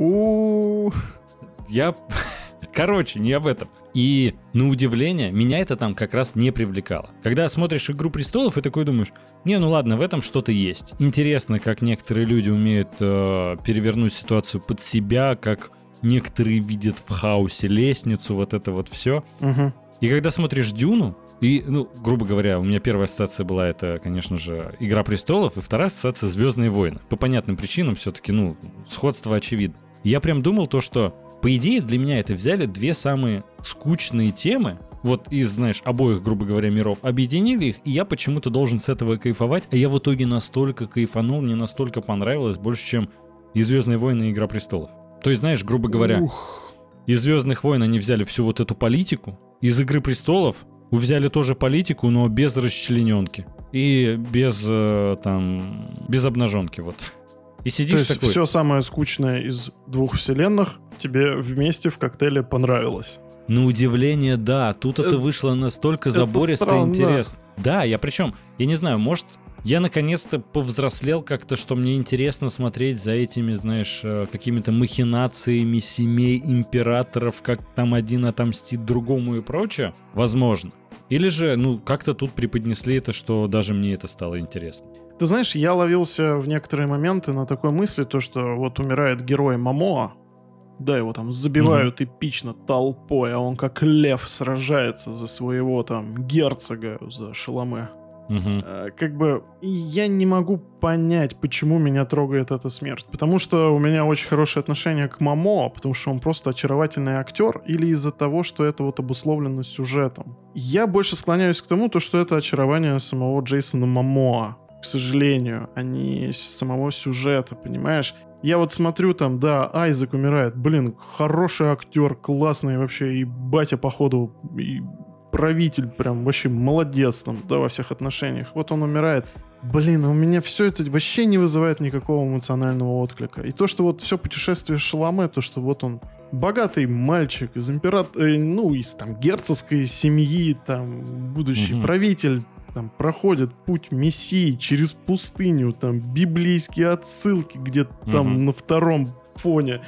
У-у-у. Я... Короче, не об этом. И, на удивление, меня это там как раз не привлекало. Когда смотришь «Игру престолов» и такой думаешь, не, ну ладно, в этом что-то есть. Интересно, как некоторые люди умеют э, перевернуть ситуацию под себя, как некоторые видят в хаосе лестницу, вот это вот все. Угу. И когда смотришь «Дюну», и, ну, грубо говоря, у меня первая ассоциация была это, конечно же, «Игра престолов», и вторая ассоциация «Звездные войны». По понятным причинам все-таки, ну, сходство очевидно. И я прям думал то, что по идее, для меня это взяли две самые скучные темы, вот из, знаешь, обоих, грубо говоря, миров, объединили их, и я почему-то должен с этого кайфовать, а я в итоге настолько кайфанул, мне настолько понравилось, больше, чем и «Звездные войны», и «Игра престолов». То есть, знаешь, грубо говоря, Ух. из «Звездных войн» они взяли всю вот эту политику, из «Игры престолов» взяли тоже политику, но без расчлененки и без, э, там, без обнаженки, вот. И сидишь То есть такой... все самое скучное из двух вселенных тебе вместе в коктейле понравилось. На удивление, да. Тут это, это вышло настолько это забористо и странно. интересно. Да, я причем, я не знаю, может, я наконец-то повзрослел как-то, что мне интересно смотреть за этими, знаешь, какими-то махинациями семей императоров, как там один отомстит другому и прочее. Возможно. Или же, ну, как-то тут преподнесли это, что даже мне это стало интересно. Ты знаешь, я ловился в некоторые моменты на такой мысли, то, что вот умирает герой Момоа, да, его там забивают угу. эпично толпой, а он как лев сражается за своего там герцога, за Шаломе. Угу. А, как бы я не могу понять, почему меня трогает эта смерть. Потому что у меня очень хорошее отношение к Момоа, потому что он просто очаровательный актер, или из-за того, что это вот обусловлено сюжетом. Я больше склоняюсь к тому, то, что это очарование самого Джейсона Момоа. К сожалению, а не самого сюжета, понимаешь? Я вот смотрю там, да, Айзек умирает, блин, хороший актер, классный вообще, и батя, походу, и правитель прям вообще молодец там, да, во всех отношениях. Вот он умирает. Блин, у меня все это вообще не вызывает никакого эмоционального отклика. И то, что вот все путешествие Шаломе, то, что вот он богатый мальчик из императора, э, ну, из там герцогской семьи, там, будущий угу. правитель, там проходит путь Мессии через пустыню, там библейские отсылки где-то uh-huh. там на втором фоне.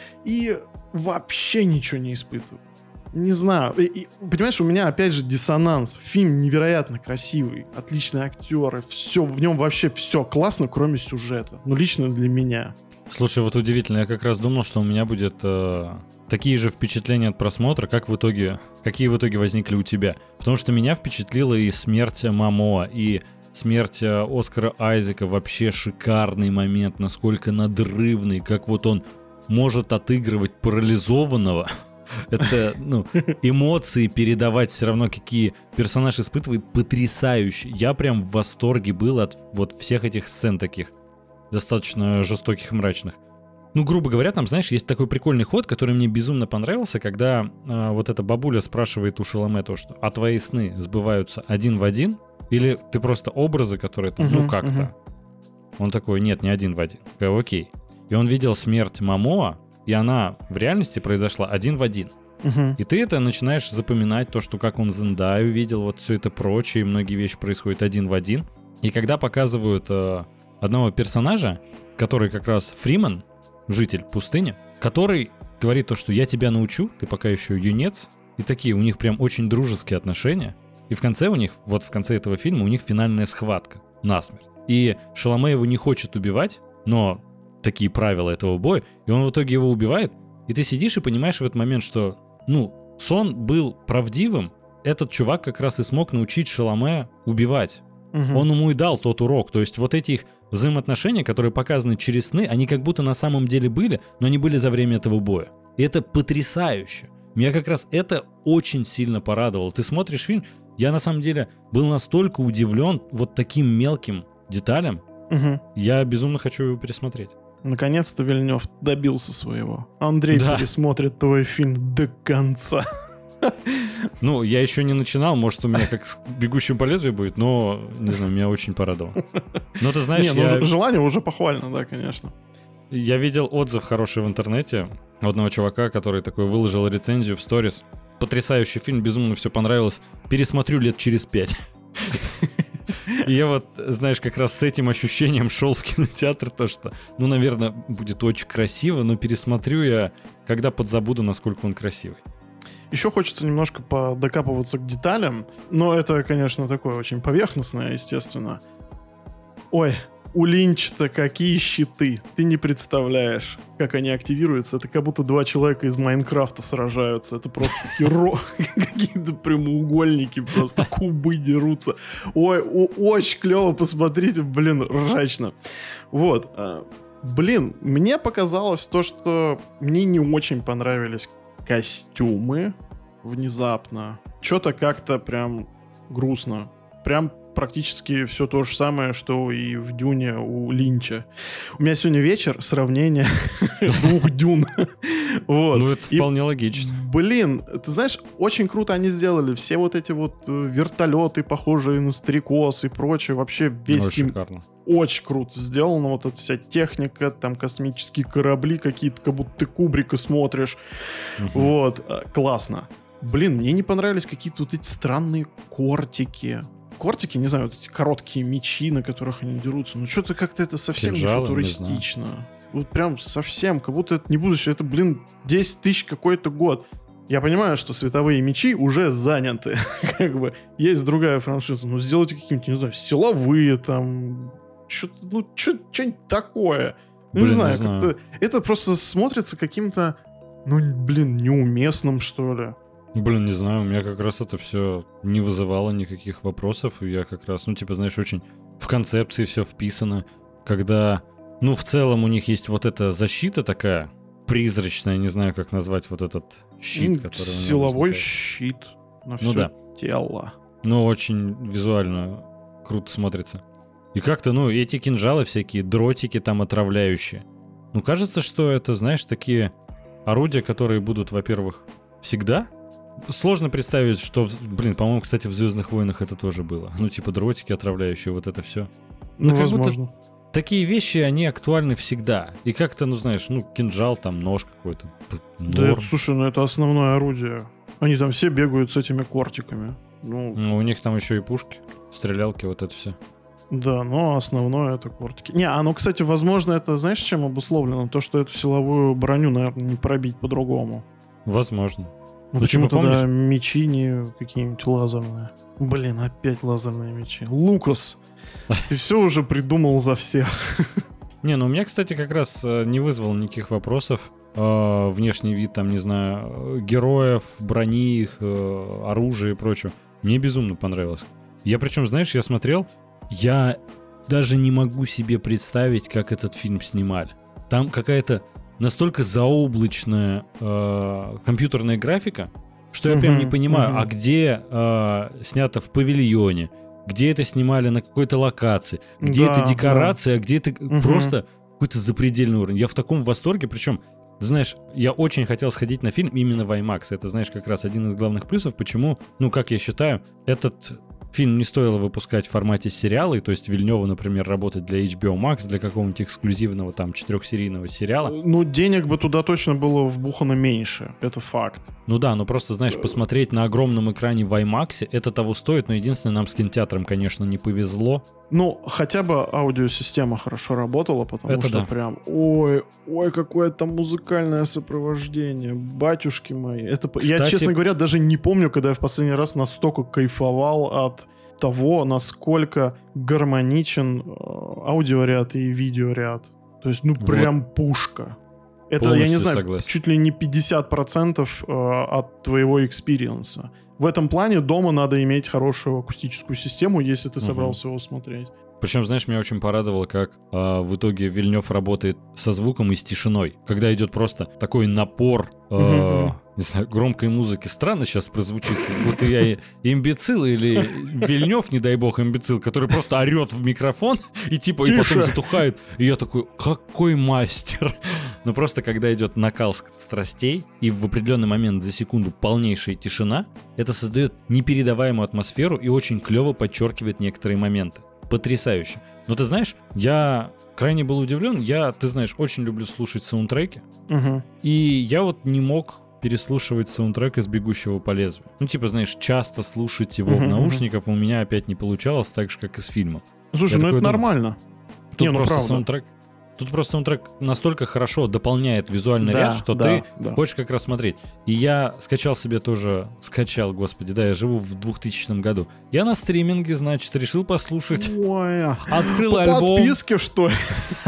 И вообще ничего не испытываю. Не знаю. И, и, понимаешь, у меня опять же диссонанс. Фильм невероятно красивый, отличные актеры, все, в нем вообще все классно, кроме сюжета. Ну, лично для меня. Слушай, вот удивительно, я как раз думал, что у меня будет э, такие же впечатления от просмотра, как в итоге, какие в итоге возникли у тебя. Потому что меня впечатлила и смерть Момоа, и смерть Оскара Айзека, вообще шикарный момент, насколько надрывный, как вот он может отыгрывать парализованного. Это, ну, эмоции передавать все равно, какие персонаж испытывает, потрясающе. Я прям в восторге был от вот всех этих сцен таких. Достаточно жестоких и мрачных. Ну, грубо говоря, там, знаешь, есть такой прикольный ход, который мне безумно понравился, когда э, вот эта бабуля спрашивает у Шаломе то, что «А твои сны сбываются один в один? Или ты просто образы, которые там, uh-huh, ну, как-то?» uh-huh. Он такой «Нет, не один в один». Я говорю, окей. И он видел смерть Момоа, и она в реальности произошла один в один. Uh-huh. И ты это начинаешь запоминать, то, что как он Зендаю видел, вот все это прочее, и многие вещи происходят один в один. И когда показывают... Э, одного персонажа, который как раз Фриман, житель пустыни, который говорит то, что я тебя научу, ты пока еще юнец. И такие, у них прям очень дружеские отношения. И в конце у них, вот в конце этого фильма, у них финальная схватка насмерть. И Шаломе его не хочет убивать, но такие правила этого боя, и он в итоге его убивает. И ты сидишь и понимаешь в этот момент, что, ну, сон был правдивым, этот чувак как раз и смог научить Шаломе убивать. Угу. Он ему и дал тот урок. То есть вот эти их взаимоотношения, которые показаны через сны, они как будто на самом деле были, но они были за время этого боя. И это потрясающе. Меня как раз это очень сильно порадовало. Ты смотришь фильм, я на самом деле был настолько удивлен вот таким мелким деталям. Угу. Я безумно хочу его пересмотреть. Наконец-то Вильнёв добился своего. Андрей да. пересмотрит твой фильм до конца. Ну, я еще не начинал, может, у меня как с «Бегущим по лезвию» будет, но, не знаю, меня очень порадовало. Но ты знаешь, не, я... ну, желание уже похвально, да, конечно. Я видел отзыв хороший в интернете одного чувака, который такой выложил рецензию в сторис. Потрясающий фильм, безумно все понравилось. Пересмотрю лет через пять. И я вот, знаешь, как раз с этим ощущением шел в кинотеатр, то что, ну, наверное, будет очень красиво, но пересмотрю я, когда подзабуду, насколько он красивый. Еще хочется немножко подокапываться к деталям, но это, конечно, такое очень поверхностное, естественно. Ой, у Линча-то какие щиты, ты не представляешь, как они активируются. Это как будто два человека из Майнкрафта сражаются. Это просто херо, какие-то прямоугольники, просто кубы дерутся. Ой, очень клево, посмотрите, блин, ржачно. Вот, блин, мне показалось то, что мне не очень понравились костюмы внезапно. Что-то как-то прям грустно. Прям практически все то же самое, что и в Дюне у Линча. У меня сегодня вечер сравнение двух Дюн. Вот. Ну, это вполне и, логично. Блин, ты знаешь, очень круто они сделали. Все вот эти вот вертолеты, похожие на стрекоз и прочее. Вообще весь очень фильм шикарно. Очень круто сделано. Вот эта вся техника, там космические корабли какие-то, как будто ты Кубрика смотришь. Угу. Вот. Классно. Блин, мне не понравились какие-то вот эти странные кортики. Кортики, не знаю, вот эти короткие мечи, на которых они дерутся. Ну, что-то как-то это совсем Кинжалы, не футуристично. Не вот прям совсем, как будто это не будущее. Это, блин, десять тысяч какой-то год. Я понимаю, что световые мечи уже заняты. Как бы есть другая франшиза. Ну, сделайте какие-нибудь, не знаю, силовые там. Что-то, ну, что-нибудь такое. Ну, блин, не знаю, не знаю. Как-то... Это просто смотрится каким-то, ну, блин, неуместным, что ли. Блин, не знаю, у меня как раз это все не вызывало никаких вопросов, и я как раз, ну, типа, знаешь, очень в концепции все вписано, когда, ну, в целом у них есть вот эта защита такая призрачная, не знаю, как назвать вот этот щит, ну, который... Силовой щит на все ну, да. тело. Ну, очень визуально круто смотрится. И как-то, ну, эти кинжалы всякие, дротики там отравляющие. Ну, кажется, что это, знаешь, такие орудия, которые будут, во-первых, всегда... Сложно представить, что, блин, по-моему, кстати, в «Звездных войнах» это тоже было. Ну, типа дротики отравляющие, вот это все. Ну, ну возможно. Такие вещи, они актуальны всегда. И как-то, ну, знаешь, ну, кинжал, там, нож какой-то. Норм. Да, это, слушай, ну это основное орудие. Они там все бегают с этими кортиками. Ну, ну у них там еще и пушки, стрелялки, вот это все. Да, но основное это кортики. Не, а ну, кстати, возможно, это, знаешь, чем обусловлено? То, что эту силовую броню, наверное, не пробить по-другому. Возможно. Ну, почему тогда мечи не какие-нибудь лазерные? Блин, опять лазерные мечи. Лукас, ты все уже придумал за всех. Не, ну у меня, кстати, как раз не вызвал никаких вопросов. Внешний вид, там, не знаю, героев, брони их, оружия и прочего. Мне безумно понравилось. Я причем, знаешь, я смотрел, я даже не могу себе представить, как этот фильм снимали. Там какая-то настолько заоблачная э, компьютерная графика, что я uh-huh, прям не понимаю, uh-huh. а где э, снято в павильоне, где это снимали на какой-то локации, где да, это декорация, да. а где это uh-huh. просто какой-то запредельный уровень. Я в таком восторге, причем, знаешь, я очень хотел сходить на фильм именно в IMAX. Это, знаешь, как раз один из главных плюсов, почему, ну, как я считаю, этот... Фильм не стоило выпускать в формате сериала, и, то есть Вильнёву, например, работать для эйч би о Max, для какого-нибудь эксклюзивного там четырехсерийного сериала. Ну, денег бы туда точно было вбухано меньше, это факт. Ну да, ну просто, знаешь, посмотреть на огромном экране в IMAX, это того стоит, но единственное, нам с кинотеатром, конечно, не повезло, Ну, хотя бы аудиосистема хорошо работала, потому Это что да. прям, ой, ой, какое там музыкальное сопровождение, батюшки мои. Это, п- Я, Кстати- честно говоря, даже не помню, когда я в последний раз настолько кайфовал от того, насколько гармоничен э, аудиоряд и видеоряд. То есть, ну, Вот. прям пушка. Это, я Полностью не знаю, согласен. чуть ли не пятьдесят процентов э, от твоего экспириенса. В этом плане дома надо иметь хорошую акустическую систему, если ты Мгм. собрался его смотреть. Причем, знаешь, меня очень порадовало, как а, в итоге Вильнёв работает со звуком и с тишиной. Когда идет просто такой напор, а, Мгм, мгм. не знаю, громкой музыки. Странно сейчас прозвучит, как будто я и- имбецил или Вильнёв, не дай бог, имбецил, который просто орет в микрофон и типа и потом Тише. затухает. И я такой, какой мастер. Но просто когда идет накал с- страстей и в определенный момент за секунду полнейшая тишина, это создает непередаваемую атмосферу и очень клево подчеркивает некоторые моменты. Потрясающе. Но ты знаешь, я крайне был удивлен. Я, ты знаешь, очень люблю слушать саундтреки. Мгм. И я вот не мог переслушивать саундтрек из «Бегущего по лезвию». Ну, типа, знаешь, часто слушать его в Мгм, мгм. наушниках у меня опять не получалось, так же, как и с фильма. Слушай, Я ну такой это думаю, нормально. Тут Не, ну просто правда. саундтрек... Тут просто саундтрек настолько хорошо дополняет визуальный Да, ряд, что да, ты да. хочешь как раз смотреть. И я скачал себе тоже... Скачал, господи, да, я живу в двухтысячном году. Я на стриминге, значит, решил послушать. Ой, а. Открыл По альбом. подписке, что ли?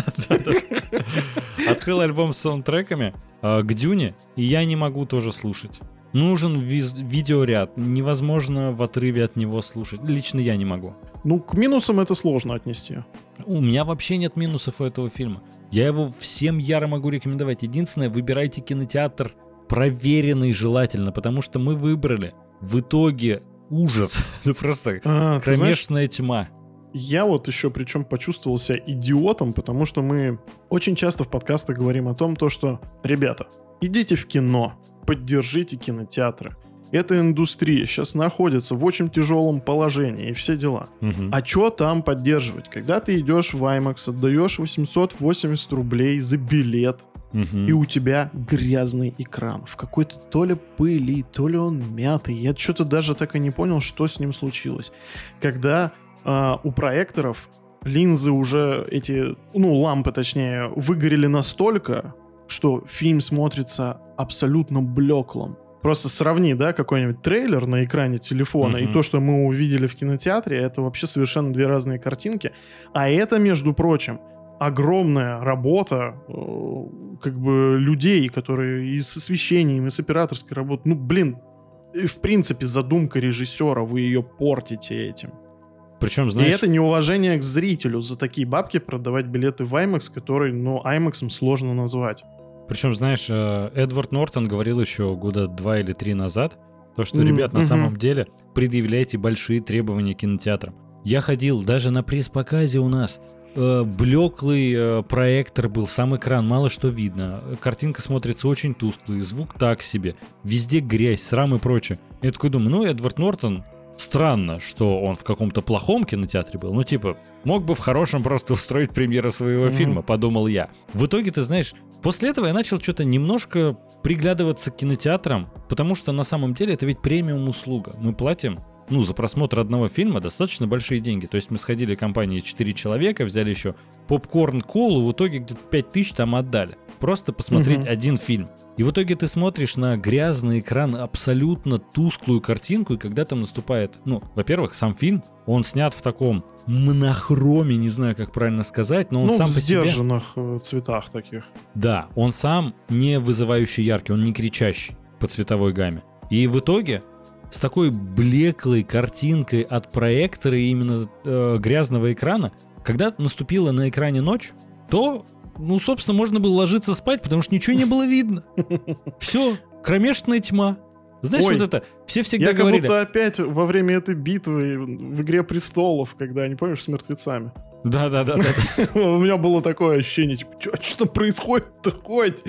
Открыл альбом с саундтреками э, к Дюне, и я не могу тоже слушать. Нужен виз- видеоряд, невозможно в отрыве от него слушать. Лично я не могу. Ну, к минусам это сложно отнести. У меня вообще нет минусов у этого фильма. Я его всем яро могу рекомендовать. Единственное, выбирайте кинотеатр проверенный желательно, потому что мы выбрали в итоге ужас. Ну просто А, ты знаешь, кромешная тьма. я вот еще причем почувствовал себя идиотом, потому что мы очень часто в подкастах говорим о том, то, что, ребята, идите в кино, поддержите кинотеатры. Эта индустрия сейчас находится в очень тяжелом положении и все дела. Мгм. А что там поддерживать? Когда ты идешь в IMAX, отдаешь восемьсот восемьдесят рублей за билет, Мгм. и у тебя грязный экран в какой-то то ли пыли, то ли он мятый. Я что-то даже так и не понял, что с ним случилось. Когда а, у проекторов линзы уже эти, ну, лампы точнее, выгорели настолько, что фильм смотрится абсолютно блеклым. Просто сравни, да, какой-нибудь трейлер на экране телефона и Мгм. то, что мы увидели в кинотеатре, это вообще совершенно две разные картинки. А это, между прочим, огромная работа э, как бы людей, которые и с освещением, и с операторской работой. Ну, блин, и в принципе, задумка режиссера, вы ее портите этим. Причем, знаешь... И это неуважение к зрителю за такие бабки продавать билеты в IMAX, который, ну, IMAX сложно назвать. Причем, знаешь, э, Эдвард Нортон говорил еще года два или три назад, то, что, М, ребят, на мгм. самом деле предъявляйте большие требования к кинотеатрам. Я ходил даже на пресс-показе у нас. Э, блеклый э, проектор был, сам экран, мало что видно. Картинка смотрится очень тусклый, звук так себе. Везде грязь, срам и прочее. Я такой думаю, ну, Эдвард Нортон, странно, что он в каком-то плохом кинотеатре был. Ну, типа, мог бы в хорошем просто устроить премьеру своего Мгм. фильма, подумал я. В итоге, ты знаешь, после этого я начал что-то немножко приглядываться к кинотеатрам, потому что на самом деле это ведь премиум-услуга. Мы платим, ну, за просмотр одного фильма достаточно большие деньги. То есть мы сходили компанией четыре человека, взяли еще попкорн, колу, в итоге где-то пять тысяч там отдали. Просто посмотреть Мгм. один фильм. И в итоге ты смотришь на грязный экран, абсолютно тусклую картинку, и когда там наступает, ну, во-первых, сам фильм, он снят в таком монохроме, не знаю, как правильно сказать, но он Ну, сам в по себе... сдержанных э, цветах таких. Да, он сам не вызывающий яркий, он не кричащий по цветовой гамме. И в итоге с такой блеклой картинкой от проектора и именно э, грязного экрана, когда наступила на экране ночь, то, ну, собственно, можно было ложиться спать, потому что ничего не было видно. Все, кромешная тьма. Знаешь, Ой, вот это, все всегда Я как говорили... будто опять во время этой битвы в «Игре престолов», когда, не помнишь, с мертвецами. Да-да-да. У меня было такое ощущение, типа, что там происходит-то хоть?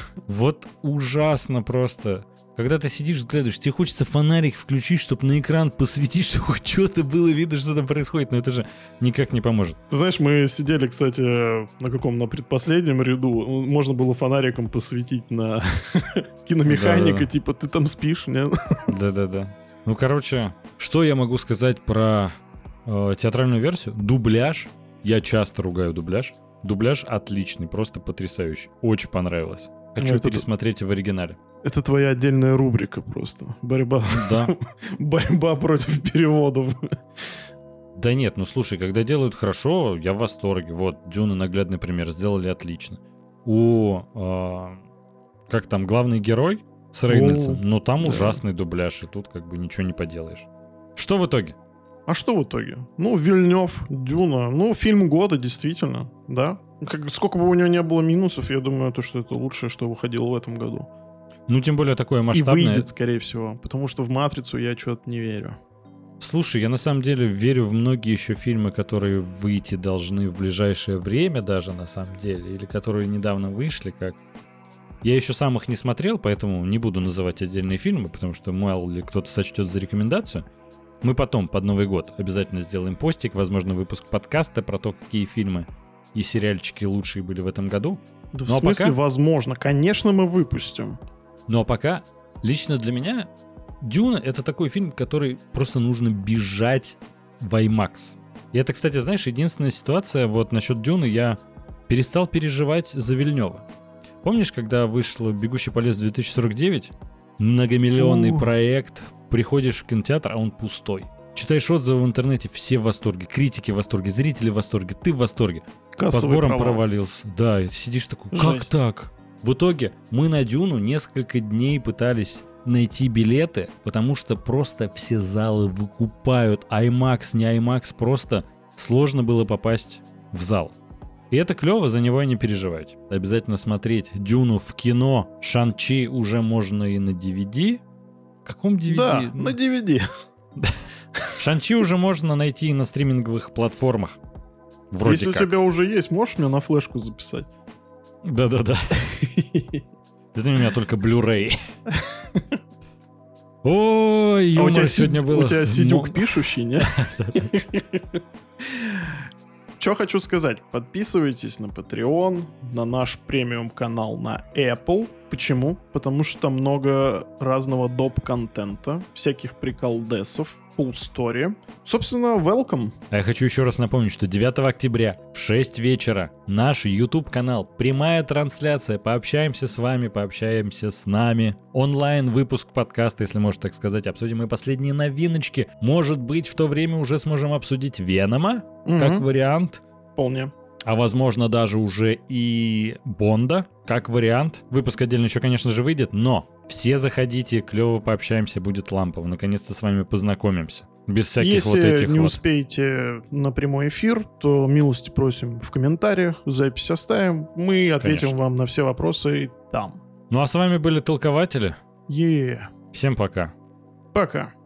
Вот ужасно просто. Когда ты сидишь, взглядываешь, тебе хочется фонарик включить, чтобы на экран посветить, чтобы хоть что-то было видно, что там происходит, но это же никак не поможет. Ты знаешь, мы сидели, кстати, на каком, на предпоследнем ряду. Можно было фонариком посветить на киномеханика, Да-да-да. типа, ты там спишь, нет? Да-да-да. Ну, короче, что я могу сказать про э, театральную версию. Дубляж. Я часто ругаю дубляж. Дубляж отличный, просто потрясающий. Очень понравилось. Хочу Это- пересмотреть в оригинале. Это твоя отдельная рубрика просто. Борьба, Да. борьба против переводов. Да нет, ну слушай, когда делают хорошо, я в восторге. Вот, Дюна наглядный пример, сделали отлично. У, а, как там, главный герой с Рейнольдсом, О, но там да. ужасный дубляж, и тут как бы ничего не поделаешь. Что в итоге? А что в итоге? Ну, Вильнёв, Дюна. Ну, фильм года, действительно, да. Как, сколько бы у него не было минусов, я думаю, то, что это лучшее, что выходило в этом году. Ну, тем более такое И масштабное. выйдет, скорее всего. Потому что в «Матрицу» я что-то не верю. Слушай, я на самом деле верю в многие еще фильмы, которые выйти должны в ближайшее время даже, на самом деле, или которые недавно вышли, как... Я еще сам их не смотрел, поэтому не буду называть отдельные фильмы, потому что мало ли кто-то сочтет за рекомендацию. Мы потом, под Новый год, обязательно сделаем постик, возможно, выпуск подкаста про то, какие фильмы и сериальчики лучшие были в этом году. Да в Ну, а смысле, пока- возможно. Конечно, мы выпустим. Ну а пока, лично для меня, «Дюна» — это такой фильм, который просто нужно бежать в IMAX. И это, кстати, знаешь, единственная ситуация, вот насчет «Дюны» я перестал переживать за Вильнёва. Помнишь, когда вышел «Бегущий по лесу две тысячи сорок девять»? Многомиллионный О. проект, приходишь в кинотеатр, а он пустой. Читаешь отзывы в интернете, все в восторге, критики в восторге, зрители в восторге, ты в восторге. По Кассовый сборам провал. провалился. Да, и сидишь такой, как Жесть. так? В итоге мы на «Дюну» несколько дней пытались найти билеты, потому что просто все залы выкупают. IMAX, не IMAX, просто сложно было попасть в зал. И это клево, за него и не переживайте. Обязательно смотреть «Дюну» в кино. «Шан-Чи» уже можно и на ди ви ди. В каком ди ви ди? Да, Ну, на ди ви ди. «Шан-Чи» уже можно найти и на стриминговых платформах. Вроде Если как. у тебя уже есть, можешь мне на флешку записать? Да-да-да. Это у меня только Blu-ray. Ой, А у юмор тебя, сегодня си- было. у тебя с- сидюк мо- пишущий, не? Что хочу сказать. Подписывайтесь на Patreon, на наш премиум-канал на Apple. Почему? Потому что много разного доп-контента, всяких приколдесов, full story. Собственно, welcome. А я хочу еще раз напомнить, что девятого октября в шесть вечера наш YouTube-канал, прямая трансляция, пообщаемся с вами, пообщаемся с нами, онлайн-выпуск подкаста, если можно так сказать, обсудим и последние новиночки. Может быть, в то время уже сможем обсудить Венома, как Мгм, вариант. Вполне. А возможно даже уже и Бонда, как вариант. Выпуск отдельно еще, конечно же, выйдет, но все заходите, клево пообщаемся, будет лампово. Наконец-то с вами познакомимся. Без всяких Если вот этих не вот. успеете на прямой эфир, то милости просим в комментариях, запись оставим. Мы ответим Конечно. вам на все вопросы там. Ну а с вами были толкователи. Е, Всем пока. пока.